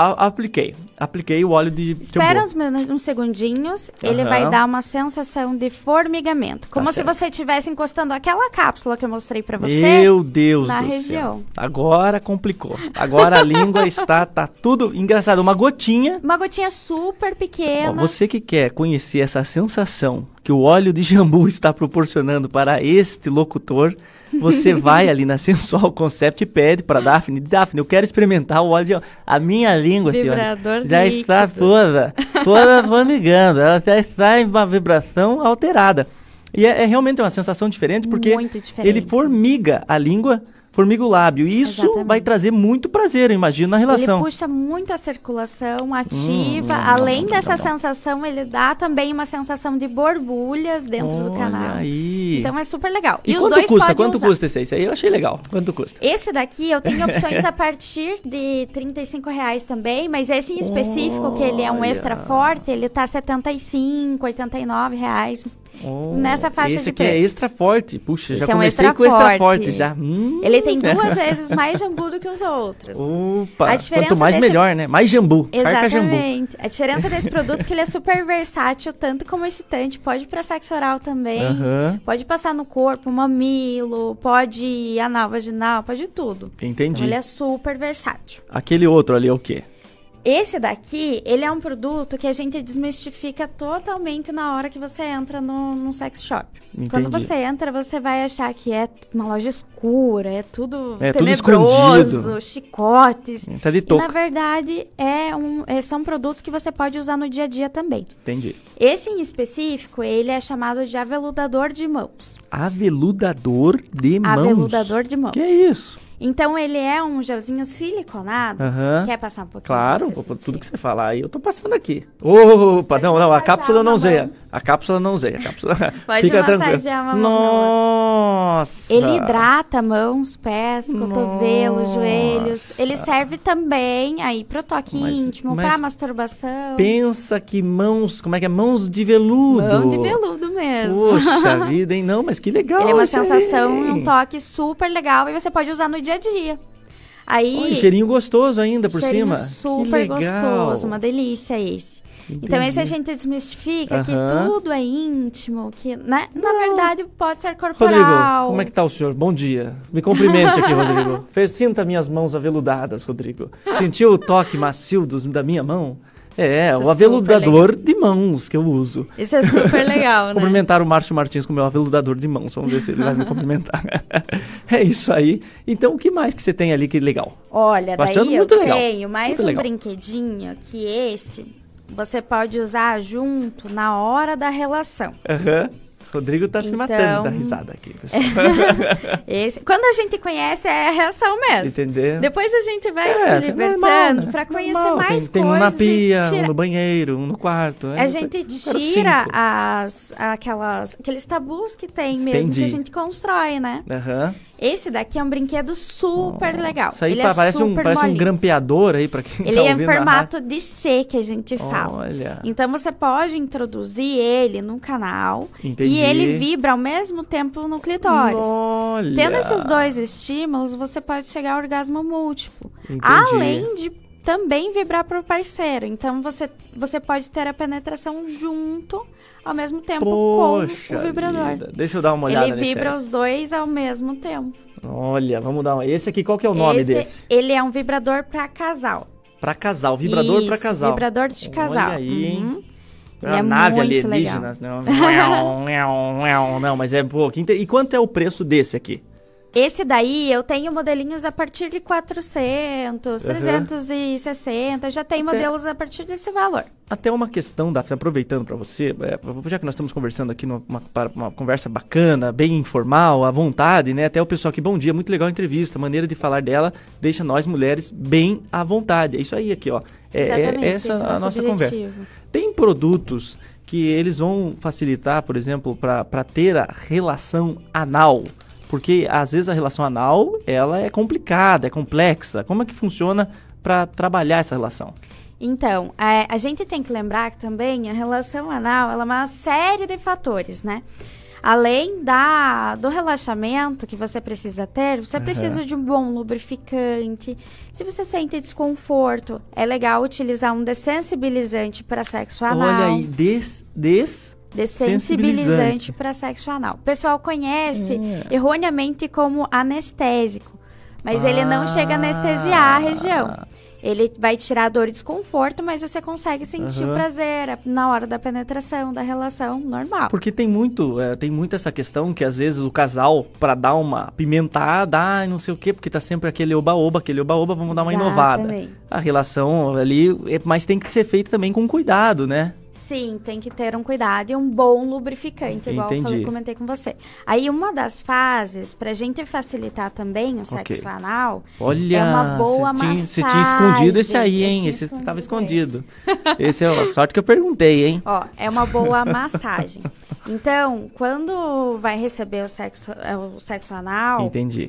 Apliquei o óleo de Espera uns segundinhos, ele vai dar uma sensação de formigamento. Como se você estivesse encostando aquela cápsula que eu mostrei pra você. Meu Deus na do região. Céu. Agora complicou. Agora a língua tá tudo engraçado. Uma gotinha super pequena. Você que quer conhecer essa sensação que o óleo de jambu está proporcionando para este locutor, você vai ali na Sensual Concept e pede para Daphne, eu quero experimentar o óleo de jambu. A minha língua já está toda formigando, ela já está em uma vibração alterada. E é realmente uma sensação diferente, porque ele formiga a língua, formiga o lábio. E isso vai trazer muito prazer, eu imagino, na relação. Ele puxa muito a circulação, ativa. Além dessa sensação, ele dá também uma sensação de borbulhas dentro do canal. Aí. Então é super legal. E os dois custa? Quanto custa esse aí? Esse aí eu achei legal. Quanto custa? Esse daqui eu tenho opções a partir de R$35 também, mas esse em específico, que ele é um extra forte, ele tá R$75, R$89. Nessa faixa de preço. Esse aqui é extra forte. Puxa, já comecei com extra forte já. Ele tem 2 vezes mais jambu do que os outros. Opa, quanto mais melhor, né? Mais jambu. Exatamente. A diferença desse produto é que ele é super versátil, tanto como excitante. Pode ir pra sexo oral também. Pode passar no corpo, mamilo, pode anal, vaginal, pode tudo. Entendi. Então, ele é super versátil. Aquele outro ali é o quê? Esse daqui, ele é um produto que a gente desmistifica totalmente na hora que você entra num sex shop. Entendi. Quando você entra, você vai achar que é uma loja escura, é tudo tenebroso, tudo chicotes. Tá de e touca. na verdade, são produtos que você pode usar no dia a dia também. Entendi. Esse em específico, ele é chamado de aveludador de mãos. Aveludador de mãos? Aveludador de mãos. Que é isso? Então, ele é um gelzinho siliconado. Quer passar um pouquinho? Claro, tudo que você falar aí, eu tô passando aqui. Opa, não, a cápsula eu não usei. A cápsula eu não usei. Pode fica massagear uma mão. Nossa! Ele hidrata mãos, pés, cotovelos, joelhos. Ele serve também aí pro toque íntimo, pra masturbação. Pensa que mãos, como é que é? Mãos de veludo. Mão de veludo mesmo. Poxa vida, hein? Não, mas que legal. Ele é uma sensação e um toque super legal e você pode usar no dia a dia. Aí, cheirinho gostoso ainda por cima. Super gostoso, uma delícia esse. Entendi. Então esse a gente desmistifica que tudo é íntimo, que né? Na verdade pode ser corporal. Rodrigo, como é que tá o senhor? Bom dia. Me cumprimente aqui, Rodrigo. Sinta minhas mãos aveludadas, Rodrigo. Sentiu o toque macio da minha mão? O aveludador de mãos que eu uso. Isso é super legal, né? Cumprimentar o Márcio Martins com o meu aveludador de mãos. Vamos ver se ele vai me cumprimentar. É isso aí. Então, o que mais que você tem ali que legal? Olha, daí eu tenho mais um brinquedinho que esse você pode usar junto na hora da relação. Rodrigo tá se matando da risada aqui, pessoal. Quando a gente conhece, é a reação mesmo. Entendeu? Depois a gente vai se libertando para conhecer mais coisas. Tem um na pia, um no banheiro, um no quarto. A gente tira aqueles tabus que tem mesmo, que a gente constrói, né? Esse daqui é um brinquedo super legal. Isso aí parece um grampeador aí para quem Ele tá ouvindo. Ele é em formato de C que a gente fala. Olha. Então você pode introduzir ele no canal. Entendi. E ele vibra ao mesmo tempo no clitóris. Olha. Tendo esses dois estímulos, você pode chegar ao orgasmo múltiplo. Entendi. Além de também vibrar para o parceiro. Então você pode ter a penetração junto ao mesmo tempo com o vibrador. Vida. Deixa eu dar uma olhada nesse. Ele vibra os dois ao mesmo tempo. Olha, vamos dar uma... Esse aqui, qual que é o nome desse? Ele é um vibrador para casal. Para casal, vibrador para casal. Vibrador de casal. Olha aí, hein? Ele é nave muito alienígena. Legal. Não, mas é pouco. E quanto é o preço desse aqui? Esse daí, eu tenho modelinhos a partir de 400, 360, já tem modelos a partir desse valor. Até uma questão, Daphne, aproveitando para você, já que nós estamos conversando aqui uma conversa bacana, bem informal, à vontade, né? Até o pessoal aqui, bom dia, muito legal a entrevista, a maneira de falar dela deixa nós mulheres bem à vontade. É isso aí aqui, ó. Essa é a nossa conversa. Tem produtos que eles vão facilitar, por exemplo, para ter a relação anal. Porque, às vezes, a relação anal, ela é complicada, é complexa. Como é que funciona para trabalhar essa relação? Então, a gente tem que lembrar que também a relação anal, ela é uma série de fatores, né? Além do relaxamento que você precisa ter, você precisa de um bom lubrificante. Se você sente desconforto, é legal utilizar um dessensibilizante para sexo anal. Olha aí, dessensibilizante para sexo anal. O pessoal conhece erroneamente como anestésico, mas ele não chega a anestesiar a região. Ele vai tirar dor e desconforto, mas você consegue sentir prazer na hora da penetração, da relação normal. Porque tem muito essa questão que às vezes o casal, para dar uma pimentada, não sei o quê, porque tá sempre aquele oba-oba, vamos dar uma inovada. A relação ali, mas tem que ser feita também com cuidado, né? Sim, tem que ter um cuidado e um bom lubrificante, igual eu comentei com você. Aí, uma das fases, pra gente facilitar também o sexo anal, é uma boa massagem. Você tinha escondido esse aí, hein? Esse estava escondido. Esse é a sorte que eu perguntei, hein? Ó, é uma boa massagem. Então, quando vai receber o sexo anal... Entendi.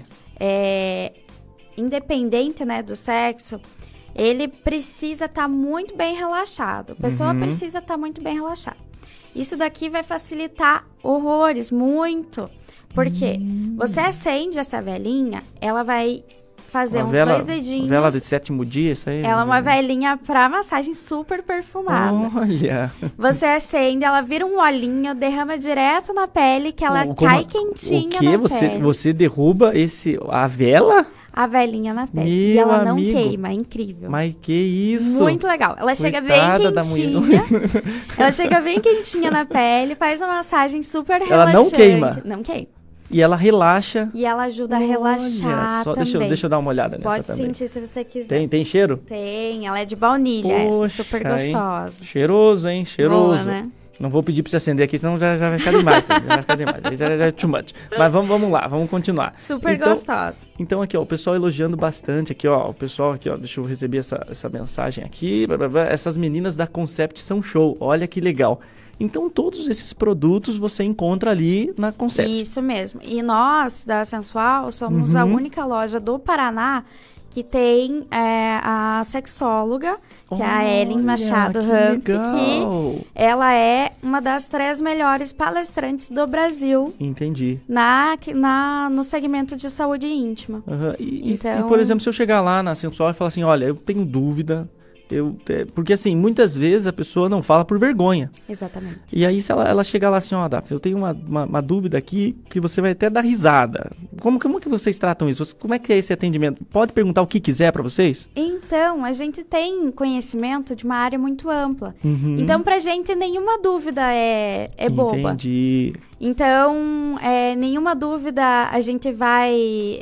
Independente, né, do sexo... Ele precisa estar muito bem relaxado. A pessoa precisa estar muito bem relaxada. Isso daqui vai facilitar horrores, muito. Porque você acende essa velinha, ela vai fazer uns 2 dedinhos. Vela de 7º dia, isso aí? Ela é uma velinha para massagem super perfumada. Olha! Você acende, ela vira um olhinho, derrama direto na pele, que ela cai quentinha na pele. Você derruba a vela? A velinha na pele. E ela não queima, é incrível. Mas que isso? Muito legal. Ela chega bem quentinha. Ela chega bem quentinha na pele, faz uma massagem super relaxante. Ela não queima? Não queima. E ela relaxa. E ela ajuda a relaxar também. Deixa eu dar uma olhada nessa Pode também. sentir se você quiser. Tem cheiro? Tem, ela é de baunilha, essa, super gostosa. Cheiroso, hein? Cheiroso. Boa, né? Não vou pedir pra você acender aqui, senão já vai ficar demais. Tá? Já vai ficar demais. Aí já é too much. Mas vamos lá, vamos continuar. Super gostosa. Então aqui, ó, o pessoal elogiando bastante aqui, ó. O pessoal aqui, ó, deixa eu receber essa mensagem aqui. Essas meninas da Concept são show. Olha que legal. Então, todos esses produtos você encontra ali na Concept. Isso mesmo. E nós, da Sensual, somos a única loja do Paraná que tem a sexóloga, que é a Ellen Machado Ramp, que ela é uma das 3 melhores palestrantes do Brasil. Entendi. No segmento de saúde íntima. E, por exemplo, se eu chegar lá na Sensual e falar assim, olha, eu tenho dúvida... porque assim, muitas vezes a pessoa não fala por vergonha. Exatamente. E aí se ela chegar lá assim, ó, Daphne, eu tenho uma dúvida aqui que você vai até dar risada. Como que vocês tratam isso? Como é que é esse atendimento? Pode perguntar o que quiser pra vocês? Então, a gente tem conhecimento de uma área muito ampla. Então, pra gente, nenhuma dúvida é boba. Entendi. Então, nenhuma dúvida a gente vai...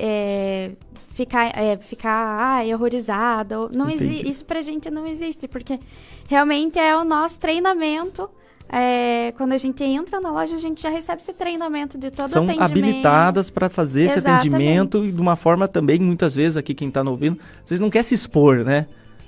ficar horrorizada. Isso pra gente não existe, porque realmente é o nosso treinamento quando a gente entra na loja, a gente já recebe esse treinamento de todo o São atendimento. habilitadas para fazer esse Exatamente. atendimento e de uma forma também, muitas vezes, aqui quem está ouvindo, vocês não querem se expor, né?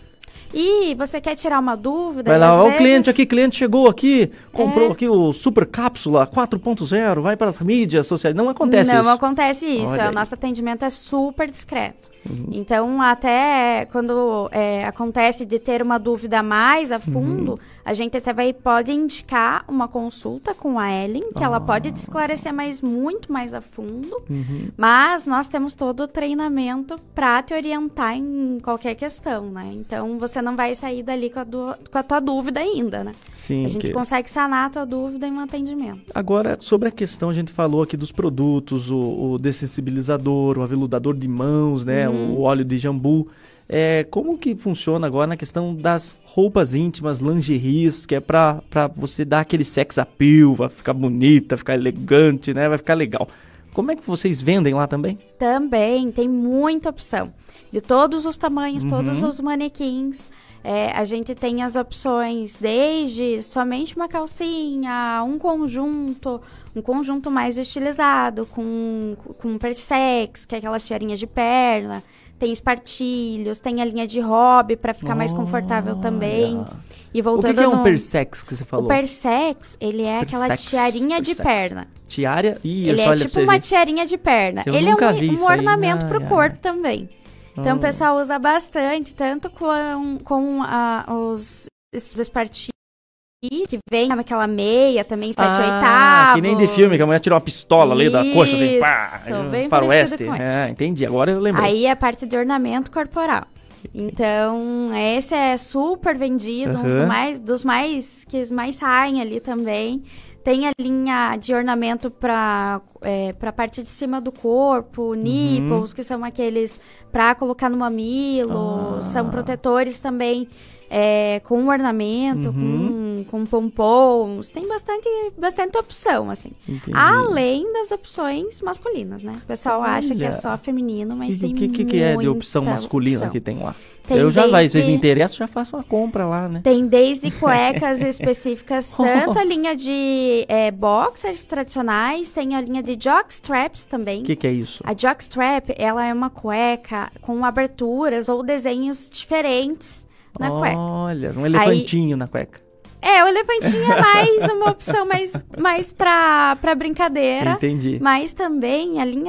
E você quer tirar uma dúvida? Vai lá, às ó, vezes... o cliente aqui, cliente chegou aqui, comprou aqui o Super Cápsula 4.0, vai para as mídias sociais. Não acontece isso. Não acontece isso. Olha O aí. nosso atendimento é super discreto. Então, até quando acontece de ter uma dúvida mais a fundo, a gente até pode indicar uma consulta com a Ellen, que ela pode te esclarecer muito mais a fundo. Mas nós temos todo o treinamento para te orientar em qualquer questão, né? Então, você não vai sair dali com a tua dúvida ainda, né? Sim, a gente consegue sanar a tua dúvida em um atendimento. Agora, sobre a questão, a gente falou aqui dos produtos, o dessensibilizador, o aveludador de mãos, né? O óleo de jambu. Como que funciona agora na questão das roupas íntimas, lingeries, que é pra você dar aquele sex appeal, vai ficar bonita, ficar elegante, né? Vai ficar legal. Como é que vocês vendem lá também? Também, tem muita opção. De todos os tamanhos, todos os manequins. A gente tem as opções desde somente uma calcinha, um conjunto mais estilizado, com persex, que é aquelas tiarinhas de perna. Tem espartilhos, tem a linha de hobby para ficar mais confortável também. E voltando o que é um persex que você falou? O persex, ele é aquela tiarinha de perna. Tiara? Ele é tipo uma tiarinha de perna. Ele é um ornamento pro corpo também. Então o pessoal usa bastante, tanto com os espartilhos, que vem aquela meia também, 7/8. Que nem de filme, que a mulher tira uma pistola ali da coxa, assim, pá, bem faroeste. parecido com isso. Entendi, agora eu lembrei. Aí é a parte de ornamento corporal. Então, esse é super vendido, um dos mais que mais saem ali também. Tem a linha de ornamento para a parte de cima do corpo, nipples, que são aqueles para colocar no mamilo, são protetores também com ornamento, com pompons, tem bastante opção, assim. Entendi. Além das opções masculinas, né? O pessoal acha que é só feminino, mas tem muita que é de opção masculina que tem lá? Tem vocês me interessam, já faço uma compra lá, né? Tem desde cuecas específicas, tanto a linha de boxers tradicionais, tem a linha de jockstraps também. O que é isso? A jockstrap, ela é uma cueca com aberturas ou desenhos diferentes na cueca. Olha, um elefantinho na cueca. O elefantinho é mais uma opção mais pra brincadeira. Entendi. Mas também a linha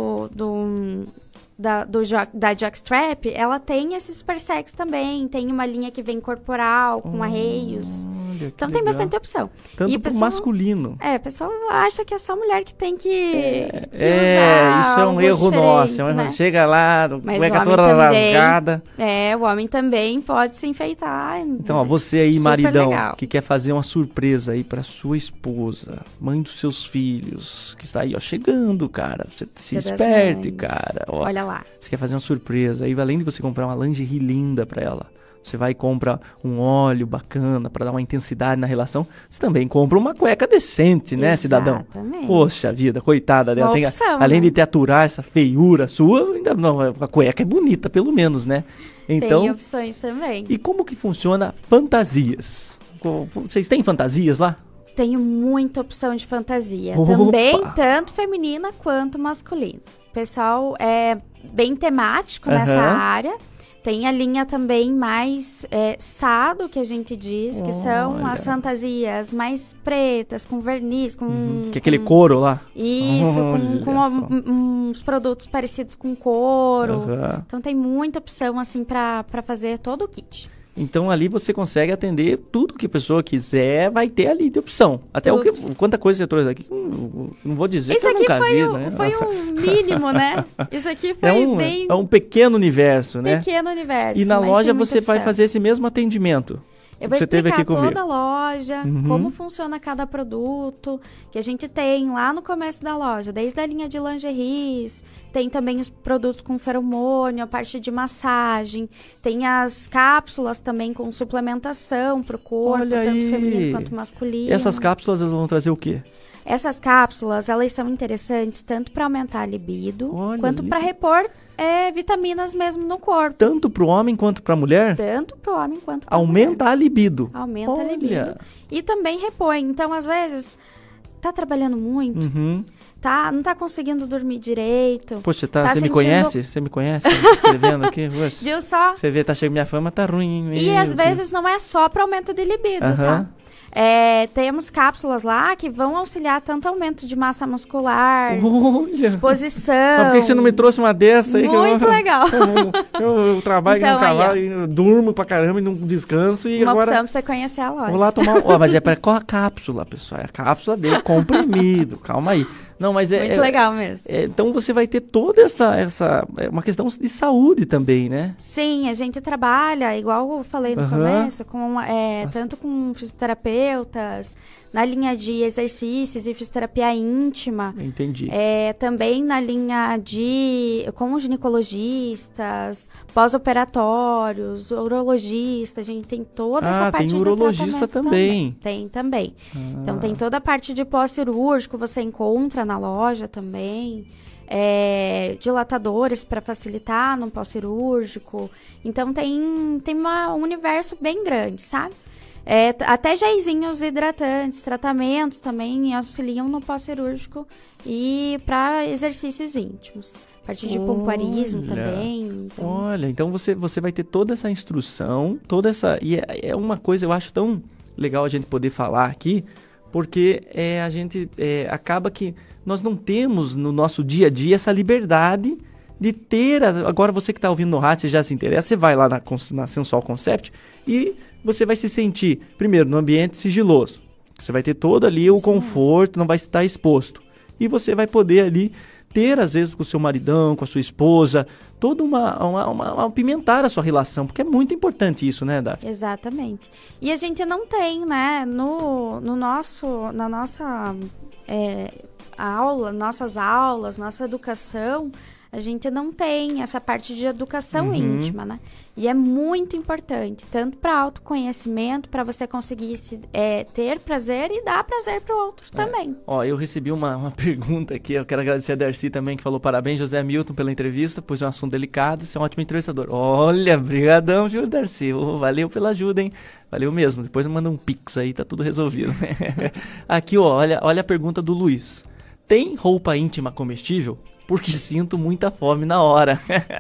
da jockstrap, ela tem esses persex também. Tem uma linha que vem corporal, com arreios. Então tem bastante opção. Tanto pro masculino. O pessoal acha que é só mulher que tem que usar isso é um erro nosso. Né? Chega lá, cueca toda rasgada. O homem também pode se enfeitar. Então, ó, você aí, maridão, que quer fazer uma surpresa aí pra sua esposa, mãe dos seus filhos, que está aí, ó, chegando, cara. Você se esperte, cara. Ó, olha lá. Você quer fazer uma surpresa. Aí, além de você comprar uma lingerie linda pra ela, você vai e compra um óleo bacana para dar uma intensidade na relação. Você também compra uma cueca decente, né, cidadão? Poxa vida, coitada dela. Além de te aturar essa feiura sua, ainda não, a cueca é bonita, pelo menos, né? Então, tem opções também. E como que funciona fantasias? Vocês têm fantasias lá? Tenho muita opção de fantasia. Também, tanto feminina quanto masculina. O pessoal é bem temático nessa área. Tem a linha também mais sado, que a gente diz, que são as fantasias mais pretas, com verniz, com... Que é aquele couro lá? Isso, com uns produtos parecidos com couro. Então tem muita opção, assim, para fazer todo o kit. Então ali você consegue atender tudo que a pessoa quiser, vai ter ali de opção. Até quanta coisa você trouxe aqui, não vou dizer que eu nunca vi, né? Foi um mínimo, né? Isso aqui foi bem... É um pequeno universo, né? Pequeno universo. E na loja você vai fazer esse mesmo atendimento. Eu vou explicar toda a loja, como funciona cada produto, que a gente tem lá no começo da loja, desde a linha de lingeries, tem também os produtos com feromônio, a parte de massagem, tem as cápsulas também com suplementação para o corpo, tanto feminino quanto masculino. E essas cápsulas elas vão trazer o quê? Essas cápsulas, elas são interessantes tanto para aumentar a libido, quanto para repor vitaminas mesmo no corpo. Tanto para o homem quanto para a mulher? Tanto para o homem quanto para a mulher. Aumenta a libido. Aumenta a libido. E também repõe. Então, às vezes, tá trabalhando muito, não tá conseguindo dormir direito. Poxa, você me conhece? Você me conhece? Escrevendo aqui? Poxa, viu só? Você vê, minha fama tá ruim. E às vezes não é só para aumento de libido, tá? Temos cápsulas lá que vão auxiliar tanto aumento de massa muscular, disposição. Mas por que você não me trouxe uma dessa aí? Muito legal. Eu trabalho então, no cavalo, eu durmo pra caramba e não descanso. E uma agora opção pra você conhecer a loja. Vou lá tomar. Mas é para qual a cápsula, pessoal? É a cápsula dele, comprimido. Calma aí. Não, mas muito legal mesmo. Então você vai ter toda essa uma questão de saúde também, né? Sim, a gente trabalha, igual eu falei no começo, tanto com fisioterapeutas, na linha de exercícios e fisioterapia íntima. Entendi. Também na linha com ginecologistas, pós-operatórios, urologistas, a gente tem toda essa parte tem urologista também. Tem também. Então tem toda a parte de pós-cirúrgico, você encontra na loja também. Dilatadores para facilitar no pós-cirúrgico. Então tem um universo bem grande, sabe? Até géisinhos hidratantes, tratamentos também auxiliam no pós-cirúrgico e para exercícios íntimos. A partir de pompoarismo também. Então... Olha, então você vai ter toda essa instrução, E é uma coisa, eu acho tão legal a gente poder falar aqui, porque a gente acaba que nós não temos no nosso dia a dia essa liberdade de ter... Agora você que está ouvindo no rádio, você já se interessa, você vai lá na Sensual Concept e você vai se sentir, primeiro, no ambiente sigiloso. Você vai ter todo ali o conforto, não vai estar exposto. E você vai poder ali ter, às vezes, com o seu maridão, com a sua esposa, toda uma apimentar a sua relação, porque é muito importante isso, né, Daphne? Exatamente. E a gente não tem, né, na nossa nossas aulas, nossa educação, a gente não tem essa parte de educação íntima, né? E é muito importante, tanto para autoconhecimento, para você conseguir ter prazer e dar prazer para o outro também. Eu recebi uma pergunta aqui, eu quero agradecer a Darcy também, que falou parabéns, José Milton, pela entrevista, pois é um assunto delicado, você é um ótimo entrevistador. Olha, brigadão, viu, Darcy? Valeu pela ajuda, hein? Valeu mesmo, depois manda um pix aí, tá tudo resolvido. Aqui, olha a pergunta do Luiz. Tem roupa íntima comestível? Porque sinto muita fome na hora.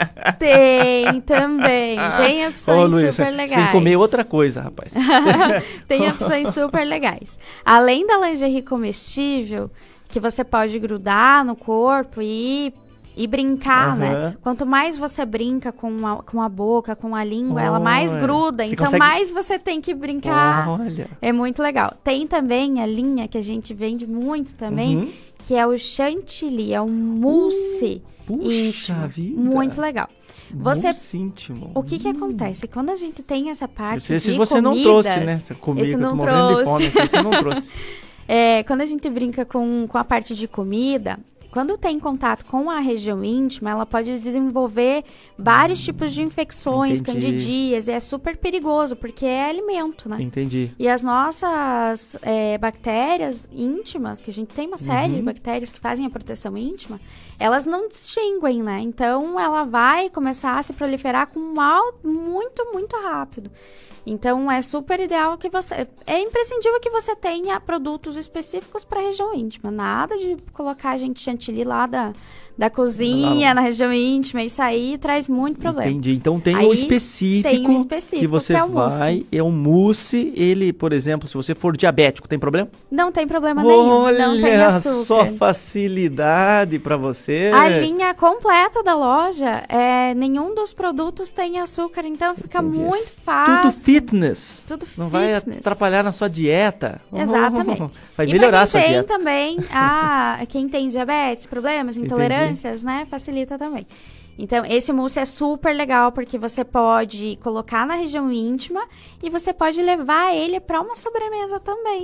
Tem também. Tem opções Luiz, super legais. Você tem que comer outra coisa, rapaz. Tem opções super legais. Além da lingerie comestível, que você pode grudar no corpo e brincar, né? Quanto mais você brinca com a boca, com a língua, ela mais gruda. Então, mais você tem que brincar. Olha. É muito legal. Tem também a linha que a gente vende muito também, que é o chantilly, é um mousse íntimo. Vida. Muito legal. Mousse íntimo. O que acontece? Quando a gente tem essa parte de você comidas, não trouxe, né? Esse não morrendo de fome, você não trouxe. Quando a gente brinca com a parte de comida, quando tem contato com a região íntima, ela pode desenvolver vários tipos de infecções, candidias, e é super perigoso, porque é alimento, né? Entendi. E as nossas bactérias íntimas, que a gente tem uma série de bactérias que fazem a proteção íntima, elas não distinguem, né? Então, ela vai começar a se proliferar muito, muito rápido. Então, é super ideal que é imprescindível que você tenha produtos específicos para a região íntima. Nada de colocar chantilly lá da cozinha, na região íntima. Isso aí traz muito problema. Entendi. Então, tem um específico que você vai... É um mousse. Ele, por exemplo, se você for diabético, tem problema? Não tem problema nenhum. Não tem açúcar. Olha só facilidade para você. A linha completa da loja, nenhum dos produtos tem açúcar. Então, fica muito fácil. Tudo fitness. Não vai atrapalhar na sua dieta. Exatamente. Vai melhorar a sua dieta. E também, quem tem diabetes, problemas, intolerâncias, né? Facilita também. Então, esse mousse é super legal, porque você pode colocar na região íntima e você pode levar ele para uma sobremesa também.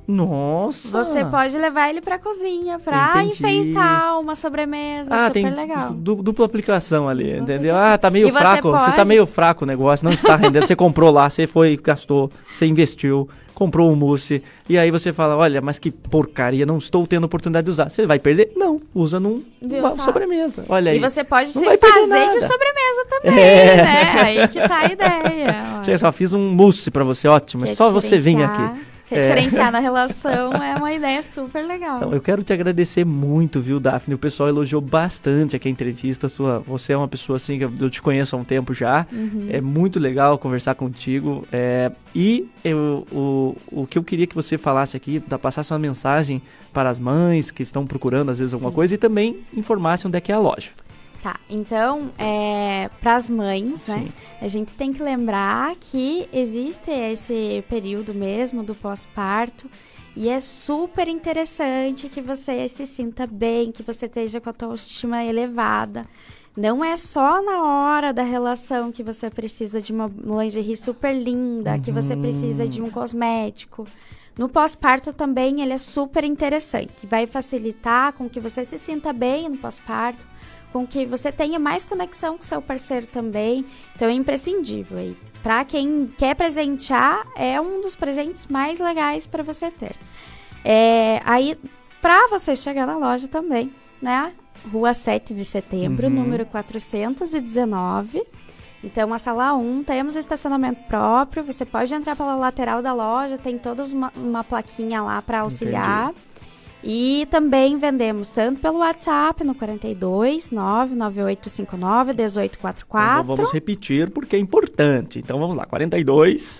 Nossa! Você pode levar ele pra cozinha pra enfeitar uma sobremesa, super tem legal. Dupla aplicação ali, entendeu? tá meio E você fraco, você tá meio fraco o negócio, não está rendendo. Você comprou lá, você foi, gastou, você investiu, comprou um mousse, e aí você fala, olha, mas que porcaria, não estou tendo oportunidade de usar. Você vai perder? Não, usa numa sobremesa. Olha aí. E você pode não fazer de sobremesa também, né? Aí que tá a ideia. Eu só fiz um mousse pra você, ótimo, é só você vir aqui. Diferenciar na relação é uma ideia super legal. Então, eu quero te agradecer muito, viu, Daphne? O pessoal elogiou bastante aqui a entrevista. Você é uma pessoa assim que eu te conheço há um tempo já. É muito legal conversar contigo. O que eu queria que você falasse aqui, passasse uma mensagem para as mães que estão procurando às vezes alguma coisa e também informasse onde é que é a loja. Tá, então, para as mães, né, a gente tem que lembrar que existe esse período mesmo do pós-parto e é super interessante que você se sinta bem, que você esteja com a tua autoestima elevada. Não é só na hora da relação que você precisa de uma lingerie super linda, que você precisa de um cosmético. No pós-parto também ele é super interessante, vai facilitar com que você se sinta bem no pós-parto, com que você tenha mais conexão com seu parceiro também. Então é imprescindível. E para quem quer presentear, é um dos presentes mais legais para você ter. Aí, para você chegar na loja também, né? Rua 7 de Setembro, número 419. Então, a sala 1, temos estacionamento próprio. Você pode entrar pela lateral da loja, tem toda uma plaquinha lá para auxiliar. Entendi. E também vendemos tanto pelo WhatsApp no 42 99859 1844. Então, vamos repetir porque é importante. Então vamos lá, 42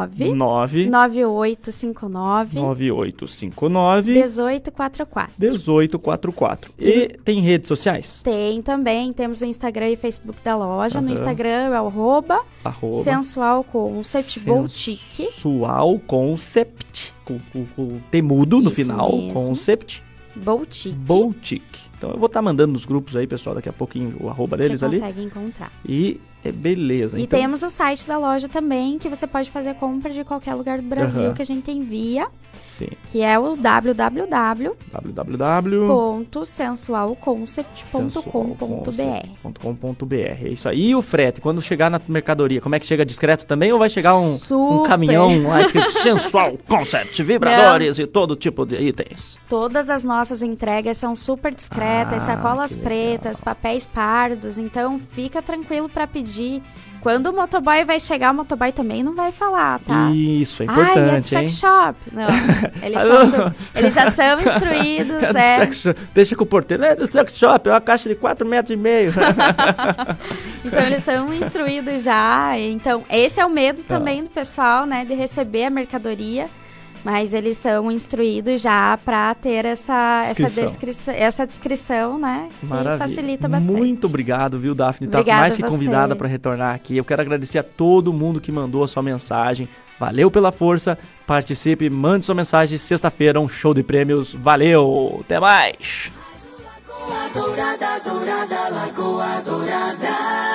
9859 1844. E tem redes sociais? Tem também, temos o Instagram e Facebook da loja. No Instagram é o Sensual Concept Boutique. Sensual Concept. Com temudo no final, mesmo. Concept Boutique. Então eu vou estar mandando nos grupos aí, pessoal, daqui a pouquinho o arroba deles ali. Você consegue encontrar. E beleza. E então temos o site da loja também, que você pode fazer compra de qualquer lugar do Brasil que a gente envia. Sim. Que é o www.sensualconcept.com.br. É isso aí. E o frete, quando chegar na mercadoria, como é que chega discreto também ou vai chegar um caminhão lá escrito Sensual Concept, vibradores e todo tipo de itens? Todas as nossas entregas são super discretas, sacolas pretas, papéis pardos, então fica tranquilo para pedir. Quando o motoboy vai chegar, o motoboy também não vai falar, tá? Isso, é importante, é do sex shop. Não, eles já são instruídos, Deixa com o porteiro, é do sex shop, é uma caixa de 4,5 metros. Então, eles são instruídos já. Então, esse é o medo também do pessoal, né? De receber a mercadoria. Mas eles são instruídos já para ter essa descrição, né? Que facilita bastante. Muito obrigado, viu, Daphne? Tá mais que convidada para retornar aqui. Eu quero agradecer a todo mundo que mandou a sua mensagem. Valeu pela força. Participe, mande sua mensagem. Sexta-feira, um show de prêmios. Valeu! Até mais! Lagoa Dourada, Lagoa Dourada.